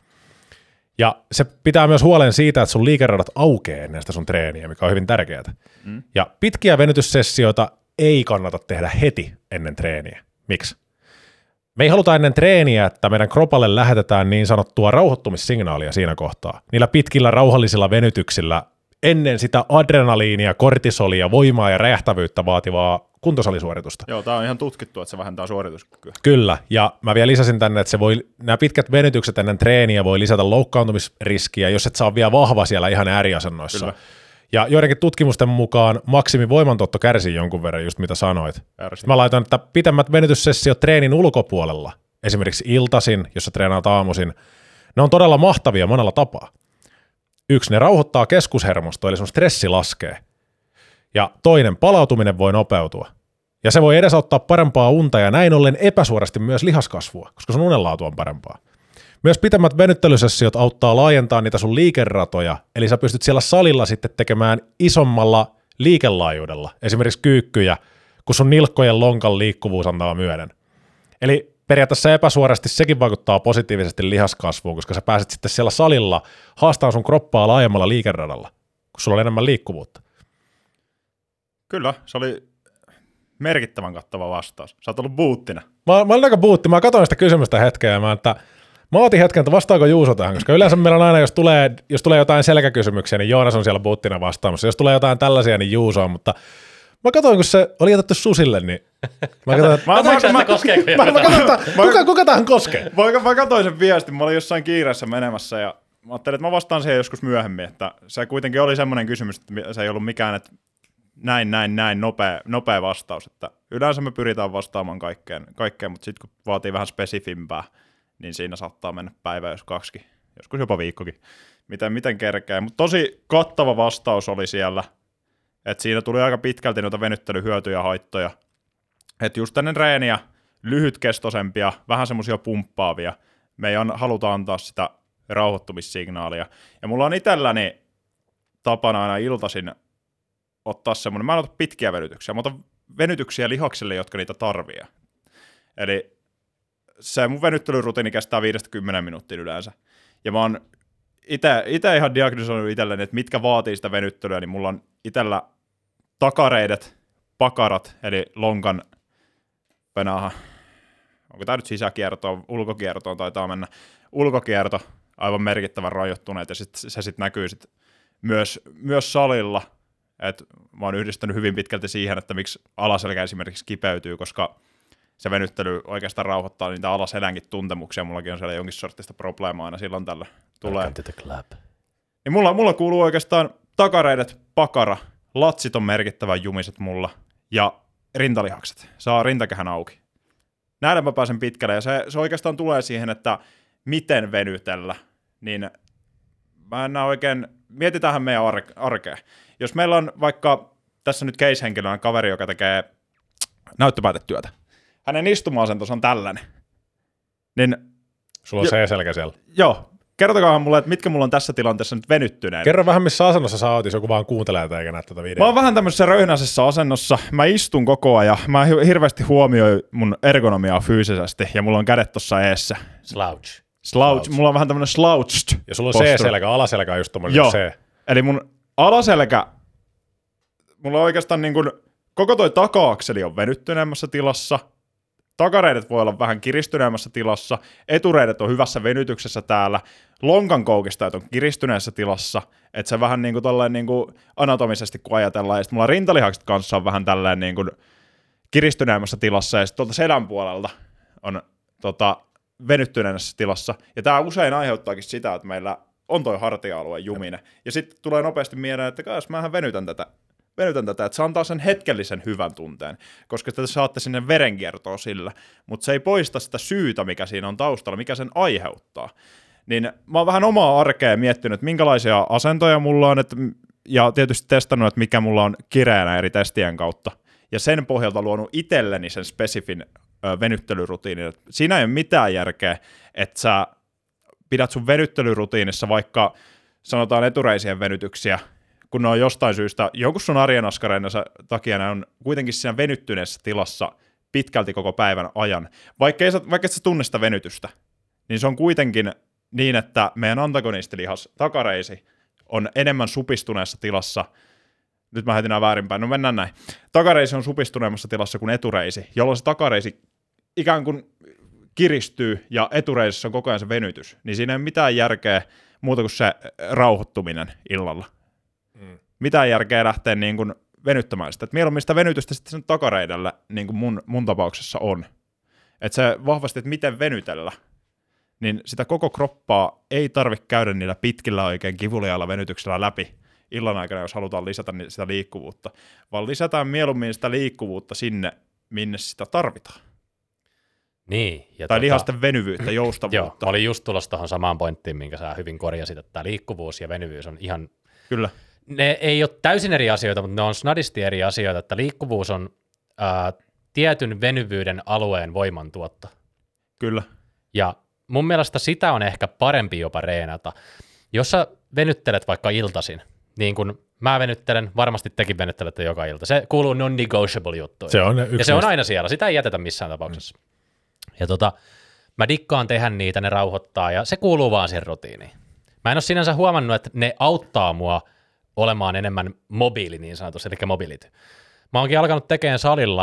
Ja se pitää myös huolen siitä, että sun liikeradat aukeaa ennen sitä sun treeniä, mikä on hyvin tärkeää. Ja pitkiä venytyssessioita ei kannata tehdä heti ennen treeniä. Miksi? Me ei haluta ennen treeniä, että meidän kropalle lähetetään niin sanottua rauhoittumissignaalia siinä kohtaa. Niillä pitkillä rauhallisilla venytyksillä ennen sitä adrenaliinia, kortisolia, voimaa ja räjähtävyyttä vaativaa kuntosalisuoritusta.
Joo, tämä on ihan tutkittu, että se vähentää suorituskykyä.
Kyllä, ja mä vielä lisäsin tänne, että nämä pitkät venytykset ennen treeniä voi lisätä loukkaantumisriskiä, jos et saa vielä vahva siellä ihan ääriasennoissa. Kyllä. Ja joidenkin tutkimusten mukaan maksimivoimantuotto kärsii jonkun verran, just mitä sanoit. Mä laitan, että pitemmät venytyssessiot treenin ulkopuolella, esimerkiksi iltaisin, jossa treenaat aamuisin, ne on todella mahtavia monella tapaa. 1, ne rauhoittaa keskushermostoa, eli sun stressi laskee. Ja toinen, palautuminen voi nopeutua. Ja se voi edesauttaa parempaa unta ja näin ollen epäsuorasti myös lihaskasvua, koska sun unenlaatu on parempaa. Myös pitemmät venyttelysessiot auttaa laajentaa niitä sun liikeratoja, eli sä pystyt siellä salilla sitten tekemään isommalla liikelaajuudella, esimerkiksi kyykkyjä, kun sun nilkkojen lonkan liikkuvuus antaa myöden. Eli periaatteessa epäsuorasti sekin vaikuttaa positiivisesti lihaskasvuun, koska sä pääset sitten siellä salilla haastamaan sun kroppaa laajemmalla liikeradalla, kun sulla on enemmän liikkuvuutta.
Kyllä, se oli merkittävän kattava vastaus. Sä oot ollut buuttina.
Mä olin aika buutti. Mä katsoin sitä kysymystä hetkeä ja mä otin hetken, että vastaako Juuso tähän, koska yleensä meillä on aina, jos tulee jotain selkäkysymyksiä, niin Joonas on siellä buuttina vastaamassa. Jos tulee jotain tällaisia, niin Juuso on, mutta mä katsoin, kun se oli jätetty susille, niin mä katsoin, kuka tähän koskee?
Mä katsoin sen viestin, mä olin jossain kiireessä menemässä ja mä ajattelin, että mä vastaan siihen joskus myöhemmin, että se kuitenkin oli semmoinen kysymys, että se ei ollut mikään, että näin, nopea vastaus, että yleensä me pyritään vastaamaan kaikkeen mutta sitten kun vaatii vähän spesifimpää, niin siinä saattaa mennä päivä jos 2 joskus jopa viikkokin, miten kerkeä. Mutta tosi kattava vastaus oli siellä, että siinä tuli aika pitkälti noita venyttelyhyötyjä ja haittoja. Että just ennen reeniä lyhytkestoisempia, vähän semmoisia pumppaavia, me ei haluta antaa sitä rauhoittumissignaalia. Ja mulla on itselläni tapana aina iltaisin ottaa semmoinen, mä en ota pitkiä venytyksiä, mä otan venytyksiä lihaksille, jotka niitä tarvii. Eli se mun venyttelyrutiini kestää 5-10 minuuttia yleensä. Ja mä oon itse ihan diagnosoinut itselleni, että mitkä vaatii sitä venyttelyä, niin mulla on itsellä takareidet, pakarat, eli lonkan penaha. Onko tämä nyt sisäkiertoon, ulkokiertoon taitaa mennä. Ulkokierto, aivan merkittävän rajoittuneet, ja se sitten näkyy myös salilla. Et mä oon yhdistänyt hyvin pitkälti siihen, että miksi alaselkä esimerkiksi kipeytyy, koska se venyttely oikeastaan rauhoittaa niitä alaselänkin tuntemuksia. Mullakin on siellä jonkin sortista probleemaa aina silloin tällä tulee. Niin mulla kuuluu oikeastaan takareidet, pakara, latsit on merkittävän jumiset mulla, ja rintalihakset. Saa rintakehän auki. Näillä mä pääsen pitkälle, ja se oikeastaan tulee siihen, että miten venytellä, niin mä en näe oikein, mietitäänhän meidän arkea. Jos meillä on vaikka tässä nyt case-henkilönä kaveri, joka tekee näyttöpäätetyötä, hänen istuma-asentonsa on tällainen, niin
sulla on C-selkä siellä.
Joo. Kertokaahan mulle, että mitkä mulla on tässä tilanteessa nyt venyttyneen.
Kerro vähän, missä asennossa sä oot, jos joku vaan kuuntelee eikä näe tätä videoa.
Mä oon vähän tämmöisessä röhnäisessä asennossa. Mä istun koko ajan. Mä hirveästi huomioin mun ergonomiaa fyysisesti, ja mulla on kädet tossa eessä. Slouch. Mulla on vähän tämmönen slouched.
Ja sulla on C-selkä, alaselkä on just tommoinen C.
Eli mun alaselkä, mulla on oikeastaan niin kuin, koko toi taka-akseli on venyttyneemmässä tilassa. Takareidet voi olla vähän kiristyneemmässä tilassa, etureidet on hyvässä venytyksessä täällä, lonkan koukistajat on kiristyneessä tilassa, että se vähän niin kuin anatomisesti kun ajatellaan, ja sitten mulla rintalihakset kanssa on vähän tälleen niin kuin kiristyneemmässä tilassa, ja sitten tuolta selän puolelta on venyttyneessä tilassa, ja tämä usein aiheuttaakin sitä, että meillä on toi hartia-alue juminen, ja sitten tulee nopeasti mieleen, että jos mähän venytän tätä, että se antaa sen hetkellisen hyvän tunteen, koska te saatte sinne verenkiertoa sillä, mutta se ei poista sitä syytä, mikä siinä on taustalla, mikä sen aiheuttaa. Niin mä oon vähän omaa arkea miettinyt, että minkälaisia asentoja mulla on, ja tietysti testannut, että mikä mulla on kireänä eri testien kautta, ja sen pohjalta luonut itselleni sen spesifin venyttelyrutiinin. Siinä ei ole mitään järkeä, että sä pidät sun venyttelyrutiinissa vaikka sanotaan etureisien venytyksiä, kun ne on jostain syystä, jonkun sun arjen askareina takia ne on kuitenkin siinä venyttyneessä tilassa pitkälti koko päivän ajan. Vaikka et sä tunne sitä venytystä, niin se on kuitenkin niin, että meidän antagonistilihas takareisi on enemmän supistuneessa tilassa. Nyt mä heitin nämä väärinpäin, no mennään näin. Takareisi on supistuneemmassa tilassa kuin etureisi, jolloin se takareisi ikään kuin kiristyy ja etureisissa on koko ajan se venytys. Niin siinä ei ole mitään järkeä muuta kuin se rauhoittuminen illalla. Mitään järkeä lähteä niin kuin venyttämään sitä. Et mieluummin sitä venytystä sitten sen takareidellä, niin kuin mun tapauksessa on. Että se vahvasti, että miten venytellä, niin sitä koko kroppaa ei tarvitse käydä niillä pitkillä oikein kivuliailla venytyksellä läpi illan aikana, jos halutaan lisätä sitä liikkuvuutta, vaan lisätään mieluummin sitä liikkuvuutta sinne, minne sitä tarvitaan.
Niin. Ja
tai lihasten venyvyyttä, joustavuutta.
Joo, mä olin just tulossa tuohon samaan pointtiin, minkä sä hyvin korjasit, että tämä liikkuvuus ja venyvyys on ihan...
Kyllä.
Ne ei ole täysin eri asioita, mutta ne on snadisti eri asioita, että liikkuvuus on tietyn venyvyyden alueen voimantuotto.
Kyllä.
Ja mun mielestä sitä on ehkä parempi jopa reenata. Jos sä venyttelet vaikka iltaisin, niin kun mä venyttelen, varmasti tekin venyttelette joka ilta. Se kuuluu non-negotiable juttuihin.
Se on
ja se on aina siellä, sitä ei jätetä missään tapauksessa. Ja mä dikkaan tehdä niitä, ne rauhoittaa ja se kuuluu vaan siihen rutiiniin. Mä en ole sinänsä huomannut, että ne auttaa mua olemaan enemmän mobiili niin sanotusti, eli mobility. Mä oonkin alkanut tekemään salilla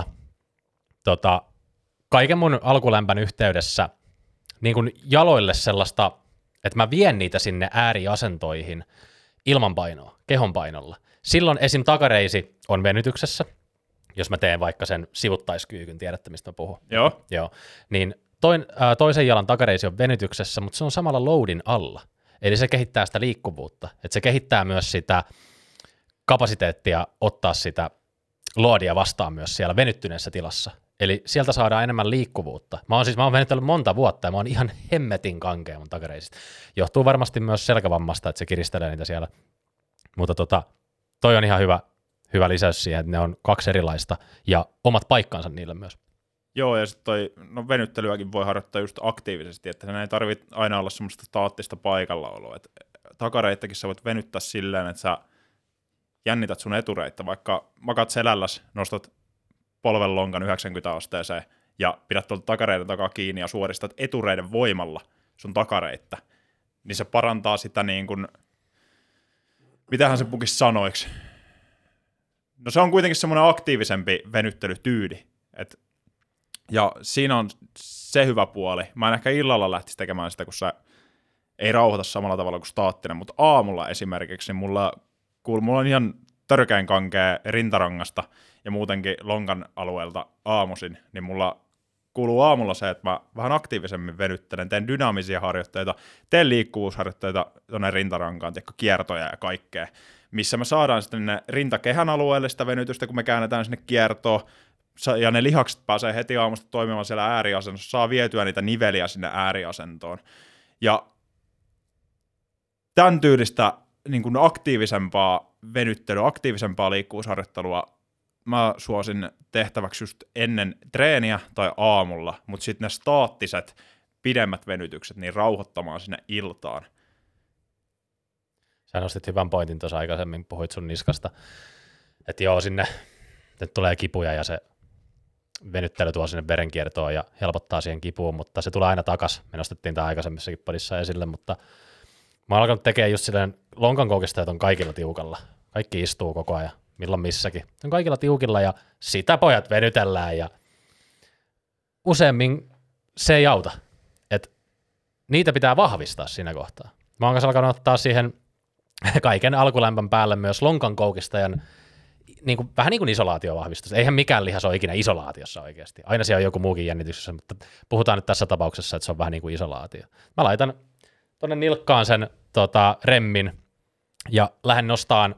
kaiken mun alkulämpän yhteydessä niin kuin jaloille sellaista, että mä vien niitä sinne ääriasentoihin ilman painoa, kehon painolla. Silloin esim. Takareisi on venytyksessä, jos mä teen vaikka sen sivuttaiskyykyn, tiedätte mistä mä puhun.
Joo.
Niin toisen jalan takareisi on venytyksessä, mutta se on samalla loadin alla. Eli se kehittää sitä liikkuvuutta, että se kehittää myös sitä kapasiteettia ottaa sitä loadia vastaan myös siellä venyttyneessä tilassa. Eli sieltä saadaan enemmän liikkuvuutta. Mä oon venytellyt monta vuotta ja mä oon ihan hemmetin kankea mun takareisista. Johtuu varmasti myös selkävammasta, että se kiristelee niitä siellä. Mutta toi on ihan hyvä lisäys siihen, että ne on 2 erilaista ja omat paikkansa niille myös.
Joo, ja sitten venyttelyäkin voi harjoittaa just aktiivisesti, että ne ei tarvitse aina olla semmoista staattista paikallaoloa. Et takareittäkin sä voit venyttää silleen, että sä jännität sun etureittä, vaikka makat selälläs, nostat polven lonkan 90 asteeseen ja pidät tuolta takareiden takaa kiinni ja suoristat etureiden voimalla sun takareittä, niin se parantaa sitä niin kuin, mitähän se pukisi sanoiksi. No se on kuitenkin semmoinen aktiivisempi venyttelytyyli, ja siinä on se hyvä puoli. Mä en ehkä illalla lähtisi tekemään sitä, kun se ei rauhoita samalla tavalla kuin staattinen, mutta aamulla esimerkiksi niin mulla on ihan törkeän kankea rintarangasta ja muutenkin lonkan alueelta aamuisin, niin mulla kuuluu aamulla se, että mä vähän aktiivisemmin venyttelen, teen dynaamisia harjoitteita, teen liikkuvuusharjoitteita tuonne rintarankaan, kiertoja ja kaikkea, missä me saadaan sitten ne rintakehän alueelle sitä venytystä, kun me käännetään sinne kiertoon, ja ne lihakset pääsee heti aamusta toimimaan siellä ääriasennossa, saa vietyä niitä niveliä sinne ääriasentoon. Ja tämän tyylistä niin kuin aktiivisempaa venyttelyä, aktiivisempaa liikkuvuusharjoittelua mä suosin tehtäväksi just ennen treeniä tai aamulla, mutta sitten ne staattiset, pidemmät venytykset, niin rauhoittamaan sinne iltaan.
Sä nostit hyvän pointin tuossa aikaisemmin, puhuit sun niskasta, että joo, sinne tulee kipuja ja se venyttely tuo sinne verenkiertoon ja helpottaa siihen kipuun, mutta se tulee aina takas. Me nostettiin tämä aikaisemmissakin podissa esille, mutta mä oon alkanut tekemään just silleen lonkankoukistajat on kaikilla tiukalla. Kaikki istuu koko ajan, milloin missäkin. On kaikilla tiukilla ja sitä pojat venytellään ja useammin se ei auta. Et niitä pitää vahvistaa siinä kohtaa. Mä oon kanssa alkanut ottaa siihen kaiken alkulämpän päälle myös lonkankoukistajan vähän niin kuin isolaatiovahvistus. Eihän mikään lihas ole ikinä isolaatiossa oikeasti. Aina siellä on joku muukin jännityksessä, mutta puhutaan nyt tässä tapauksessa, että se on vähän niin kuin isolaatio. Mä laitan tuonne nilkkaan sen remmin ja lähden nostaan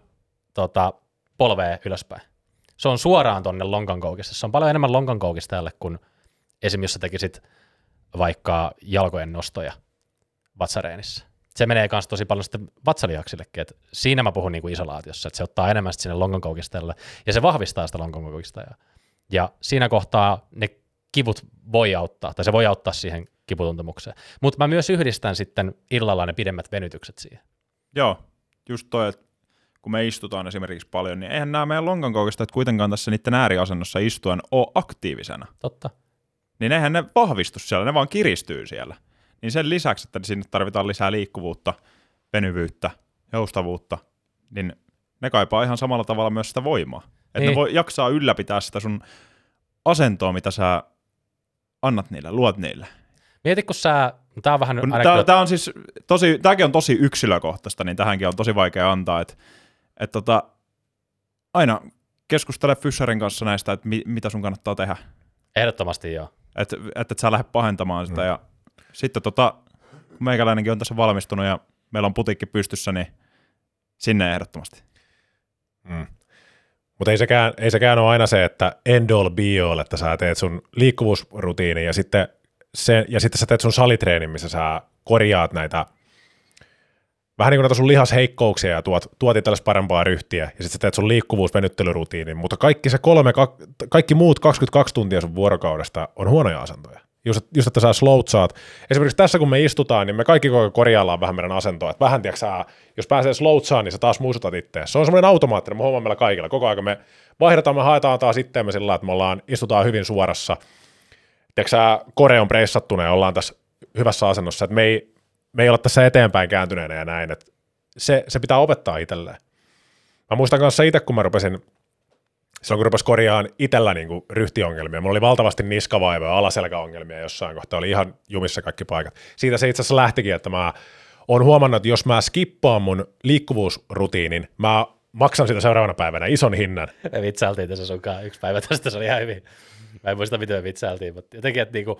polvea ylöspäin. Se on suoraan tuonne lonkankoukista. Se on paljon enemmän lonkankoukistajalle kuin esimerkiksi jos sä tekisit vaikka jalkojen nostoja vatsareenissä. Se menee myös tosi paljon sitten vatsalihaksillekin, että siinä mä puhun niin kuin isolaatiossa, että se ottaa enemmän sinne lonkankoukistajalle ja se vahvistaa sitä lonkankoukistajaa. Ja siinä kohtaa ne kivut voi auttaa, tai se voi auttaa siihen kiputuntemukseen. Mutta mä myös yhdistän sitten illalla ne pidemmät venytykset siihen.
Joo, just toi, että kun me istutaan esimerkiksi paljon, niin eihän nämä meidän lonkankoukistajat kuitenkaan tässä niiden ääriasennossa istuen ole aktiivisena.
Totta.
Niin eihän ne vahvistu siellä, ne vaan kiristyy siellä. Niin sen lisäksi, että sinne tarvitaan lisää liikkuvuutta, venyvyyttä, joustavuutta, niin ne kaipaa ihan samalla tavalla myös sitä voimaa. Että
niin.
ne voi jaksaa ylläpitää sitä sun asentoa, mitä sä annat niille, luot niille.
Mieti, kun tää on vähän...
Tää on siis tääkin on tosi yksilökohtaista, niin tähänkin on tosi vaikea antaa, että aina keskustele fyssarin kanssa näistä, että mitä sun kannattaa tehdä.
Ehdottomasti joo.
Että et sä lähde pahentamaan sitä ja sitten kun meikäläinenkin on tässä valmistunut ja meillä on putiikki pystyssä, niin sinne ehdottomasti.
Mutta ei sekään ole aina se, että end all be all, että sä teet sun liikkuvuusrutiini ja sitten sä teet sun salitreenin, missä sä korjaat näitä vähän niin kuin näitä sun lihasheikkouksia ja tuot itsellesi parempaa ryhtiä ja sitten sä teet sun liikkuvuusvenyttelyrutiinin, mutta kaikki muut 22 tuntia sun vuorokaudesta on huonoja asentoja. Just että sä sloutsaat. Esimerkiksi tässä, kun me istutaan, niin me kaikki korjaillaan vähän meidän asentoa. Että vähän, tiiäksä, jos pääsee sloutsaan, niin sä taas muistutat itseäsi. Se on semmoinen automaattinen, me huomaan meillä kaikilla. Koko ajan me vaihdetaan, me haetaan taas itseämme sillä, että istutaan hyvin suorassa. Tiiäksä, kore on preissattuna ja ollaan tässä hyvässä asennossa. Että me ei olla tässä eteenpäin kääntyneenä ja näin. Että se pitää opettaa itselleen. Mä muistan kanssa itse, kun mä rupesin korjaamaan itsellä niinku ryhtiongelmia. Mulla oli valtavasti niskavaivoja ja alaselkäongelmia jossain kohtaa. Oli ihan jumissa kaikki paikat. Siitä se itse asiassa lähtikin, että mä oon huomannut, että jos mä skippaan mun liikkuvuusrutiinin, mä maksan sitä seuraavana päivänä ison hinnan.
Me vitsailtiin tässä sunkaan yksi päivä tästä, se oli ihan hyvin. Mä en muista, miten me vitsailtiin, mutta jotenkin, että niinku,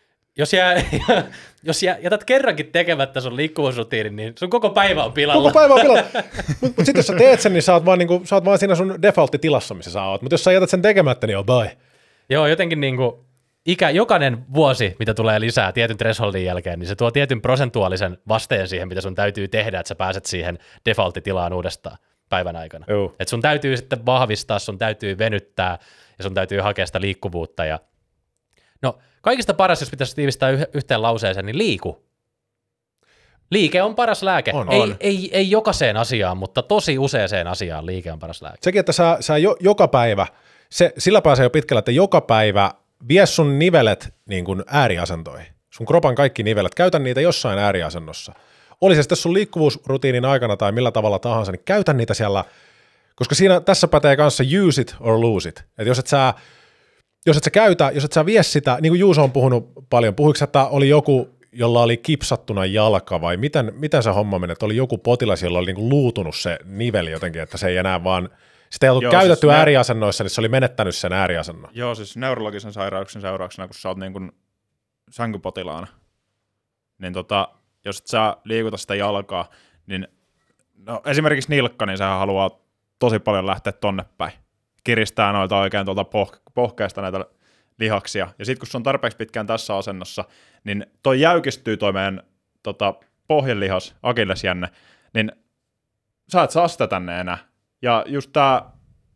jos jätät kerrankin tekemättä sun liikkuvuusrutiinin, niin sun koko päivä on pilalla.
Koko päivä on pilalla. Mutta sitten jos sä teet sen, niin sä oot vaan siinä sun default-tilassa, missä sä oot. Mutta jos sä jätät sen tekemättä, niin oh bye.
Joo, jotenkin niinku jokainen vuosi, mitä tulee lisää tietyn thresholdin jälkeen, niin se tuo tietyn prosentuaalisen vasteen siihen, mitä sun täytyy tehdä, että sä pääset siihen default-tilaan uudestaan päivän aikana. Että sun täytyy sitten vahvistaa, sun täytyy venyttää ja sun täytyy hakea sitä liikkuvuutta. Ja... No, kaikista paras, jos pitäisi tiivistää yhteen lauseeseen, niin liiku. Liike on paras lääke. Ei jokaiseen asiaan, mutta tosi useaseen asiaan liike on paras lääke.
Sekin, että sä joka päivä, sillä pääsee jo pitkällä, että joka päivä vie sun nivelet niin kuin ääriasentoihin. Sun kropan kaikki nivelet, käytä niitä jossain ääriasennossa. Oli se sitten sun liikkuvuusrutiinin aikana tai millä tavalla tahansa, niin käytä niitä siellä, koska tässä pätee kanssa use it or lose it. Että jos et sä käytä, jos et sä vie sitä, niin kuin Juuso on puhunut paljon, puhuiko että oli joku, jolla oli kipsattuna jalka vai miten se homma meni, että oli joku potilas, jolla oli niin kuin luutunut se niveli jotenkin, että se ei enää vaan, sitä ei ollut käytetty ääriasennoissa, niin se oli menettänyt sen ääriasennon.
Joo, siis neurologisen sairauksien seurauksena, kun sä oot niin kuin sänkypotilaana, niin jos et sä liikuta sitä jalkaa, niin no esimerkiksi nilkka, niin sehän haluaa tosi paljon lähteä tonne päin. Kiristää noita oikein tuolta pohkeesta näitä lihaksia. Ja sitten kun se on tarpeeksi pitkään tässä asennossa, niin toi jäykistyy toi meidän pohjelihas, akillesjänne, niin sä et saa sitä tänne enää. Ja just tää,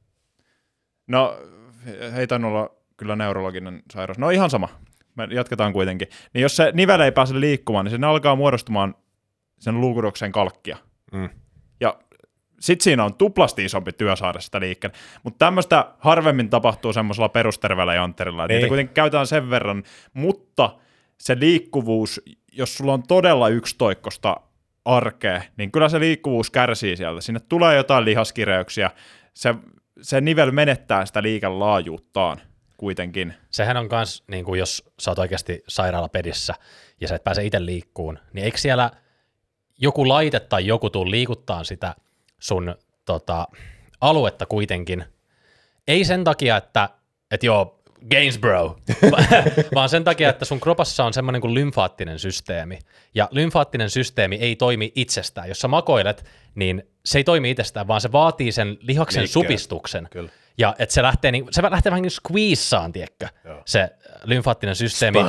no ei tainnut olla kyllä neurologinen sairaus, no ihan sama, me jatketaan kuitenkin. Niin jos se nivel ei pääse liikkumaan, niin se alkaa muodostumaan sen luukudoksen kalkkia. Ja sitten siinä on tuplasti isompi työ saada sitä liikkeelle. Mutta tämmöistä harvemmin tapahtuu semmoisella perusterveellä jantterilla. Niitä kuitenkin käytetään sen verran, mutta se liikkuvuus, jos sulla on todella yksitoikkoista arkea, niin kyllä se liikkuvuus kärsii sieltä. Sinne tulee jotain lihaskireyksiä. Se nivel menettää sitä liikelaajuuttaan kuitenkin.
Sehän on kans, niin kuin jos sä oot oikeasti sairaalapedissä ja sä et pääse itse liikkuun, niin eikö siellä joku laite tai joku tuu liikuttaa sitä sun aluetta kuitenkin? Ei sen takia, että joo, gains bro, vaan sen takia, että sun kropassa on semmoinen kuin lymfaattinen systeemi. Ja lymfaattinen systeemi ei toimi itsestään. Jos sä makoilet, niin se ei toimi itsestään, vaan se vaatii sen lihaksen supistuksen. Kyllä. Ja että se lähtee vähän niin squeezaan, tiedätkö, se lymfaattinen systeemi.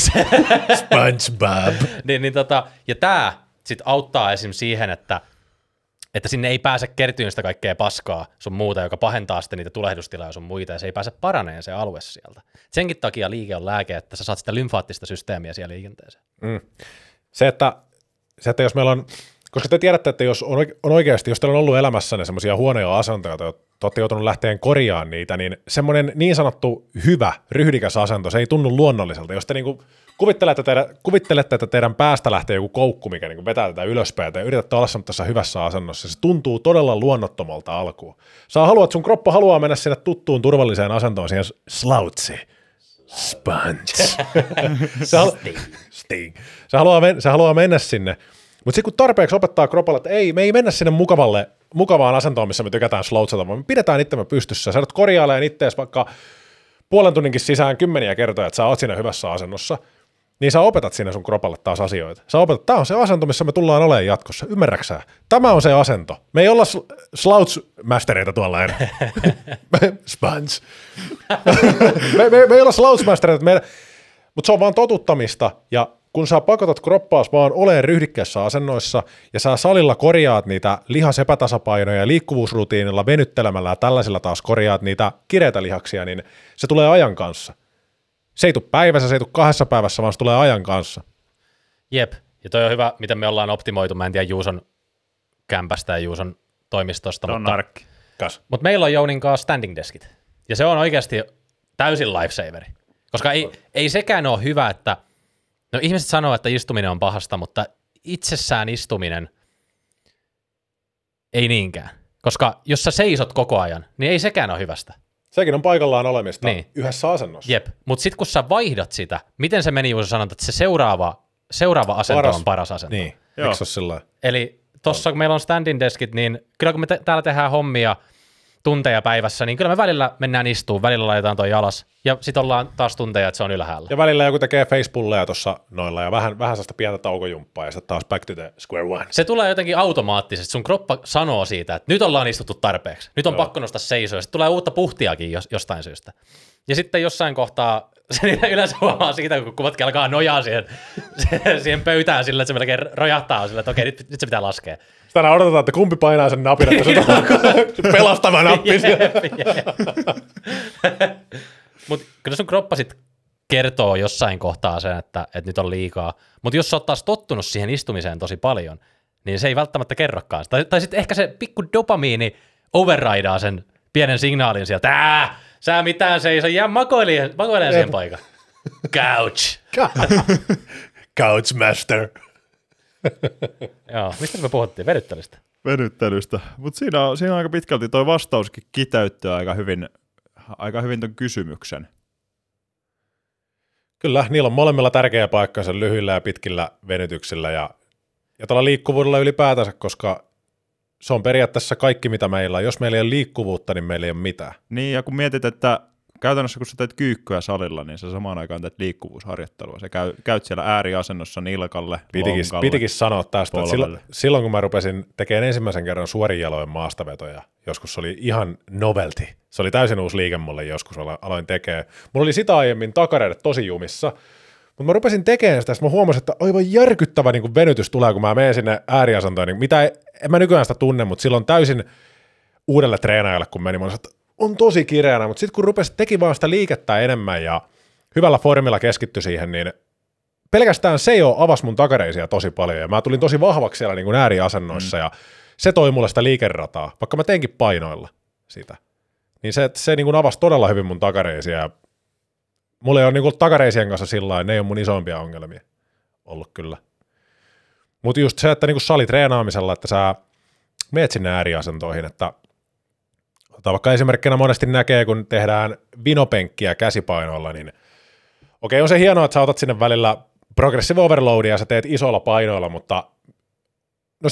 SpongeBob.
Ja tää sitten auttaa esim. Siihen, että sinne ei pääse kertyyn sitä kaikkea paskaa sun muuta, joka pahentaa sitten niitä tulehdustiloja sun muita, ja se ei pääse paraneen se alue sieltä. Senkin takia liike on lääke, että sä saat sitä lymfaattista systeemiä siellä liikenteeseen.
Se, että jos meillä on, koska te tiedätte, että jos on oikeasti, jos teillä on ollut elämässänne semmoisia huonoja asentoja, te olette joutunut lähteen korjaamaan niitä, niin semmoinen niin sanottu hyvä, ryhdikäs asento, se ei tunnu luonnolliselta. Jos te niinku kuvittelette, että teidän päästä lähtee joku koukku, mikä niinku vetää tätä ylöspäin, ja yritätte olla tässä hyvässä asennossa, se tuntuu todella luonnottomalta alkuun. Sä haluat, sun kroppa haluaa mennä sinne tuttuun turvalliseen asentoon, siihen slouchi. Sponge. Se haluaa mennä sinne. Mutta sitten kun tarpeeksi opettaa kropalle, että me ei mennä sinne mukavaan asentoon, missä me tykätään slouchata, vaan me pidetään itsemme pystyssä. Sä korjailemaan ittees vaikka puolen tunninkin sisään 10 kertoja, että sä oot siinä hyvässä asennossa, niin sä opetat sinne sun kropalle taas asioita. Sä opetat, tää on se asento, missä me tullaan olemaan jatkossa. Ymmärräksä? Tämä on se asento. Me ei olla slouch-mastereita tuolla enää. Sponge. me ei olla slouch-mastereita, mutta se on vaan totuttamista, ja kun sä pakotat kroppaas vaan oleen ryhdikkäissä asennoissa, ja sä salilla korjaat niitä lihasepätasapainoja liikkuvuusrutiinilla, venyttelemällä ja tällaisilla taas korjaat niitä kireitä lihaksia, niin se tulee ajan kanssa. Se ei tule päivässä, se ei tule 2 päivässä, vaan se tulee ajan kanssa.
Jep, ja toi on hyvä, miten me ollaan optimoitu, mä en tiedä Juuson kämpästä ja Juuson toimistosta, mutta meillä on Jounin kanssa standing deskit, ja se on oikeasti täysin lifesaveri, koska ei sekään ole hyvä, että no ihmiset sanoo, että istuminen on pahasta, mutta itsessään istuminen ei niinkään. Koska jos sä seisot koko ajan, niin ei sekään ole hyvästä.
Sekin on paikallaan olemista yhdessä asennossa.
Jep, mutta sitten kun sä vaihdat sitä, miten se meni, Juuso sanot, että se seuraava asento on paras asento.
Niin, eikö se ole sillä?
Eli tossa kun meillä on standing deskit, niin kyllä kun me täällä tehdään hommia tunteja päivässä, niin kyllä me välillä mennään istuun, välillä laitetaan toi alas, ja sitten ollaan taas tunteja, että se on ylhäällä.
Ja välillä joku tekee facepulleja tuossa noilla, ja vähän sellaista pientä taukojumppaa, ja sitten taas back to the square one.
Se tulee jotenkin automaattisesti, sun kroppa sanoo siitä, että nyt ollaan istuttu tarpeeksi, nyt on pakko nostaa seisoa, sitten tulee uutta puhtiakin jostain syystä. Ja sitten jossain kohtaa, se yleensä huomaa siitä, kun kuvatkin alkaa nojaa siihen pöytään sillä, että se melkein rojahtaa sillä, että okei, nyt se pitää laskea.
Sitten aina odotetaan, että kumpi painaa sen napin, että se on pelastava nappi.
Mutta kyllä sun kroppa sit kertoo jossain kohtaa sen, että nyt on liikaa. Mutta jos sä oot taas tottunut siihen istumiseen tosi paljon, niin se ei välttämättä kerrokaan. Tai sitten ehkä se pikku dopamiini overridaa sen pienen signaalin sieltä, sä mitään seiso, jää makoilemaan siihen paikan. Couch.
Couch master.
Joo, mistä me puhuttiin? Vedyttelystä.
Venyttelystä. Mutta siinä on aika pitkälti toi vastauskin kiteyttöä aika hyvin ton kysymyksen.
Kyllä, niillä on molemmilla tärkeä paikkansa lyhyillä ja pitkillä venytyksillä ja tuolla liikkuvuudella ylipäätänsä, koska se on periaatteessa kaikki, mitä meillä on. Jos meillä ei ole liikkuvuutta, niin meillä ei ole mitään.
Niin, ja kun mietit, että käytännössä kun sä teet kyykkyä salilla, niin sä samaan aikaan teet liikkuvuusharjoittelua. Sä käyt siellä ääriasennossa nilkalle, lonkalle,
Pitikin sanoa tästä, että
polvelle.
silloin kun mä rupesin tekemään ensimmäisen kerran suorinjalojen maastavetoja, joskus se oli ihan novelty. Se oli täysin uusi liike mulle joskus, aloin tekemään. Mulla oli sitä aiemmin takareidet tosi jumissa, mutta mä rupesin tekemään sitä, mä huomasin, että aivan järkyttävä niin venytys tulee, kun mä menen sinne ääriasentoon, niin en mä nykyään sitä tunne, mutta silloin täysin uudelle treenaajalle, kun meni, mä olin, että on tosi kireänä, mutta sitten kun teki vaan sitä liikettä enemmän ja hyvällä formilla keskittyi siihen, niin pelkästään se jo avasi mun takareisia tosi paljon, ja mä tulin tosi vahvaksi siellä niin kuin ääriasennoissa, ja se toi mulle sitä liikerataa, vaikka mä teinkin painoilla sitä. Niin se niin kuin avasi todella hyvin mun takareisia, ja mulla ei ole niin kuin takareisien kanssa sillä lailla, ne ei ole mun isoimpia ongelmia ollut kyllä. Mutta just se, että niin kuin salitreenaamisella, että sä meet sinne ääriasentoihin, että vaikka esimerkkinä monesti näkee, kun tehdään vinopenkkiä käsipainoilla, niin okei, on se hienoa, että sä otat sinne välillä progressive overloadia ja sä teet isoilla painoilla, mutta no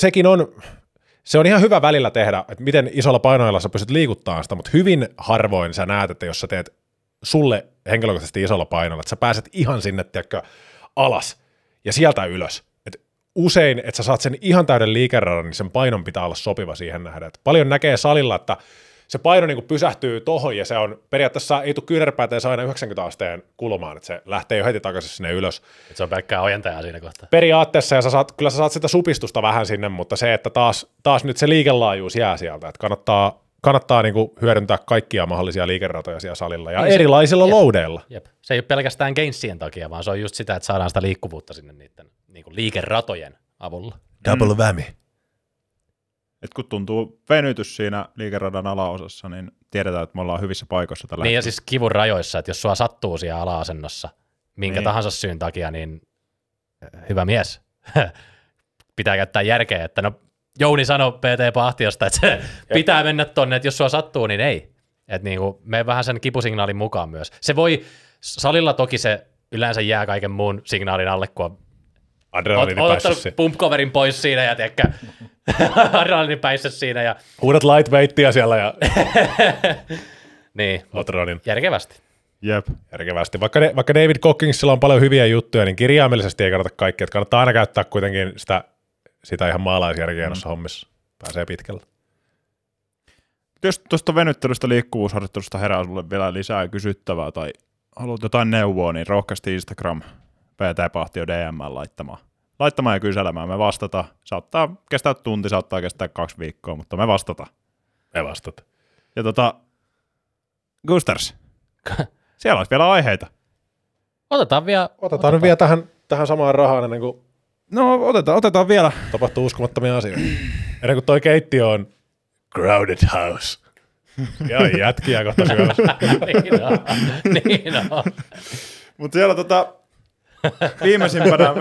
se on ihan hyvä välillä tehdä, että miten isolla painoilla sä pystyt liikuttamaan sitä, mutta hyvin harvoin sä näet, että jos sä teet sulle henkilökohtaisesti isolla painolla, että sä pääset ihan sinne, tiedätkö, alas ja sieltä ylös. Et usein, että sä saat sen ihan täyden liikeradan, niin sen painon pitää olla sopiva siihen nähdä. Et paljon näkee salilla, että se paino niin kuin pysähtyy tohon ja se on periaatteessa ei tule kyynärpäätä aina 90 asteen kulmaan, että se lähtee jo heti takaisin sinne ylös.
Et se on pelkkää ojentajaa siinä kohtaa.
Periaatteessa, ja kyllä sä saat sitä supistusta vähän sinne, mutta se, että taas nyt se liikelaajuus jää sieltä, että kannattaa niin kuin hyödyntää kaikkia mahdollisia liikeratoja siellä salilla ja erilaisilla loadeilla.
Jep. Se ei ole pelkästään gainsien takia, vaan se on just sitä, että saadaan sitä liikkuvuutta sinne niiden niin kuin liikeratojen avulla.
Double whammy.
Et kun tuntuu venytys siinä liikeradan alaosassa, niin tiedetään, että me ollaan hyvissä paikoissa tällä
Niin ja
hetkellä.
siis kivun rajoissa, että jos sua sattuu siellä ala-asennossa minkä tahansa syyn takia, niin hyvä mies. Pitää käyttää järkeä, että no Jouni sanoi PT Pahtiosta, että se pitää mennä tonne, että jos sua sattuu, niin ei. Että niinku, mene vähän sen kipusignaalin mukaan myös. Se voi, salilla toki se yleensä jää kaiken muun signaalin alle, kun on ottanut pump-coverin pois siinä ja tiedäkö, adrenalinin päissä siinä. Ja
Huudat lightweightia siellä ja
niin,
Otronin.
järkevästi.
Jep.
Järkevästi. Vaikka David Cockingsilla on paljon hyviä juttuja, niin kirjaimellisesti ei kannata kaikkea. Että kannattaa aina käyttää kuitenkin sitä ihan maalaisjärkeä noissa hommissa. Pääsee pitkälle.
Jos tuosta venyttelystä liikkuvuusharjoittelusta herää sulle vielä lisää kysyttävää tai haluat jotain neuvoa, niin rohkeasti Instagram PT Pahtio DM laittamaan ja kyselemään. Me vastataan. Saattaa kestää tunti, saattaa kestää 2 viikkoa, mutta me vastataan.
Me vastataan.
Ja Gusters, siellä olisi vielä aiheita.
Otetaan vielä.
Otetaan nyt vielä tähän samaan rahaan ennen kuin
No otetaan vielä.
tapahtuu uskomattomia asioita. Ennen kuin toi keittiö on crowded house. Ja jätkiä kohta syömässä.
niin on.
Mutta siellä viimeisimpänä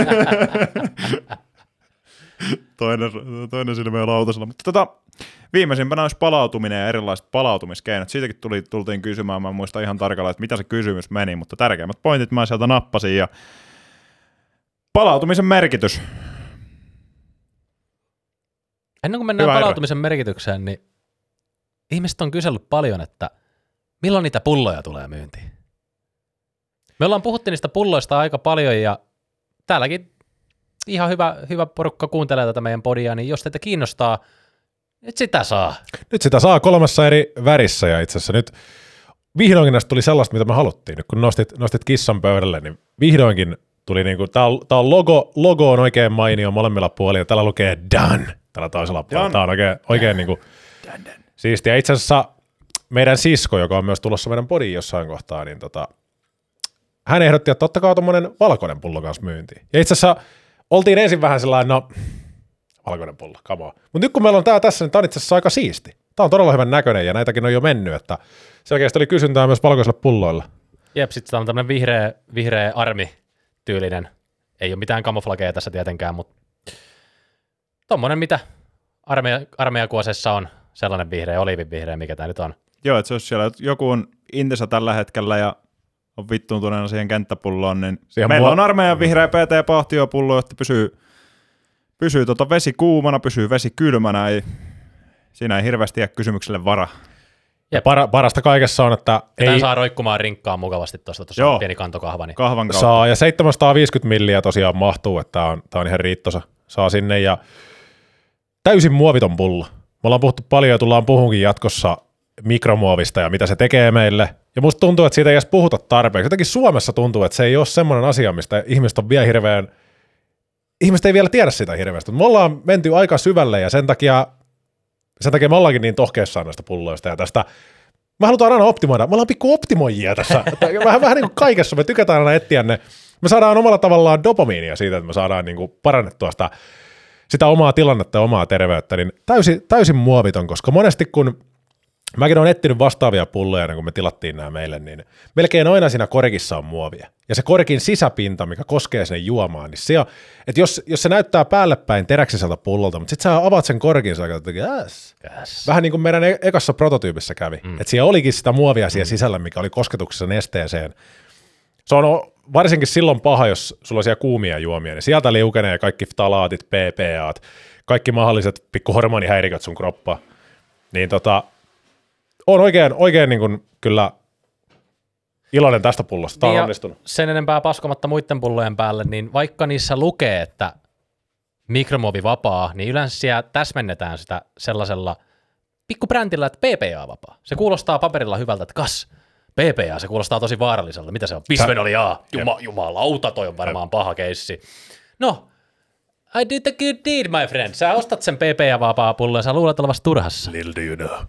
toinen silmä ja lautasella. Mutta viimeisimpänä olisi palautuminen ja erilaiset palautumiskeinot. Siitäkin tultiin kysymään. Mä en muista ihan tarkalleen, että mitä se kysymys meni, mutta tärkeimmät pointit mä sieltä nappasin. Ja palautumisen merkitys.
Ennen kuin mennään
Hyvä
palautumisen merkitykseen, niin ihmiset on kysellyt paljon, että milloin niitä pulloja tulee myyntiin. Me ollaan puhuttu niistä pulloista aika paljon ja täälläkin ihan hyvä porukka kuuntelee tätä meidän podia, niin jos teitä kiinnostaa, nyt sitä saa.
Nyt sitä saa 3 eri värissä ja itse asiassa nyt vihdoinkin näistä tuli sellaista, mitä me haluttiin. Nyt kun nostit kissan pöydälle, niin vihdoinkin tuli niinku, tää on logo on oikein mainio molemmilla puolilla. Täällä lukee done tällä toisella puolella. Tää on oikein niinku siistiä. Itse asiassa meidän sisko, joka on myös tulossa meidän podiin jossain kohtaa, niin hän ehdotti, että ottakaa tommonen valkoinen pullo kanssa myyntiin. Ja itse asiassa oltiin ensin vähän sellainen, no valkoinen pullo, come on. Mutta nyt kun meillä on tää tässä, niin tää on itse asiassa aika siisti. Tää on todella hyvän näköinen ja näitäkin on jo mennyt, että selkeästi oli kysyntää myös valkoisilla pulloilla.
Jep, sit tää on tämmönen vihreä armi-tyylinen. Ei ole mitään kamuflageja tässä tietenkään, mutta tommonen mitä armeijakuosessa on, sellainen vihreä, oliivivihreä, mikä tää nyt on.
Joo, että se olisi siellä, joku on Intessä tällä hetkellä ja on vittuuntuneena siihen kenttäpulloon, niin siihen meillä on armeijan vihreä PT-pahtiopullo, että pysyy vesi kuumana, pysyy vesi kylmänä, siinä ei hirveästi jää kysymykselle vara.
Ja parasta kaikessa on, että
ei saa roikkumaan rinkkaan mukavasti tuosta pieni kantokahva. Niin
kahvan kautta.
Saa, ja 750 milliä tosiaan mahtuu, että tää on ihan riittosa. Saa sinne, ja täysin muoviton pullo. Me ollaan puhuttu paljon ja tullaan puhunkin jatkossa mikromuovista ja mitä se tekee meille. Ja musta tuntuu, että siitä ei edes puhuta tarpeeksi. Jotenkin Suomessa tuntuu, että se ei ole semmoinen asia, mistä ihmiset ei vielä tiedä sitä hirveästi. Me ollaan menty aika syvälle ja sen takia me ollaankin niin tohkeissaan näistä pulloista ja tästä. Me halutaan aina optimoida. Me ollaan pikku optimoijia tässä. vähän niin kuin kaikessa. Me tykätään aina etsiä ne. Me saadaan omalla tavallaan dopamiinia siitä, että me saadaan niin kuin parannettua sitä omaa tilannetta ja omaa terveyttä. Niin täysin muoviton, koska monesti kun mäkin olen etsinyt vastaavia pulloja, kun me tilattiin nämä meille, niin melkein aina siinä korkissa on muovia. Ja se korkin sisäpinta, mikä koskee sinne juomaan, niin se on, että jos se näyttää päälle päin teräksiseltä pullolta, mutta sitten sä avaat sen korkin, sä katsot, yes. Vähän niin kuin meidän ekassa prototyypissä kävi. Että siellä olikin sitä muovia siellä sisällä, mikä oli kosketuksessa nesteeseen. Se on varsinkin silloin paha, jos sulla on siellä kuumia juomia, niin sieltä liukenee kaikki ftalaatit, PPAt, kaikki mahdolliset pikku hormonihäiriköt sun kroppaan. Niin on oikein niin kuin kyllä iloinen tästä pullosta. Tämä on onnistunut.
Sen enempää paskomatta muiden pullojen päälle, niin vaikka niissä lukee, että mikromuovivapaa, niin yleensä siellä täsmennetään sitä sellaisella pikkubrändillä, että PPA-vapaa. Se kuulostaa paperilla hyvältä, että PPA, se kuulostaa tosi vaaralliselta. Mitä se on? Bisfenoli A. Jumalauta, toi on varmaan paha keissi. No, I did a good deed, my friend. Sä ostat sen PPA-vapaa pullo ja sä luulet olevasi turhassa.
Little do you know.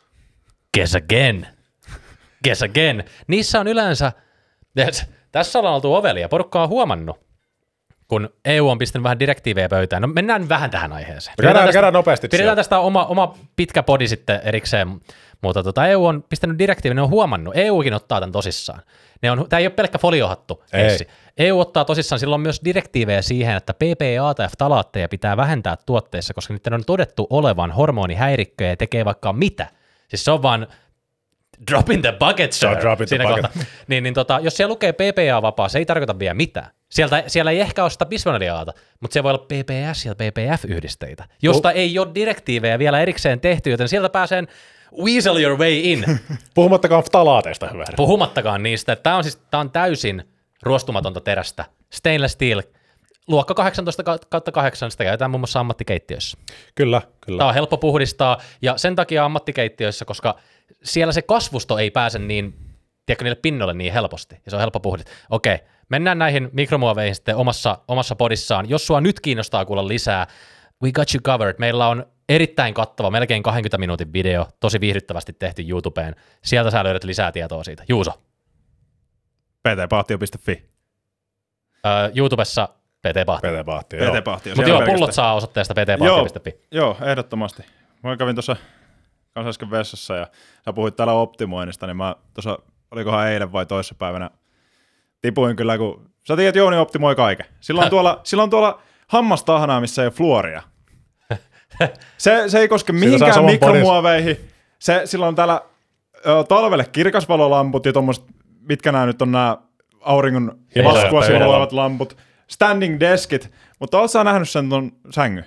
Guess again. Niissä on yleensä, tässä ollaan oltu ovelia, porukka on huomannut, kun EU on pistänyt vähän direktiivejä pöytään. No mennään vähän tähän aiheeseen.
Käydään nopeasti.
Pidetään tästä oma pitkä podi sitten erikseen, mutta EU on pistänyt direktiivejä, ne on huomannut. EUkin ottaa tämän tosissaan. Tämä ei ole pelkkä foliohattu. EU ottaa tosissaan, sillä on myös direktiivejä siihen, että PPA ja ftalaatteja pitää vähentää tuotteissa, koska niiden on todettu olevan hormonihäirikköjä ja tekee vaikka mitä. Siis se on vaan drop in the bucket, sir. Jos siellä lukee PPA-vapaa, se ei tarkoita vielä mitään. Siellä ei ehkä ole sitä bisfenoliaata, mutta siellä voi olla PPS ja PPF-yhdisteitä, josta ei ole direktiivejä vielä erikseen tehty, joten sieltä pääsee weasel your way in.
Puhumattakaan ftalaateista, hyvä.
Puhumattakaan niistä. Tämä on täysin ruostumatonta terästä. Stainless steel. Luokka 18/8, sitä käytetään muun muassa ammattikeittiöissä.
Kyllä.
Tämä on helppo puhdistaa, ja sen takia ammattikeittiöissä, koska siellä se kasvusto ei pääse niin, tiedätkö, niille pinnoille niin helposti, ja se on helppo puhdistaa. Okei, mennään näihin mikromuoveihin sitten omassa podissaan. Jos sua nyt kiinnostaa kuulla lisää, we got you covered. Meillä on erittäin kattava, melkein 20 minuutin video, tosi viihdyttävästi tehty YouTubeen. Sieltä sä löydät lisää tietoa siitä. Juuso.
ptpahtio.fi.
YouTubessa
PT-pahtio.
Mutta joo, pullot saa osoitteesta ptpahtio.fi.
Joo, ehdottomasti. Mä kävin tuossa kanssa äsken vessassa ja sä puhuit täällä optimoinnista, niin mä tuossa, olikohan eilen vai toissapäivänä, tipuin kyllä, kun sä tiedät, Jouni optimoi kaiken. Sillä on tuolla hammastahana, missä ei ole fluoria. Se ei koske mihinkään mikromuoveihin. Sillä on täällä talvelle kirkasvalolamput ja tommoset, mitkä nämä nyt on nämä auringon laskua olevat lamput, standing deskit, mutta oletko sä nähnyt sen ton sängyn?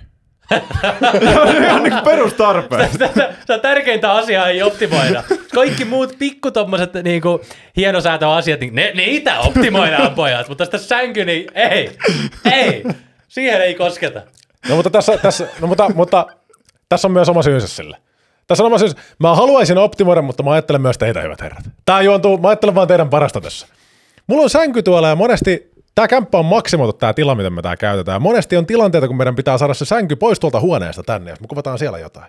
Ihan niin perustarpeen.
Se tärkeintä asiaa ei optimoida. Kaikki muut pikku tommoset niinku hienosäätöasiat, niin niitä optimoidaan pojat, mutta sitä sänky, niin ei, siihen ei kosketa.
No mutta tässä on myös oma syynsä sille. Tässä on oma syynsä. Mä haluaisin optimoida, mutta mä ajattelen myös teitä, hyvät herrat. Mä ajattelen vaan teidän parasta tässä. Mulla on sänky tuolla ja monesti tää kämppä on maksimoitu tää tila, miten me tää käytetään. Monesti on tilanteita, kun meidän pitää saada se sänky pois tuolta huoneesta tänne, jos me kuvataan siellä jotain.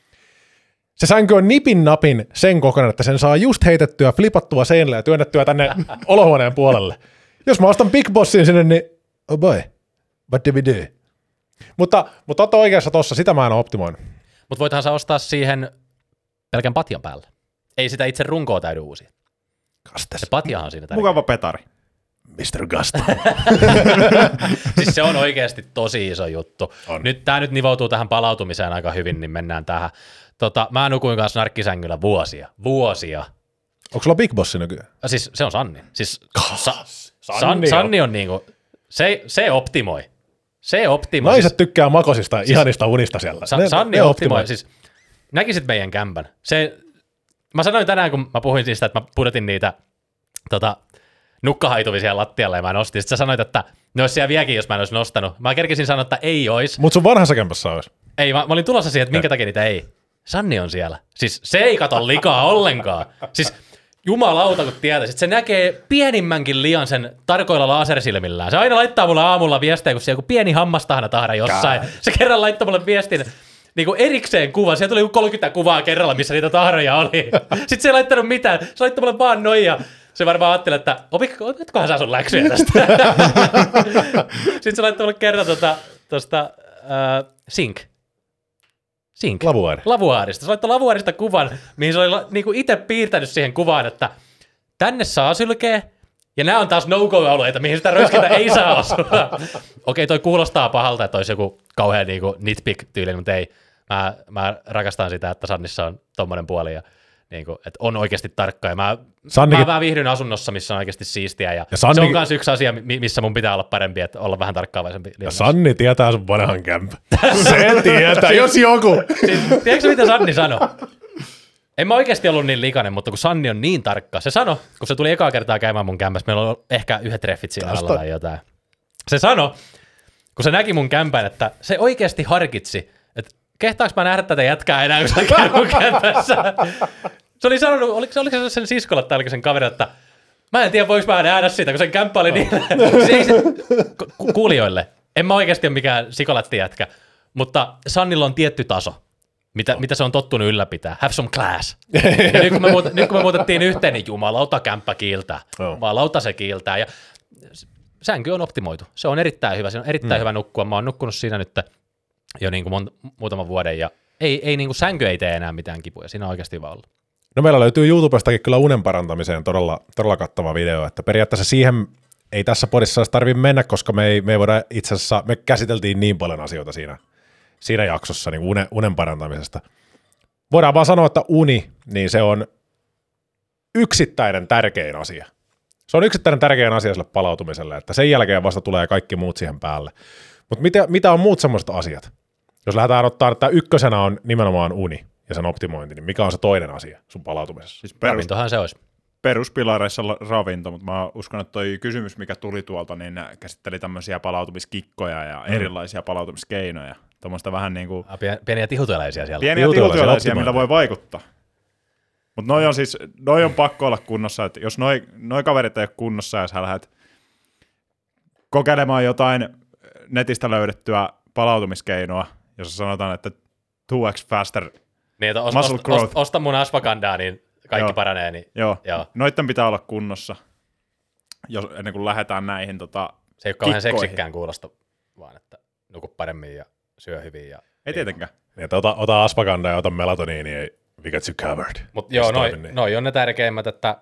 Se sänky on nipin napin sen kokoinen, että sen saa just heitettyä, flipattua seinälle ja työnnettyä tänne olohuoneen puolelle. Jos mä ostan Big Bossin sinne, niin oh boy, what do we do? Mutta olette oikeassa tossa, sitä mä en ole optimoinut.
Mutta voithan sä ostaa siihen pelkän patjan päälle. Ei sitä itse runkoa täydy uusia.
Kastes.
Se patjahan on siinä tärkeä.
Mukava petari.
Mr. Gasta.
Siis se on oikeasti tosi iso juttu.
On.
Tää nyt nivoutuu tähän palautumiseen aika hyvin, niin mennään tähän. Mä nukuin kanssa narkkisängyllä vuosia.
Onko sulla Big Bossi nykyään?
Siis se on Sanni. Siis
Sanni
on niinku, se optimoi. Se optimoi.
Naiset tykkää makosista, ihanista unista siellä.
Sanni optimoi. Siis näkisit meidän kämpän. Mä sanoin tänään, kun mä puhuin siitä, että mä pudotin niitä nukkahaitumisia lattialle ja mä nostin. Sitten sä sanoit, että ne olisi siellä vieläkin, jos mä en olisi nostanut. Mä kerkisin sanoa, että ei ois.
Mutta sun vanhassa kämpässä olisi.
Ei, mä olin tulossa siihen, että minkä takia niitä ei. Sanni on siellä. Siis se ei kato likaa ollenkaan. Siis jumalauta, kun tietäisit. Se näkee pienimmänkin lian sen tarkoilla lasersilmillään. Se aina laittaa mulle aamulla viestejä, kun se joku pieni hammastahna tahra jossain. Se kerran laittoi mulle viestin niin kuin erikseen kuvan. Siellä tuli 30 kuvaa kerralla, missä niitä tahroja oli. Sitten se ei laittanut mitään. Se laittoi mulle vaan noin ja se varmaan ajatteli, että opitkohan sä sun läksyjä tästä. Sitten se laittoi mulle kerran tuosta Sync. Lavuaarista. Se laittoi Lavuaarista kuvan, mihin se oli niinku itse piirtänyt siihen kuvaan, että tänne saa sylkeä, ja nämä on taas no-go-alueita, mihin sitä röskintä ei saa asua. Okei, toi kuulostaa pahalta, että olisi joku kauhean niinku nitpick-tyylinen, mutta ei. Mä rakastan sitä, että Sannissa on tommonen puoli, ja niinku, että on oikeasti tarkka. Ja mä vähän viihdyn asunnossa, missä on oikeasti siistiä, ja se on myös yksi asia, missä mun pitää olla parempi, että olla vähän tarkkaavaisempi.
Ja Sanni tietää sun vanhan kämpän. Se tietää, jos joku.
Siis, tiedätkö mitä Sanni sanoi? En mä oikeasti ollut niin likainen, mutta kun Sanni on niin tarkka, se sanoi, kun se tuli ekaa kertaa käymään mun kämpässä, meillä on ehkä yhdet treffit siinä alla tai jotain. Se sanoi, kun se näki mun kämpän, että se oikeasti harkitsi, että kehtaanko mä nähdä tätä jätkää enää, kun se käy mun kämpässä. Se oli sanonut, oliko se sen siskolle tai oliko sen kaverille, että mä en tiedä, voiko mä nähdä sitä, kun sen kämppä oli niin. Kuulijoille, en mä oikeasti ole mikään sikolatti jätkä, mutta Sannilla on tietty taso, mitä se on tottunut ylläpitää. Have some class. Ja nyt kun me muutettiin yhteen, niin jumalauta kämppä kiiltää. Jumalauta se kiiltää. Ja sänky on optimoitu. Se on erittäin hyvä. Se on erittäin hyvä nukkua. Mä oon nukkunut siinä nyt jo niin kuin muutaman vuoden ja ei niin kuin sänky ei tee enää mitään kipuja. Siinä on oikeasti hyvä olla.
No meillä löytyy YouTubestakin kyllä unen parantamiseen todella kattava video, että periaatteessa siihen ei tässä podissa tarvitse mennä, koska me ei voida itse asiassa, me käsiteltiin niin paljon asioita siinä jaksossa niin unen parantamisesta. Voidaan vaan sanoa, että uni, niin se on yksittäinen tärkein asia. Se on yksittäinen tärkein asia sille palautumiselle, että sen jälkeen vasta tulee kaikki muut siihen päälle. Mutta mitä on muut semmoiset asiat? Jos lähdetään ottaa, että ykkösenä on nimenomaan uni ja sen optimointi, niin mikä on se toinen asia sun palautumisessa?
Siis
Ravintohan se olisi.
Peruspilareissa ravinto, mutta mä uskon, että toi kysymys, mikä tuli tuolta, niin käsitteli tämmöisiä palautumiskikkoja ja erilaisia palautumiskeinoja. Tuommoista vähän niin kuin
pieniä tihutyöläisiä siellä.
Pieniä tihutyöläisiä, millä voi vaikuttaa. Mutta noi on pakko olla kunnossa, että jos noi kaverit ei ole kunnossa, jos sä lähdet kokeilemaan jotain netistä löydettyä palautumiskeinoa, jos sanotaan, että 2x faster
niin, että
muscle growth.
Osta mun ashwagandaa, niin kaikki paranee. Niin,
joo. Noitten pitää olla kunnossa, ennen kuin lähdetään näihin
se ei ole kauhean seksikkään kuulosta, vaan että nuku paremmin ja syö hyvin.
Ei tietenkään.
Niin, että ota ashwagandaa ja ota melatoniini, ei we got you covered.
Mutta joo, noi on ne tärkeimmät, että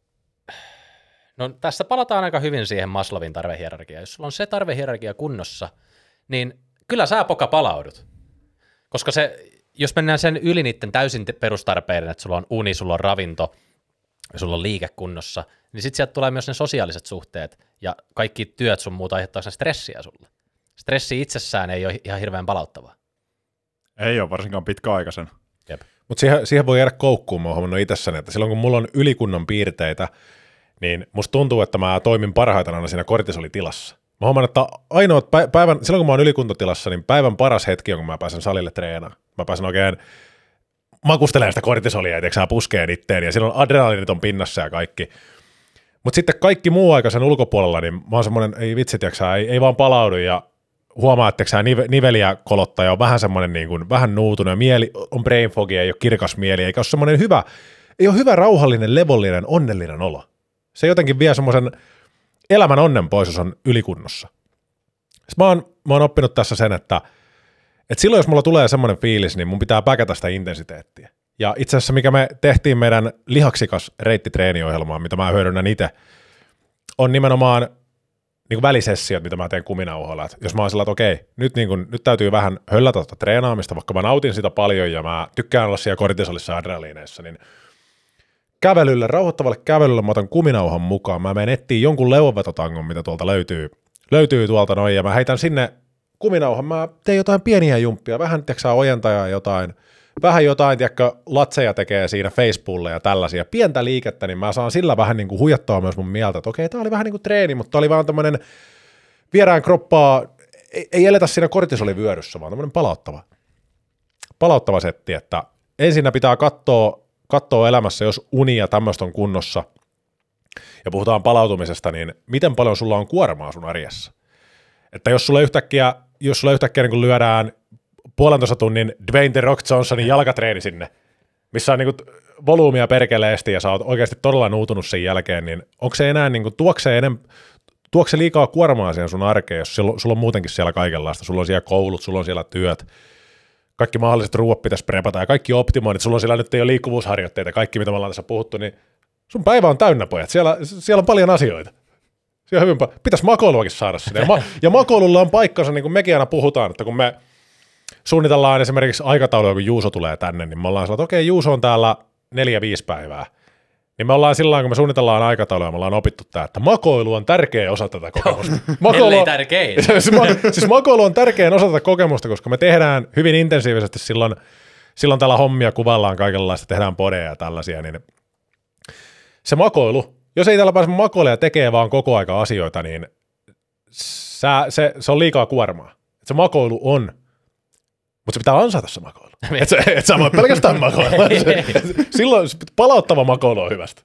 no tässä palataan aika hyvin siihen Maslowin tarvehierarkiaan. Jos sulla on se tarvehierarkia kunnossa, niin kyllä sä poka palaudut. Koska jos mennään sen yli niiden täysin perustarpeiden, että sulla on uni, sulla on ravinto ja sulla on liike kunnossa, niin sitten sieltä tulee myös ne sosiaaliset suhteet ja kaikki työt sun muuta aiheuttaa sen stressiä sulle. Stressi itsessään ei ole ihan hirveän palauttavaa.
Ei ole varsinkaan pitkäaikaisen.
Mutta siihen voi jäädä koukkuun, mä oon huomannut itsessäni, että silloin kun mulla on ylikunnon piirteitä, niin musta tuntuu, että mä toimin parhaiten aina siinä kortisolitilassa. Mä huomaan, että silloin kun mä oon ylikuntotilassa, niin päivän paras hetki on, kun mä pääsen salille treenaamaan. Mä pääsen oikein makustelemaan sitä kortisolia, etteikö sä puskeen itteen, ja silloin adrenaliinit on pinnassa ja kaikki. Mutta sitten kaikki muu aika sen ulkopuolella, niin mä oon semmoinen, ei vitsi, ei vaan palaudu, ja huomaa, että niveliä kolottaa, ja on vähän semmoinen niin kuin, vähän nuutunut, ja mieli on brain foggy, ei ole kirkas mieli, eikä ole semmoinen ei ole hyvä, rauhallinen, levollinen, onnellinen olo. Se jotenkin vie semmoisen elämän onnen pois, jos on ylikunnossa. Sitten mä oon oppinut tässä sen, että silloin jos mulla tulee semmoinen fiilis, niin mun pitää päkätä sitä intensiteettiä. Ja itse asiassa mikä me tehtiin meidän lihaksikas reittitreenijohjelmaan, mitä mä hyödynnän itse, on nimenomaan niin kuin välisessiot, mitä mä teen kuminauhoilla. Et jos mä oon sillä, että okei, nyt täytyy vähän höllätä tuota treenaamista, vaikka mä nautin sitä paljon ja mä tykkään olla siellä kortisolissa ja adrenaliineissa, niin rauhoittavalle kävelylle mä otan kuminauhan mukaan. Mä menen etsiä jonkun leuanvetotangon, mitä tuolta löytyy tuolta noin, ja mä heitän sinne kuminauhan. Mä teen jotain pieniä jumppia, vähän ojentajaa jotain, tiedätkö, latseja tekee siinä facepulleja ja tällaisia, pientä liikettä, niin mä saan sillä vähän niin kuin huijattaa myös mun mieltä, että okei, tää oli vähän niin kuin treeni, mutta tää oli vaan tämmönen vierään kroppaa, ei eletä siinä kortisolivyöryssä, vaan tämmönen palauttava setti, että ensinnä pitää katsoa elämässä, jos uni ja tämmöistä on kunnossa, ja puhutaan palautumisesta, niin miten paljon sulla on kuormaa sun arjessa. Että jos sulla yhtäkkiä niin kuin lyödään 1,5 tunnin Dwayne The Rock Johnsonin jalkatreeni sinne, missä on niin kuin volyymia perkeleesti, ja sä oot oikeasti todella nuutunut sen jälkeen, niin onko se enää, niin kuin, tuokse liikaa kuormaa siihen sun arkeen, jos sulla on muutenkin siellä kaikenlaista, sulla on siellä koulut, sulla on siellä työt, kaikki mahdolliset ruuat pitäisi prepata ja kaikki optimoinnit, sulla on siellä nyt ei ole liikkuvuusharjoitteita, kaikki mitä me ollaan tässä puhuttu, niin sun päivä on täynnä, pojat. Siellä on paljon asioita. Siellä on hyvin pitäisi makoiluakin saada sinne. Ja makoilulla on paikkansa, niin kuin mekin aina puhutaan, että kun me suunnitellaan esimerkiksi aikataulua, kun Juuso tulee tänne, niin me ollaan sellainen, että okei, Juuso on täällä 4-5 päivää. Niin me ollaan silloin, kun me suunnitellaan aikataulua, me ollaan opittu tämä, että makoilu on tärkeä osa tätä kokemusta.
Ellei tärkein.
Siis makoilu on tärkein osa tätä kokemusta, koska me tehdään hyvin intensiivisesti silloin täällä hommia kuvaillaan kaikenlaista, tehdään podeja ja tällaisia, niin se jos ei täällä pääse makoilemaan ja tekee vaan koko aika asioita, niin se on liikaa kuormaa. Se makoilu on, mutta se pitää ansaita se makoilu. Et sä voi pelkästään makoilla. Silloin palauttava makoilu on hyvästä.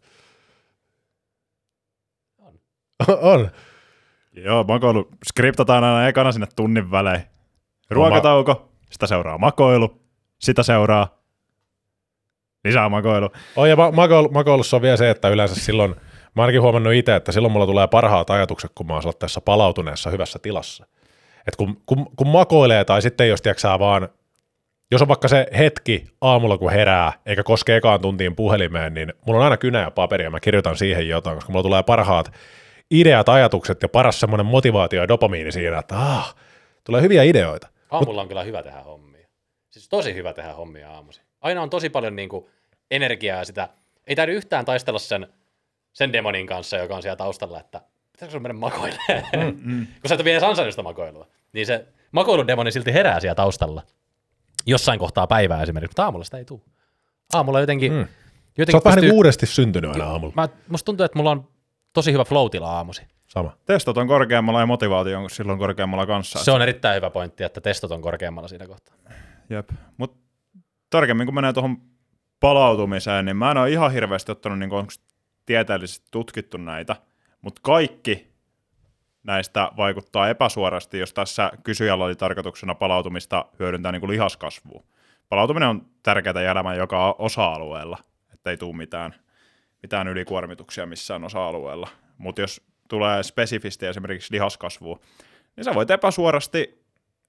On.
Joo, makoilu skriptataan aina ekana sinne tunnin välein. Ruokatauko, sitä seuraa makoilu, sitä seuraa lisää makoilu.
Ja makoilussa on vielä se, että yleensä silloin, mä ainakin huomannut itse, että silloin mulla tulee parhaat ajatukset, kun mä oon tässä palautuneessa hyvässä tilassa. Et kun makoilee tai sitten jos tiiäksää vaan, jos on vaikka se hetki aamulla kun herää, eikä koske ekaan tuntiin puhelimeen, niin mulla on aina kynä ja paperi ja mä kirjoitan siihen jotain, koska mulla tulee parhaat ideat, ajatukset ja paras semmoinen motivaatio ja dopamiini siinä, että tulee hyviä ideoita.
Aamulla on kyllä hyvä tehdä hommia. Siis tosi hyvä tehdä hommia aamuisin. Aina on tosi paljon niinku energiaa sitä. Ei täydy yhtään taistella sen demonin kanssa, joka on siellä taustalla, että pitääkö sun mennä makoilemaan? Kun sä et ole vielä ansainnut sitä makoilua. Niin se makoiludemoni silti herää siellä taustalla. Jossain kohtaa päivää esimerkiksi, mutta aamulla sitä ei tule. Aamulla jotenkin
sä oot vähän niin uudesti syntynyt aina aamulla.
Musta tuntuu, että mulla on tosi hyvä flow-tila aamuisin.
Sama.
Testot on korkeammalla ja motivaatio on silloin korkeammalla kanssa.
Se on erittäin hyvä pointti, että testot on korkeammalla siinä kohtaa.
Jep, mutta tarkemmin kun menee tuohon palautumiseen, niin mä en ole ihan hirveästi ottanut, niin onko tieteellisesti tutkittu näitä, mutta kaikki näistä vaikuttaa epäsuorasti, jos tässä kysyjällä oli tarkoituksena palautumista hyödyntää niin kuin lihaskasvua. Palautuminen on tärkeää elämän joka osa-alueella, ettei tule mitään ylikuormituksia missään osa-alueella. Mutta jos tulee spesifisti esimerkiksi lihaskasvua, niin sä voit epäsuorasti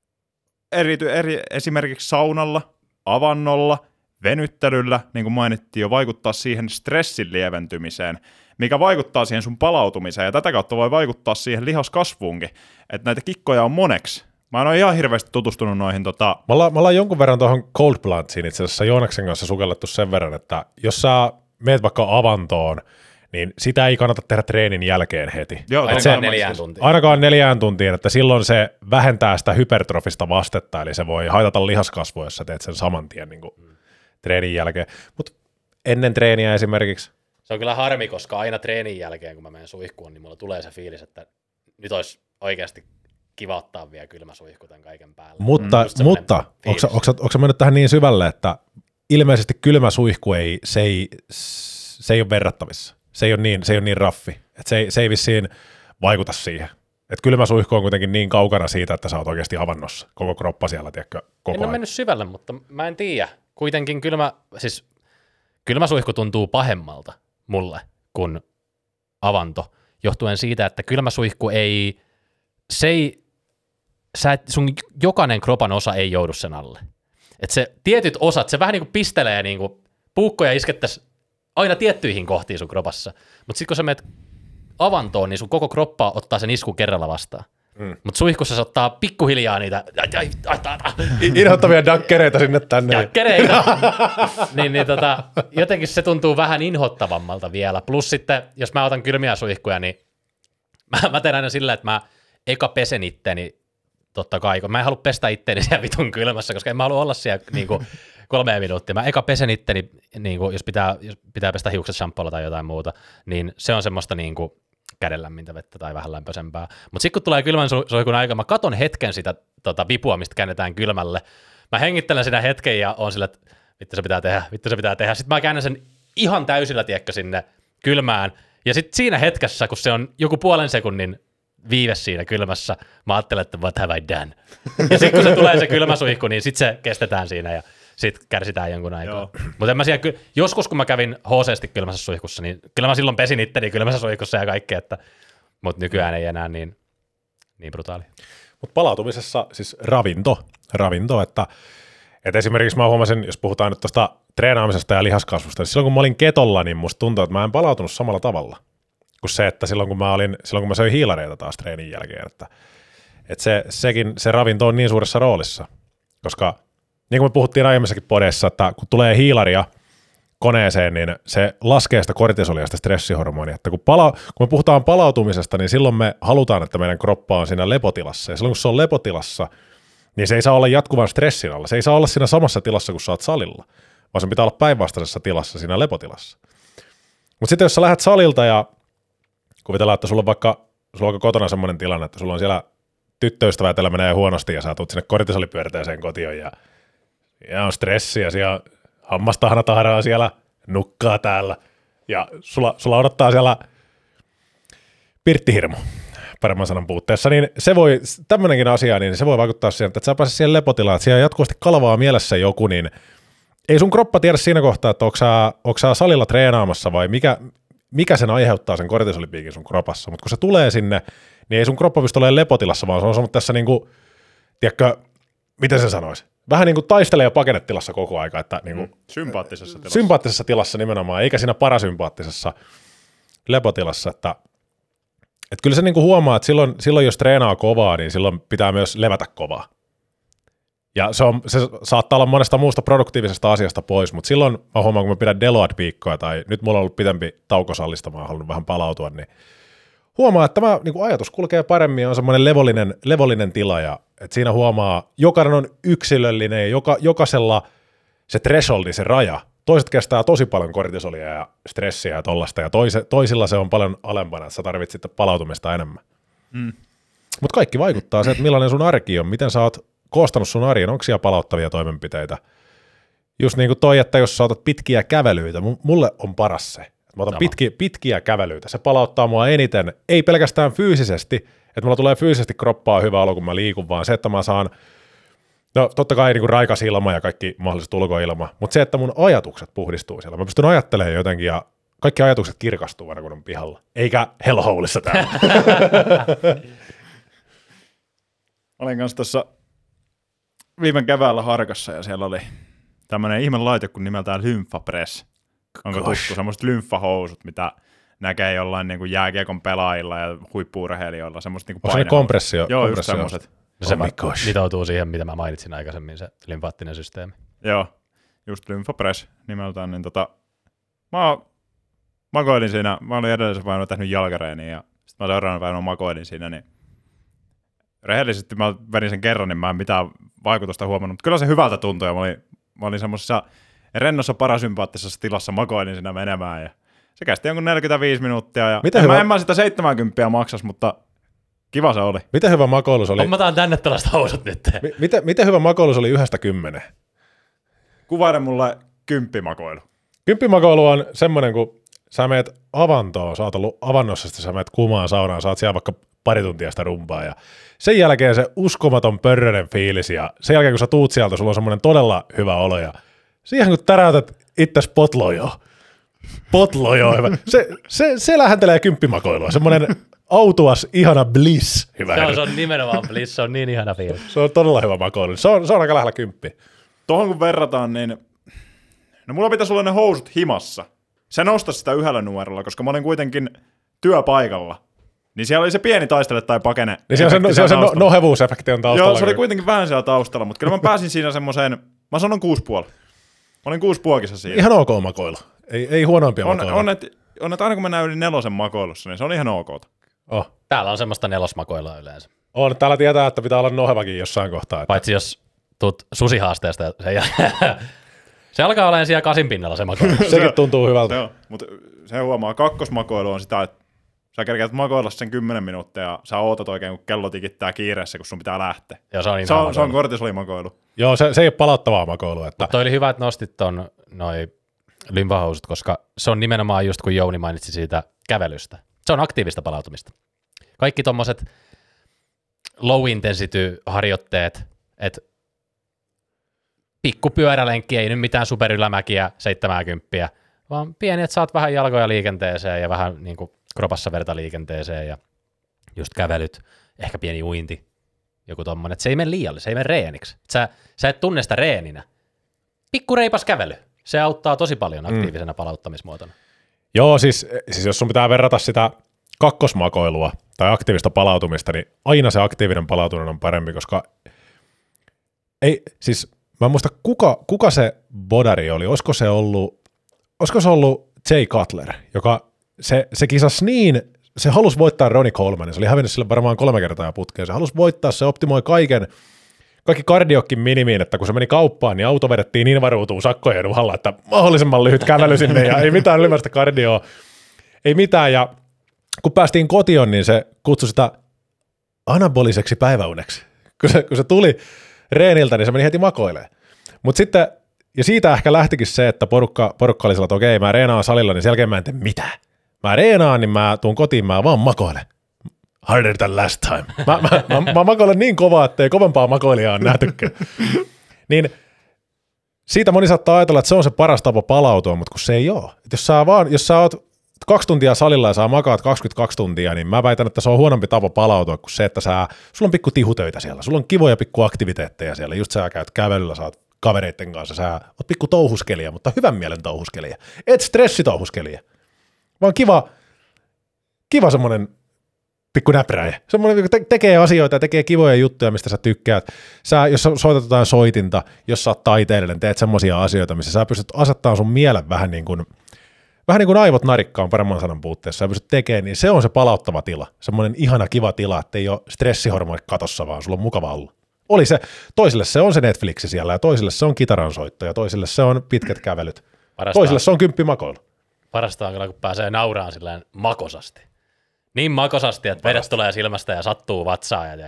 esimerkiksi saunalla, avannolla, venyttelyllä, niin kuin mainittiin jo, vaikuttaa siihen stressin lieventymiseen, mikä vaikuttaa siihen sun palautumiseen, ja tätä kautta voi vaikuttaa siihen lihaskasvuunkin, että näitä kikkoja on moneksi. Mä en ole ihan hirveästi tutustunut noihin. Me
ollaan jonkun verran tuohon Cold Plantsiin itse asiassa Joonaksen kanssa sukellettu sen verran, että jos sä meet vaikka avantoon, niin sitä ei kannata tehdä treenin jälkeen heti.
Joo,
Ainakaan 4 tuntia.
Ainakaan 4 tuntiin, että silloin se vähentää sitä hypertrofista vastetta, eli se voi haitata lihaskasvua, jos sä teet sen saman tien niin kuin treenin jälkeen. Mutta ennen treeniä esimerkiksi.
Se on kyllä harmi, koska aina treenin jälkeen, kun mä menen suihkuun, niin mulla tulee se fiilis, että nyt olisi oikeasti kiva ottaa vielä kylmä suihku tämän kaiken päälle.
Mutta onko sä mennyt tähän niin syvälle, että ilmeisesti kylmä suihku se ei ole verrattavissa. Se ei ole niin raffi. Että se ei vissiin vaikuta siihen. Että kylmä suihku on kuitenkin niin kaukana siitä, että sä oot oikeasti avannossa. Koko kroppa siellä, tiedätkö, koko ajan.
En ole mennyt syvälle, mutta mä en tiedä. Kuitenkin kylmä suihku tuntuu pahemmalta mulle kuin avanto, johtuen siitä, että kylmä suihku sun jokainen kropan osa ei joudu sen alle. Et se tietyt osat, se vähän niin kuin pistelee niin kuin puukkoja iskettäisiin aina tiettyihin kohtiin sun kropassa. Mutta sitten kun sä menet avantoon, niin sun koko kroppa ottaa sen iskun kerralla vastaan. Mutta suihkussa se ottaa pikkuhiljaa niitä
inhottavia dakkereita sinne tänne.
Dakkereita. Jotenkin se tuntuu vähän inhottavammalta vielä. Plus sitten, jos mä otan kylmiä suihkuja, niin mä teen aina sillä, että mä eka pesen itteni, totta kai, kun mä en halua pestä itteeni siellä vitun kylmässä, koska en mä halua olla siellä niinku 3 minuuttia. Mä eka pesen itteni, niinku, jos pitää pestä hiukset shampoolla tai jotain muuta, niin se on semmoista niinku kädenlämmintä vettä tai vähän lämpöisempää. Mutta sitten kun tulee kylmän suihkun aika, mä katon hetken sitä vipua, mistä käännetään kylmälle. Mä hengittelen sitä hetken ja on sillä, että vittu se pitää tehdä. Sitten mä käännän sen ihan täysillä, tiedätkö, sinne kylmään. Ja sitten siinä hetkessä, kun se on joku 0,5 sekunnin viive siinä kylmässä, mä ajattelen, että what have I done? Ja sitten kun se tulee se kylmä suihku, niin sitten se kestetään siinä ja sitten kärsitään jonkun aikaa. Mutta joskus kun mä kävin hooseesti kylmässä suihkussa, niin kyllä mä silloin pesin itteni kylmässä suihkussa ja kaikkea, mutta nykyään ei enää niin brutaali.
Mutta palautumisessa siis ravinto, että esimerkiksi mä huomasin, jos puhutaan nyt tuosta treenaamisesta ja lihaskasvusta, niin silloin kun mä olin ketolla, niin musta tuntuu, että mä en palautunut samalla tavalla kuin se, että silloin kun mä söin hiilareita taas treenin jälkeen, että se ravinto on niin suuressa roolissa, koska niin kuin me puhuttiin aiemmissakin podeissa, että kun tulee hiilaria koneeseen, niin se laskee sitä kortisolia ja sitä stressihormonia. Että kun me puhutaan palautumisesta, niin silloin me halutaan, että meidän kroppa on siinä lepotilassa. Ja silloin kun se on lepotilassa, niin se ei saa olla jatkuvan stressin alla. Se ei saa olla siinä samassa tilassa, kun sä oot salilla, vaan se pitää olla päinvastaisessa tilassa siinä lepotilassa. Mutta sitten jos sä lähdet salilta ja kuvitellaan, että sulla on kotona semmoinen tilanne, että sulla on siellä tyttöystävä, ja menee huonosti ja sä tulet sinne kortisolipyörteeseen kotiin ja on stressi ja siellä hammastahana tahraa siellä, nukkaa täällä ja sulla odottaa siellä pirttihirmu paremman sanan puutteessa, niin se voi, tämmöinenkin asia, niin se voi vaikuttaa siihen, että sä pääset siihen lepotilaan, että siellä jatkuvasti kalvaa mielessä joku, niin ei sun kroppa tiedä siinä kohtaa, että onko sä salilla treenaamassa vai mikä sen aiheuttaa sen kortisolipiikin sun kropassa, mutta kun se tulee sinne, niin ei sun kroppa pysty olemaan lepotilassa, vaan se on tässä niinku, tiedätkö, miten se sanoisi? Vähän niin kuin taistelee ja pakenetilassa koko aika. Että niinku, sympaattisessa tilassa nimenomaan, eikä siinä parasympaattisessa lepotilassa. Että kyllä se niinku huomaa, että silloin jos treenaa kovaa, niin silloin pitää myös levätä kovaa. Ja se saattaa olla monesta muusta produktiivisesta asiasta pois, mutta silloin mä huomaan, kun mä pidän deload-viikkoja tai nyt mulla on ollut pitempi taukosallista, mä oon halunnut vähän palautua, niin huomaa, että tämä niin ajatus kulkee paremmin ja on semmoinen levollinen tila ja että siinä huomaa, jokainen on yksilöllinen ja jokaisella se thresholdi, se raja. Toiset kestää tosi paljon kortisolia ja stressiä ja tollasta ja toisilla se on paljon alempana, että sä tarvitset sitten palautumista enemmän. Mutta kaikki vaikuttaa se, että millainen sun arki on, miten sä oot koostanut sun arjen, onko siellä palauttavia toimenpiteitä. Just niin kuin toi, että jos sä otat pitkiä kävelyitä, mulle on paras se. Mä otan pitkiä kävelyitä, se palauttaa mua eniten, ei pelkästään fyysisesti, että mulla tulee fyysisesti kroppaa hyvä olo, kun mä liikun, vaan se, että mä saan, no totta kai niin kuin raikas ilma ja kaikki mahdolliset ulkoilma, mutta se, että mun ajatukset puhdistuu siellä. Mä pystyn ajattelemaan jotenkin ja kaikki ajatukset kirkastuu aina, kun on pihalla, eikä hellholeissa täällä.
Olin kanssa tuossa viime keväällä Harkassa ja siellä oli tämmöinen ihme laite kuin nimeltään Lymphapress. Onko tuttu semmoiset lymfahousut, mitä näkee jollain niin kuin jääkiekon pelaajilla ja huippu-urheilijoilla, semmoiset niin kuin
onko se kompressio?
Joo, just semmoiset.
Se mitoutuu siihen, mitä mä mainitsin aikaisemmin, se lymfaattinen systeemi.
Joo, just Lymphapress nimeltään, niin mä makoilin siinä, mä olin edellisen päivänä tehnyt jalkareeniä ja sitten mä seuraavana päivänä makoilin siinä, niin rehellisesti mä vedin sen kerran, niin mä en mitään vaikutusta huomannut, mutta kyllä se hyvältä tuntui ja mä olin semmoisessa rennossa parasympaattisessa tilassa, makoilin siinä menemään ja se kesti jonkun 45 minuuttia ja en mä sitä 70 maksas, mutta kiva se oli.
Miten hyvä makoilus oli?
Hommataan tänne tällaista housut nyt.
Miten hyvä makoilus oli 1-10?
Kuvaile mulle 10 makoilu.
10 makoilu on semmoinen, kun sä meet avantoon, sä oot ollut avannossa, sitten sä meet kuumaan saunaan, saat siellä vaikka pari tuntia sitä rumpaa ja sen jälkeen se uskomaton pörrönen fiilis ja sen jälkeen kun sä tuut sieltä, sulla on semmoinen todella hyvä olo ja siihen kun täräytät itses potlojoa, hyvä. Se lähentelee 10 makoilua, semmoinen autuas, ihana bliss, hyvä.
Se on nimenomaan bliss, se on niin ihana fiilis.
Se on todella hyvä makoilu, se on aika lähellä 10.
Tuohon kun verrataan, niin no mulla pitäisi olla ne housut himassa. Se nostaisi sitä yhdellä numerolla, koska mä olin kuitenkin työpaikalla. Niin siellä oli se pieni taistele tai pakene.
Niin siellä on se nohevuusefekti on taustalla.
Joo, se oli kuitenkin vähän siellä taustalla, mutta kyllä mä pääsin siinä semmoiseen, mä sanon 6,5. Mä olin 6,5 siinä.
Ihan ok makoilu. Ei huonompia makoiluja.
On, että aina kun mennään yli 4 makoilussa, niin se on ihan ok.
Oh. Täällä on semmoista 4-makoilua yleensä.
On, täällä tietää, että pitää olla nohevakin jossain kohtaa. Että...
Paitsi jos tuut susihaasteesta, se alkaa olemaan siellä 8 pinnalla se makoilu.
Sekin tuntuu hyvältä.
Joo, mutta se huomaa, kakkosmakoilu on sitä, että sä kerkeät makoilla sen 10 minuuttia ja sä ootat oikein, kun kello tikittää kiireessä, kun sun pitää lähteä.
Joo, se
on kortisolimakoilu.
Joo, se ei ole palauttavaa makoilua. Että...
Toi oli hyvä, että nostit ton noi lymfahousut, koska se on nimenomaan just kun Jouni mainitsi siitä kävelystä. Se on aktiivista palautumista. Kaikki tommoset low intensity harjoitteet, että pikkupyörälenkki, ei nyt mitään superylämäkiä 70, vaan pieni, että saat vähän jalkoja liikenteeseen ja vähän niin kuin kropassa verta liikenteeseen ja just kävelyt, ehkä pieni uinti, joku tommonen, että se ei mene liialle, se ei mene reeniksi. Sä et tunne sitä reeninä. Pikku reipas kävely, se auttaa tosi paljon aktiivisena palauttamismuotona.
Joo, siis jos sun pitää verrata sitä kakkosmakoilua tai aktiivista palautumista, niin aina se aktiivinen palautuminen on parempi, koska mä en muista kuka se bodari oli, olisiko se ollut Jay Cutler, joka se kisasi niin, se halusi voittaa Ronnie Coleman, se oli hävinnyt sille varmaan 3 kertaa putkeen, se halusi voittaa, se optimoi kaikki kardiokin minimiin, että kun se meni kauppaan, niin auto vedettiin niin varuutuun sakkojen uhalla, että mahdollisimman lyhyt kävely sinne ja ei mitään ylimääräistä kardioa, ei mitään, ja kun päästiin kotiin, niin se kutsui sitä anaboliseksi päiväuneksi. Kun se tuli reeniltä, niin se meni heti makoilemaan. Mutta sitten, ja siitä ehkä lähtikin se, että porukka oli sillä, että okei, mä reenaan salilla, niin sen jälkeen mä en tee mitään. Mä reenaan, niin mä tuun kotiin, mä vaan makoilen. Harder than last time. Mä makoilen niin kovaa, että ei kovempaa makoilijaa nähtykään. Niin siitä moni saattaa ajatella, että se on se paras tapa palautua, mutta kun se ei ole. Jos sä oot 2 tuntia salilla ja sä makaat 22 tuntia, niin mä väitän, että se on huonompi tapa palautua kuin se, että sulla on pikku tihutöitä siellä, sulla on kivoja pikku aktiviteetteja siellä, just sä käyt kävelyllä, sä oot kavereitten kanssa, sä oot pikku touhuskelia, mutta hyvän mielen touhuskelia, et stressitouhuskelia, vaan kiva semmoinen pikku näpräjä, semmoinen, joka tekee asioita ja tekee kivoja juttuja, mistä sä tykkäät. Jos sä soitat jotain soitinta, jos sä oot taiteellinen, teet semmoisia asioita, missä sä pystyt asettamaan sun mielen vähän niin kuin aivot narikkaan paremman sanan puutteessa, sä pystyt tekemään, niin se on se palauttava tila. Semmoinen ihana kiva tila, että ei ole stressihormonit katossa, vaan sulla on mukava olla. Toisille se on se Netflix siellä, ja toisille se on kitaransoitto, ja toisille se on pitkät kävelyt. Toisille se on 10 makoilu.
Parasta on kyllä, kun pääsee nauraan silleen makosasti. Niin makosasti, että vedet tulee silmästä ja sattuu vatsaan. Ja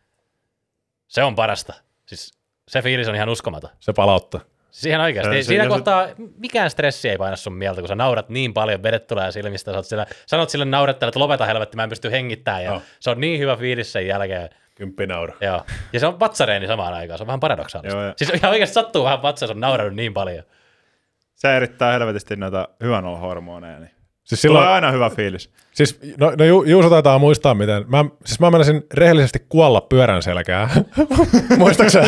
se on parasta. Siis se fiilis on ihan uskomaton.
Se palauttaa.
Siis ihan oikeasti. Siinä kohtaa mikään stressi ei paina sun mieltä, kun sä naurat niin paljon, vedet tulee silmistä, sanot sille naurettajalle, että lopeta helvetti, mä en pysty hengittämään. Ja se on niin hyvä fiilis sen jälkeen.
10 nauru.
Joo. Ja se on vatsareeni samaan aikaan, se on vähän paradoksaalista. Joo, siis ihan oikeasti sattuu vähän vatsaa, se on naurannut niin paljon.
Se erittää helvetisti näitä hyvän olon hormoneja, niin
siis
tulee aina hyvä fiilis.
Siis, no Juuso taitaa muistaa, miten. Mä menisin rehellisesti kuolla pyörän selkään. Muistaaksä?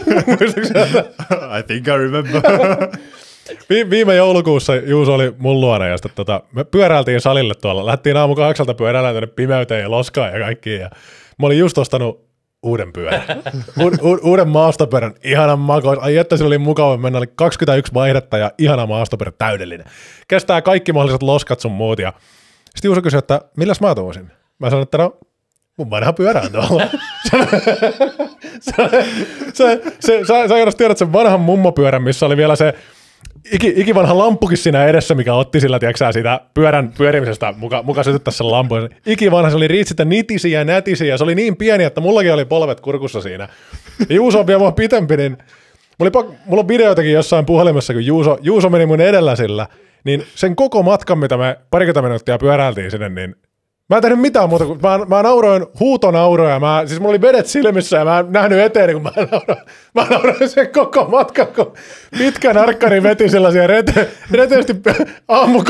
I think I remember.
Viime joulukuussa Juuso oli mun luona ja sitten me pyöräiltiin salille tuolla. Lähdettiin aamu 8 pyöräillään tänne pimeyteen ja loskaan ja kaikkiin. Ja mä olin just ostanut uuden pyörän. Uuden maastopyörän, ihanan makois. Ai että se oli mukava mennä, oli 21 vaihdetta ja ihana maastopyörä, täydellinen. Kestää kaikki mahdolliset loskat sun muut. Ja sitten Juuso kysyi, että milläs mä tuusin? Mä sanoin, että no, mun vanha pyörä on tuolla. Sä joudut tiedät sen vanhan mummopyörän, missä oli vielä se ikivanha lampukin siinä edessä, mikä otti sillä, tiedätkö siitä pyörän pyörimisestä mukaan sytyttää sen lampun. Ikivanha, se oli riitsitä nitisiä ja nätisiä, ja se oli niin pieni, että mullakin oli polvet kurkussa siinä. Ja Juuso on vielä mua pitempi, niin mulla on videoitakin jossain puhelimessa, kun Juuso meni mun edellä sillä, niin sen koko matkan, mitä me 20 minuuttia pyöräiltiin sinne, niin mä en tehnyt mitään muuta, kun mä nauroin huutonauroja, siis mulla oli vedet silmissä ja mä en nähnyt eteen, kun mä nauroin sen koko matkan, kun pitkä narkkari veti sellaisia reteesti aamu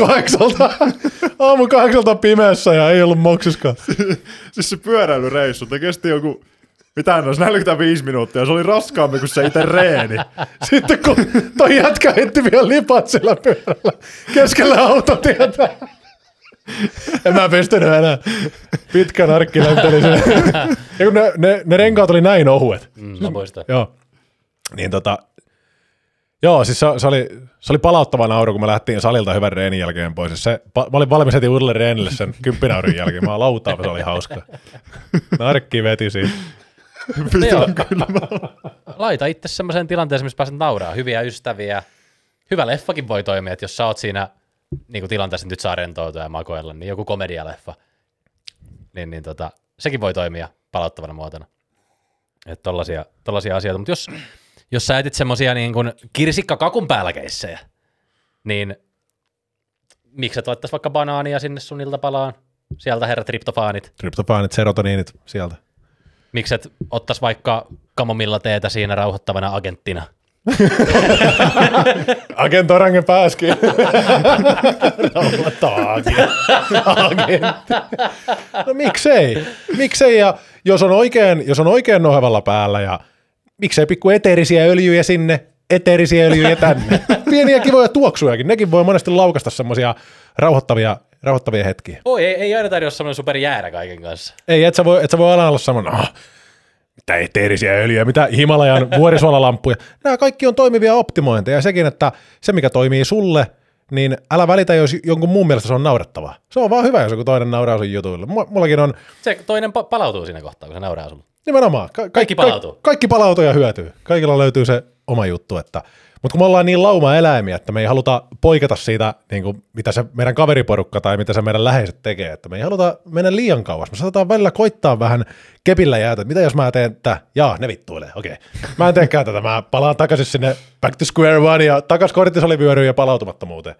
8 pimeässä ja ei ollut moksiskaan.
Siis se pyöräilyreissu, te kesti joku, mitä en olisi, 45 minuuttia, se oli raskaampi kuin se itse reeni.
Sitten kun toi jätkä heitti vielä lipat sillä pyörällä keskellä autotietä. En mä pystynyt enää. Pitkä narkki lenteli sen. Ja kun ne renkaat oli näin ohuet.
Mä muistan.
Joo. Niin joo, siis se oli palauttava nauru, kun me lähtiin salilta hyvän reenin jälkeen pois. Mä olin valmis heti uudelle reenille sen 10 naurin jälkeen. Mä lautaan, se oli hauska. Narkki veti siinä.
Laita itse semmoiseen tilanteeseen, missä pääset nauraa. Hyviä ystäviä. Hyvä leffakin voi toimia, että jos sä oot siinä niin tilanteessa, nyt saa rentoutua ja makoilla, niin joku komedialeffa. Niin sekin voi toimia palauttavana muotona. Että tollaisia asioita. Mutta jos sä etit semmosia niin kuin kirsikkakakun päällä keissejä, niin miksi et laittaisi vaikka banaania sinne sun iltapalaan? Sieltä herrat triptofaanit.
Triptofaanit, serotoniinit sieltä.
Miksi et ottais vaikka kamomilla teetä siinä rauhoittavana agenttina?
Agent Orange pääskin. Agentti. No miksei ja jos on oikein nohevalla päällä ja miksei pikku eteerisiä öljyjä sinne, eteerisiä öljyjä tänne. Pieniä kivoja tuoksujakin, nekin voi monesti laukasta semmoisia rauhoittavia hetkiä.
Ei aina tarjoa semmoinen superjäärä kaiken kanssa.
Ei, et sä voi aina olla semmoinen, mitä eteerisiä öljyjä, mitä Himalajan vuorisuolalampuja. Nämä kaikki on toimivia optimointeja ja sekin, että se mikä toimii sulle, niin älä välitä, jos jonkun muun mielestä se on naurettavaa. Se on vaan hyvä, jos joku toinen nauraa sun jutuille. Mullakin on... Se
toinen palautuu siinä kohtaa, kun se nauraa sulle.
Nimenomaan.
Kaikki palautuu.
Kaikki palautuu ja hyötyy. Kaikilla löytyy se oma juttu, että... Mutta kun me ollaan niin lauma-eläimiä, että me ei haluta poiketa siitä, niin kuin, mitä se meidän kaveriporukka tai mitä se meidän läheiset tekee, että me ei haluta mennä liian kauas. Me saatetaan välillä koittaa vähän kepillä jäätä, että mitä jos mä teen tätä? Jaa, ne vittuilee, okei. Mä en teekään tätä, mä palaan takaisin sinne back to square one ja takas korttisolivyöryyn ja palautumattomuuteen.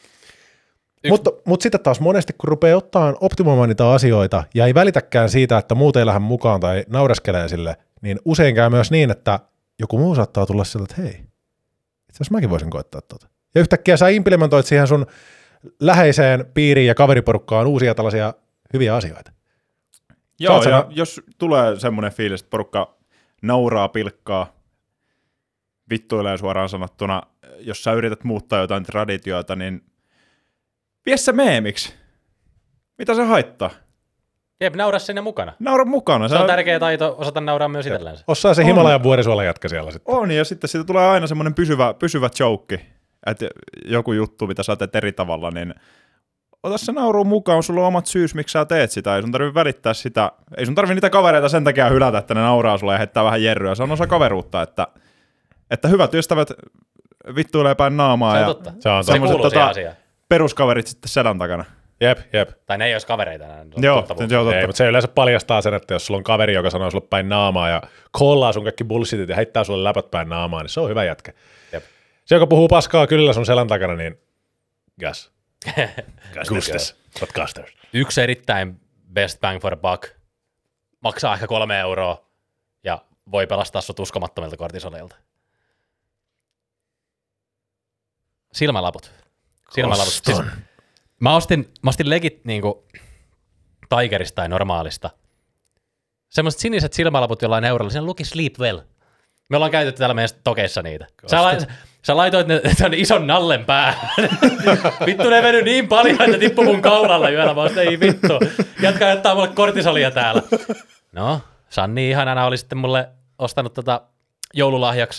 Mutta sitten taas monesti, kun rupeaa optimoimaan niitä asioita ja ei välitäkään siitä, että muut ei lähde mukaan tai naureskelee sille, niin usein käy myös niin, että joku muu saattaa tulla sillä, että hei, jos mäkin voisin koittaa tuota. Ja yhtäkkiä sä implementoit siihen sun läheiseen piiriin ja kaveriporukkaan uusia tällaisia hyviä asioita.
Joo, ja jos tulee semmoinen fiilis, että porukka nauraa, pilkkaa, vittuilee suoraan sanottuna, jos sä yrität muuttaa jotain traditioita, niin vie se meemiksi. Mitä se haittaa?
Jep, naura sinne mukana.
Naura mukana.
Se on tärkeä taito osata nauraa myös itsellensä.
Osaa se Himalajan vuorisuola jätkä siellä sitten.
On, ja sitten siitä tulee aina semmoinen pysyvä joke, että joku juttu, mitä sä teet eri tavalla, niin ota se nauruun mukaan, sulla on omat syys, miksi sä teet sitä, ei sun tarvitse välittää sitä, ei sun tarvitse niitä kavereita sen takia hylätä, että ne nauraa sulle ja heittää vähän jerryä, se on osa kaveruutta, että hyvät ystävät vittuilee päin naamaa.
Se on
ja
totta.
Se
kuuluu siihen asiaan.
Peruskaverit sitten sedän takana.
Jep.
Tai ne ei olisi kavereita enää.
Joo, se on totta.
Ei, mutta se yleensä paljastaa sen, että jos sulla on kaveri, joka sanoo sulle päin naamaa ja kollaa sun kaikki bullshitit ja heittää sulle läpät päin naamaa, niin se on hyvä jätkä.
Jep.
Se, joka puhuu paskaa kyllä sun selän takana, niin gas. Podcasters.
Yksi erittäin best bang for a buck. Maksaa ehkä 3 euroa ja voi pelastaa sut uskomattomilta kortisoleilta. Silmälaput. Siis, mä ostin legit niinku Tigerista tai normaalista. Semmoiset siniset silmälaput jollain eurolla, siinä luki Sleep Well. Me ollaan käytetty täällä meidän tokeissa niitä. Sä laitoit ne ison nallen päähän. Vittu ne mennyt niin paljon, että tippu mun kaulalla yöllä. Mä oon ei vittu. Jätkä mulle kortisolia täällä. No, Sanni ihanana oli sitten mulle ostanut joululahjaksi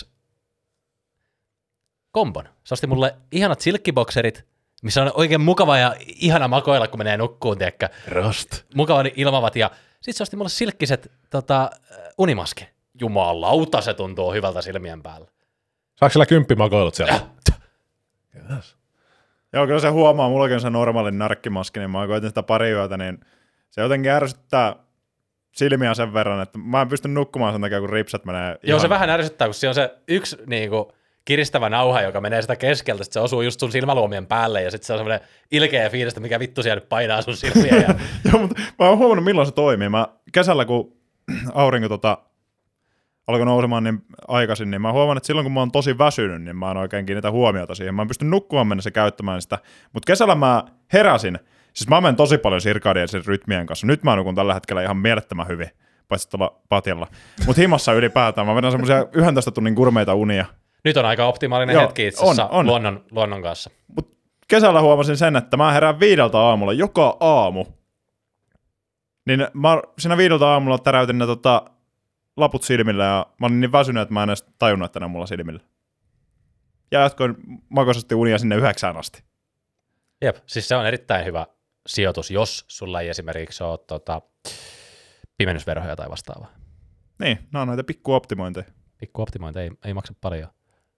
kombon. Se osti mulle ihanat silkkibokserit, missä on oikein mukava ja ihana makoilla, kun menee nukkuun, tiedäkö.
Rost.
Mukava ilmavat, ja sitten se osti mulle silkkiset unimaski. Jumalauta, se tuntuu hyvältä silmien päällä.
Saako siellä 10 makoilut siellä? Yes.
Joo, kyllä se huomaa, mullakin on se normaalin narkkimaski, niin mä koitin sitä pari yötä, niin se jotenkin ärsyttää silmiä sen verran, että mä en pysty nukkumaan sen takia, kun ripsat menee
Joo, se vähän ärsyttää, kun siinä on se yksi niinku kiristävä nauha, joka menee sitä keskeltä, sit se osuu just sun silmäluomien päälle, ja sitten se on semmoinen ilkeä fiilis, että mikä vittu siellä nyt painaa sun silmiä. Ja...
Joo, mutta mä oon huomannut, milloin se toimii. Mä kesällä, kun aurinko alkoi nousemaan niin aikaisin, niin mä huomaan, että silloin kun mä oon tosi väsynyt, niin mä en oikein kiinnitä huomiota siihen. Mä en pysty nukkumaan mennessä käyttämään sitä. Mutta kesällä mä heräsin. Siis mä menen tosi paljon sirkadiaisen rytmien kanssa. Nyt mä nukun tällä hetkellä ihan mielettömän hyvin, paitsi tuolla patjalla. Mutta himassa ylipäätään. Mä vedän semmoisia 11 tunnin kurmeita unia.
Nyt on aika optimaalinen hetki itse asiassa luonnon kanssa.
Mut kesällä huomasin sen, että mä herään 5 aamulla joka aamu. Niin mä siinä 5 aamulla täräytin ne laput silmillä ja mä olin niin väsynyt, että mä en edes tajunnut, että ne on mulla silmillä. Ja jatkoin makoisesti unia sinne 9 asti.
Jep, siis se on erittäin hyvä sijoitus, jos sulla ei esimerkiksi ole pimennysverhoja tai vastaavaa.
Niin, nämä on näitä pikkuoptimointeja.
Pikkuoptimointeja ei maksa paljon.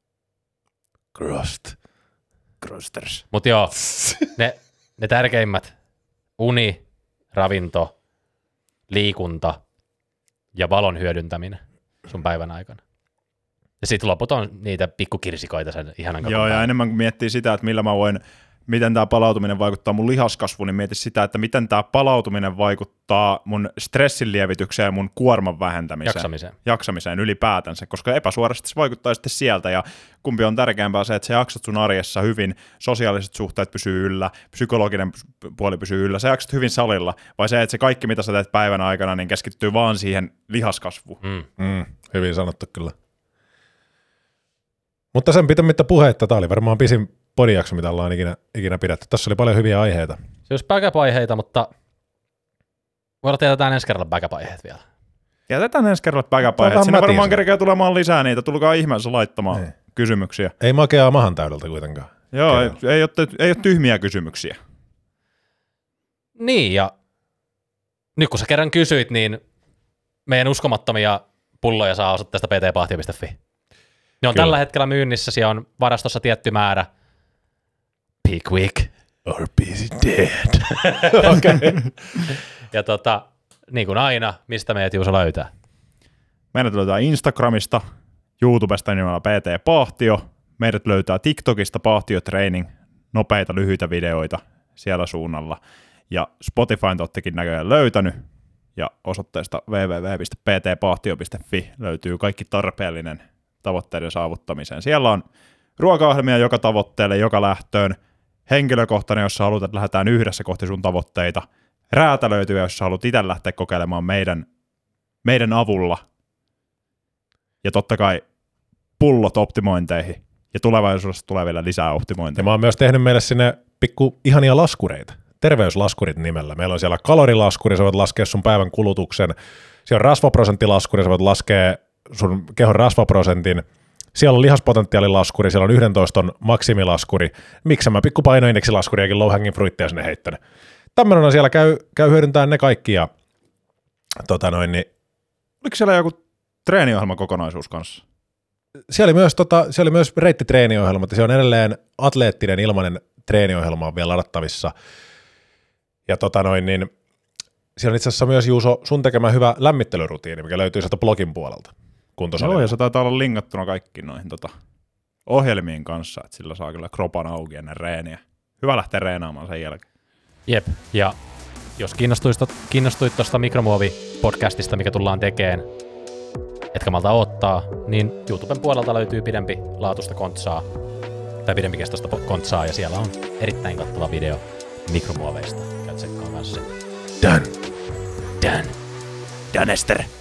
Crosters.
Mutta joo, ne tärkeimmät, uni, ravinto, liikunta ja valon hyödyntäminen sun päivän aikana. Ja sitten loput on niitä pikkukirsikoita sen ihanan
Joo, ja enemmän kuin miettii sitä, että miten tämä palautuminen vaikuttaa mun lihaskasvuun, niin mieti sitä, että miten tämä palautuminen vaikuttaa mun stressin lievitykseen ja mun kuorman vähentämiseen. Jaksamiseen ylipäätänsä, koska epäsuorasti se vaikuttaa sitten sieltä, ja kumpi on tärkeämpää se, että sä jaksat sun arjessa hyvin, sosiaaliset suhteet pysyy yllä, psykologinen puoli pysyy yllä, sä jaksat hyvin salilla, vai se, että se kaikki, mitä sä teet päivän aikana, niin keskittyy vaan siihen lihaskasvuun.
Hyvin sanottu kyllä. Mutta sen pitämättä puhetta, tämä oli varmaan pisin podijakso, mitä ollaan ikinä pidetty. Tässä oli paljon hyviä aiheita.
Se olisi backup-aiheita, mutta voidaan jätetään ensi kerralla backup-aiheet vielä.
Jätetään ensi kerralla backup-aiheet. Siinä varmaan kerkeä tulemaan lisää niitä. Tulkaa ihmeessä laittamaan kysymyksiä.
Ei makeaa mahan täydeltä kuitenkaan.
Joo, ei ole tyhmiä kysymyksiä.
Niin, ja nyt kun sä kerran kysyit, niin meidän uskomattomia pulloja saa osoitteesta ptpahtio.fi. Ne on tällä hetkellä myynnissä, siellä on varastossa tietty määrä. Be quick.
Or be dead.
Okay. Ja niin kuin aina, mistä meidät Juuso löytää?
Meidät löytää Instagramista, YouTubesta nimellä PT Pahtio. Meidät löytää TikTokista Pahtio Training, nopeita lyhyitä videoita siellä suunnalla. Ja Spotifyn te oottekin näköjään löytänyt. Ja osoitteesta www.ptpahtio.fi löytyy kaikki tarpeellinen tavoitteiden saavuttamiseen. Siellä on ruoka-ohjelmia joka tavoitteelle, joka lähtöön, henkilökohtainen, jossa haluat, että lähdetään yhdessä kohti sun tavoitteita, räätälöityjä, jossa haluat itse lähteä kokeilemaan meidän avulla, ja totta kai pullot optimointeihin, ja tulevaisuudessa tulee vielä lisää optimointeja.
Ja mä oon myös tehnyt meille sinne pikku ihania laskureita, terveyslaskurit nimellä. Meillä on siellä kalorilaskuri, sä voit laskea sun päivän kulutuksen, siellä on rasvaprosenttilaskuri, sä voit laskea sun kehon rasvaprosentin, siellä on lihaspotentiaalilaskuri, siellä on 11 maksimilaskuri, miksi mä pikku painoindeksilaskuriakin low hanging fruittia sinne heittänyt. Tämmöinen on siellä, käy hyödyntämään ne kaikki, ja niin
oliko siellä joku treeniohjelmakokonaisuus kanssa?
Siellä oli myös reittitreenijohjelma, ja se on edelleen atleettinen ilmainen treeniohjelma on vielä ladattavissa, ja niin siellä on itse asiassa myös Juuso sun tekemä hyvä lämmittelyrutiini, mikä löytyy sieltä blogin puolelta.
Joo, ja se taitaa olla linkattuna kaikki noihin ohjelmiin kanssa, että sillä saa kyllä kropan auki ennen reeniä. Hyvä lähteä reenaamaan sen jälkeen.
Jep, ja jos kiinnostuit tuosta mikromuovi-podcastista, mikä tullaan tekemään, etkä malta odottaa, niin YouTuben puolelta löytyy pidempi laatusta kontsaa, tai pidempikestoista kontsaa, ja siellä on erittäin kattava video mikromuoveista. Käy tsekkaan kanssa.
Done.
Danester.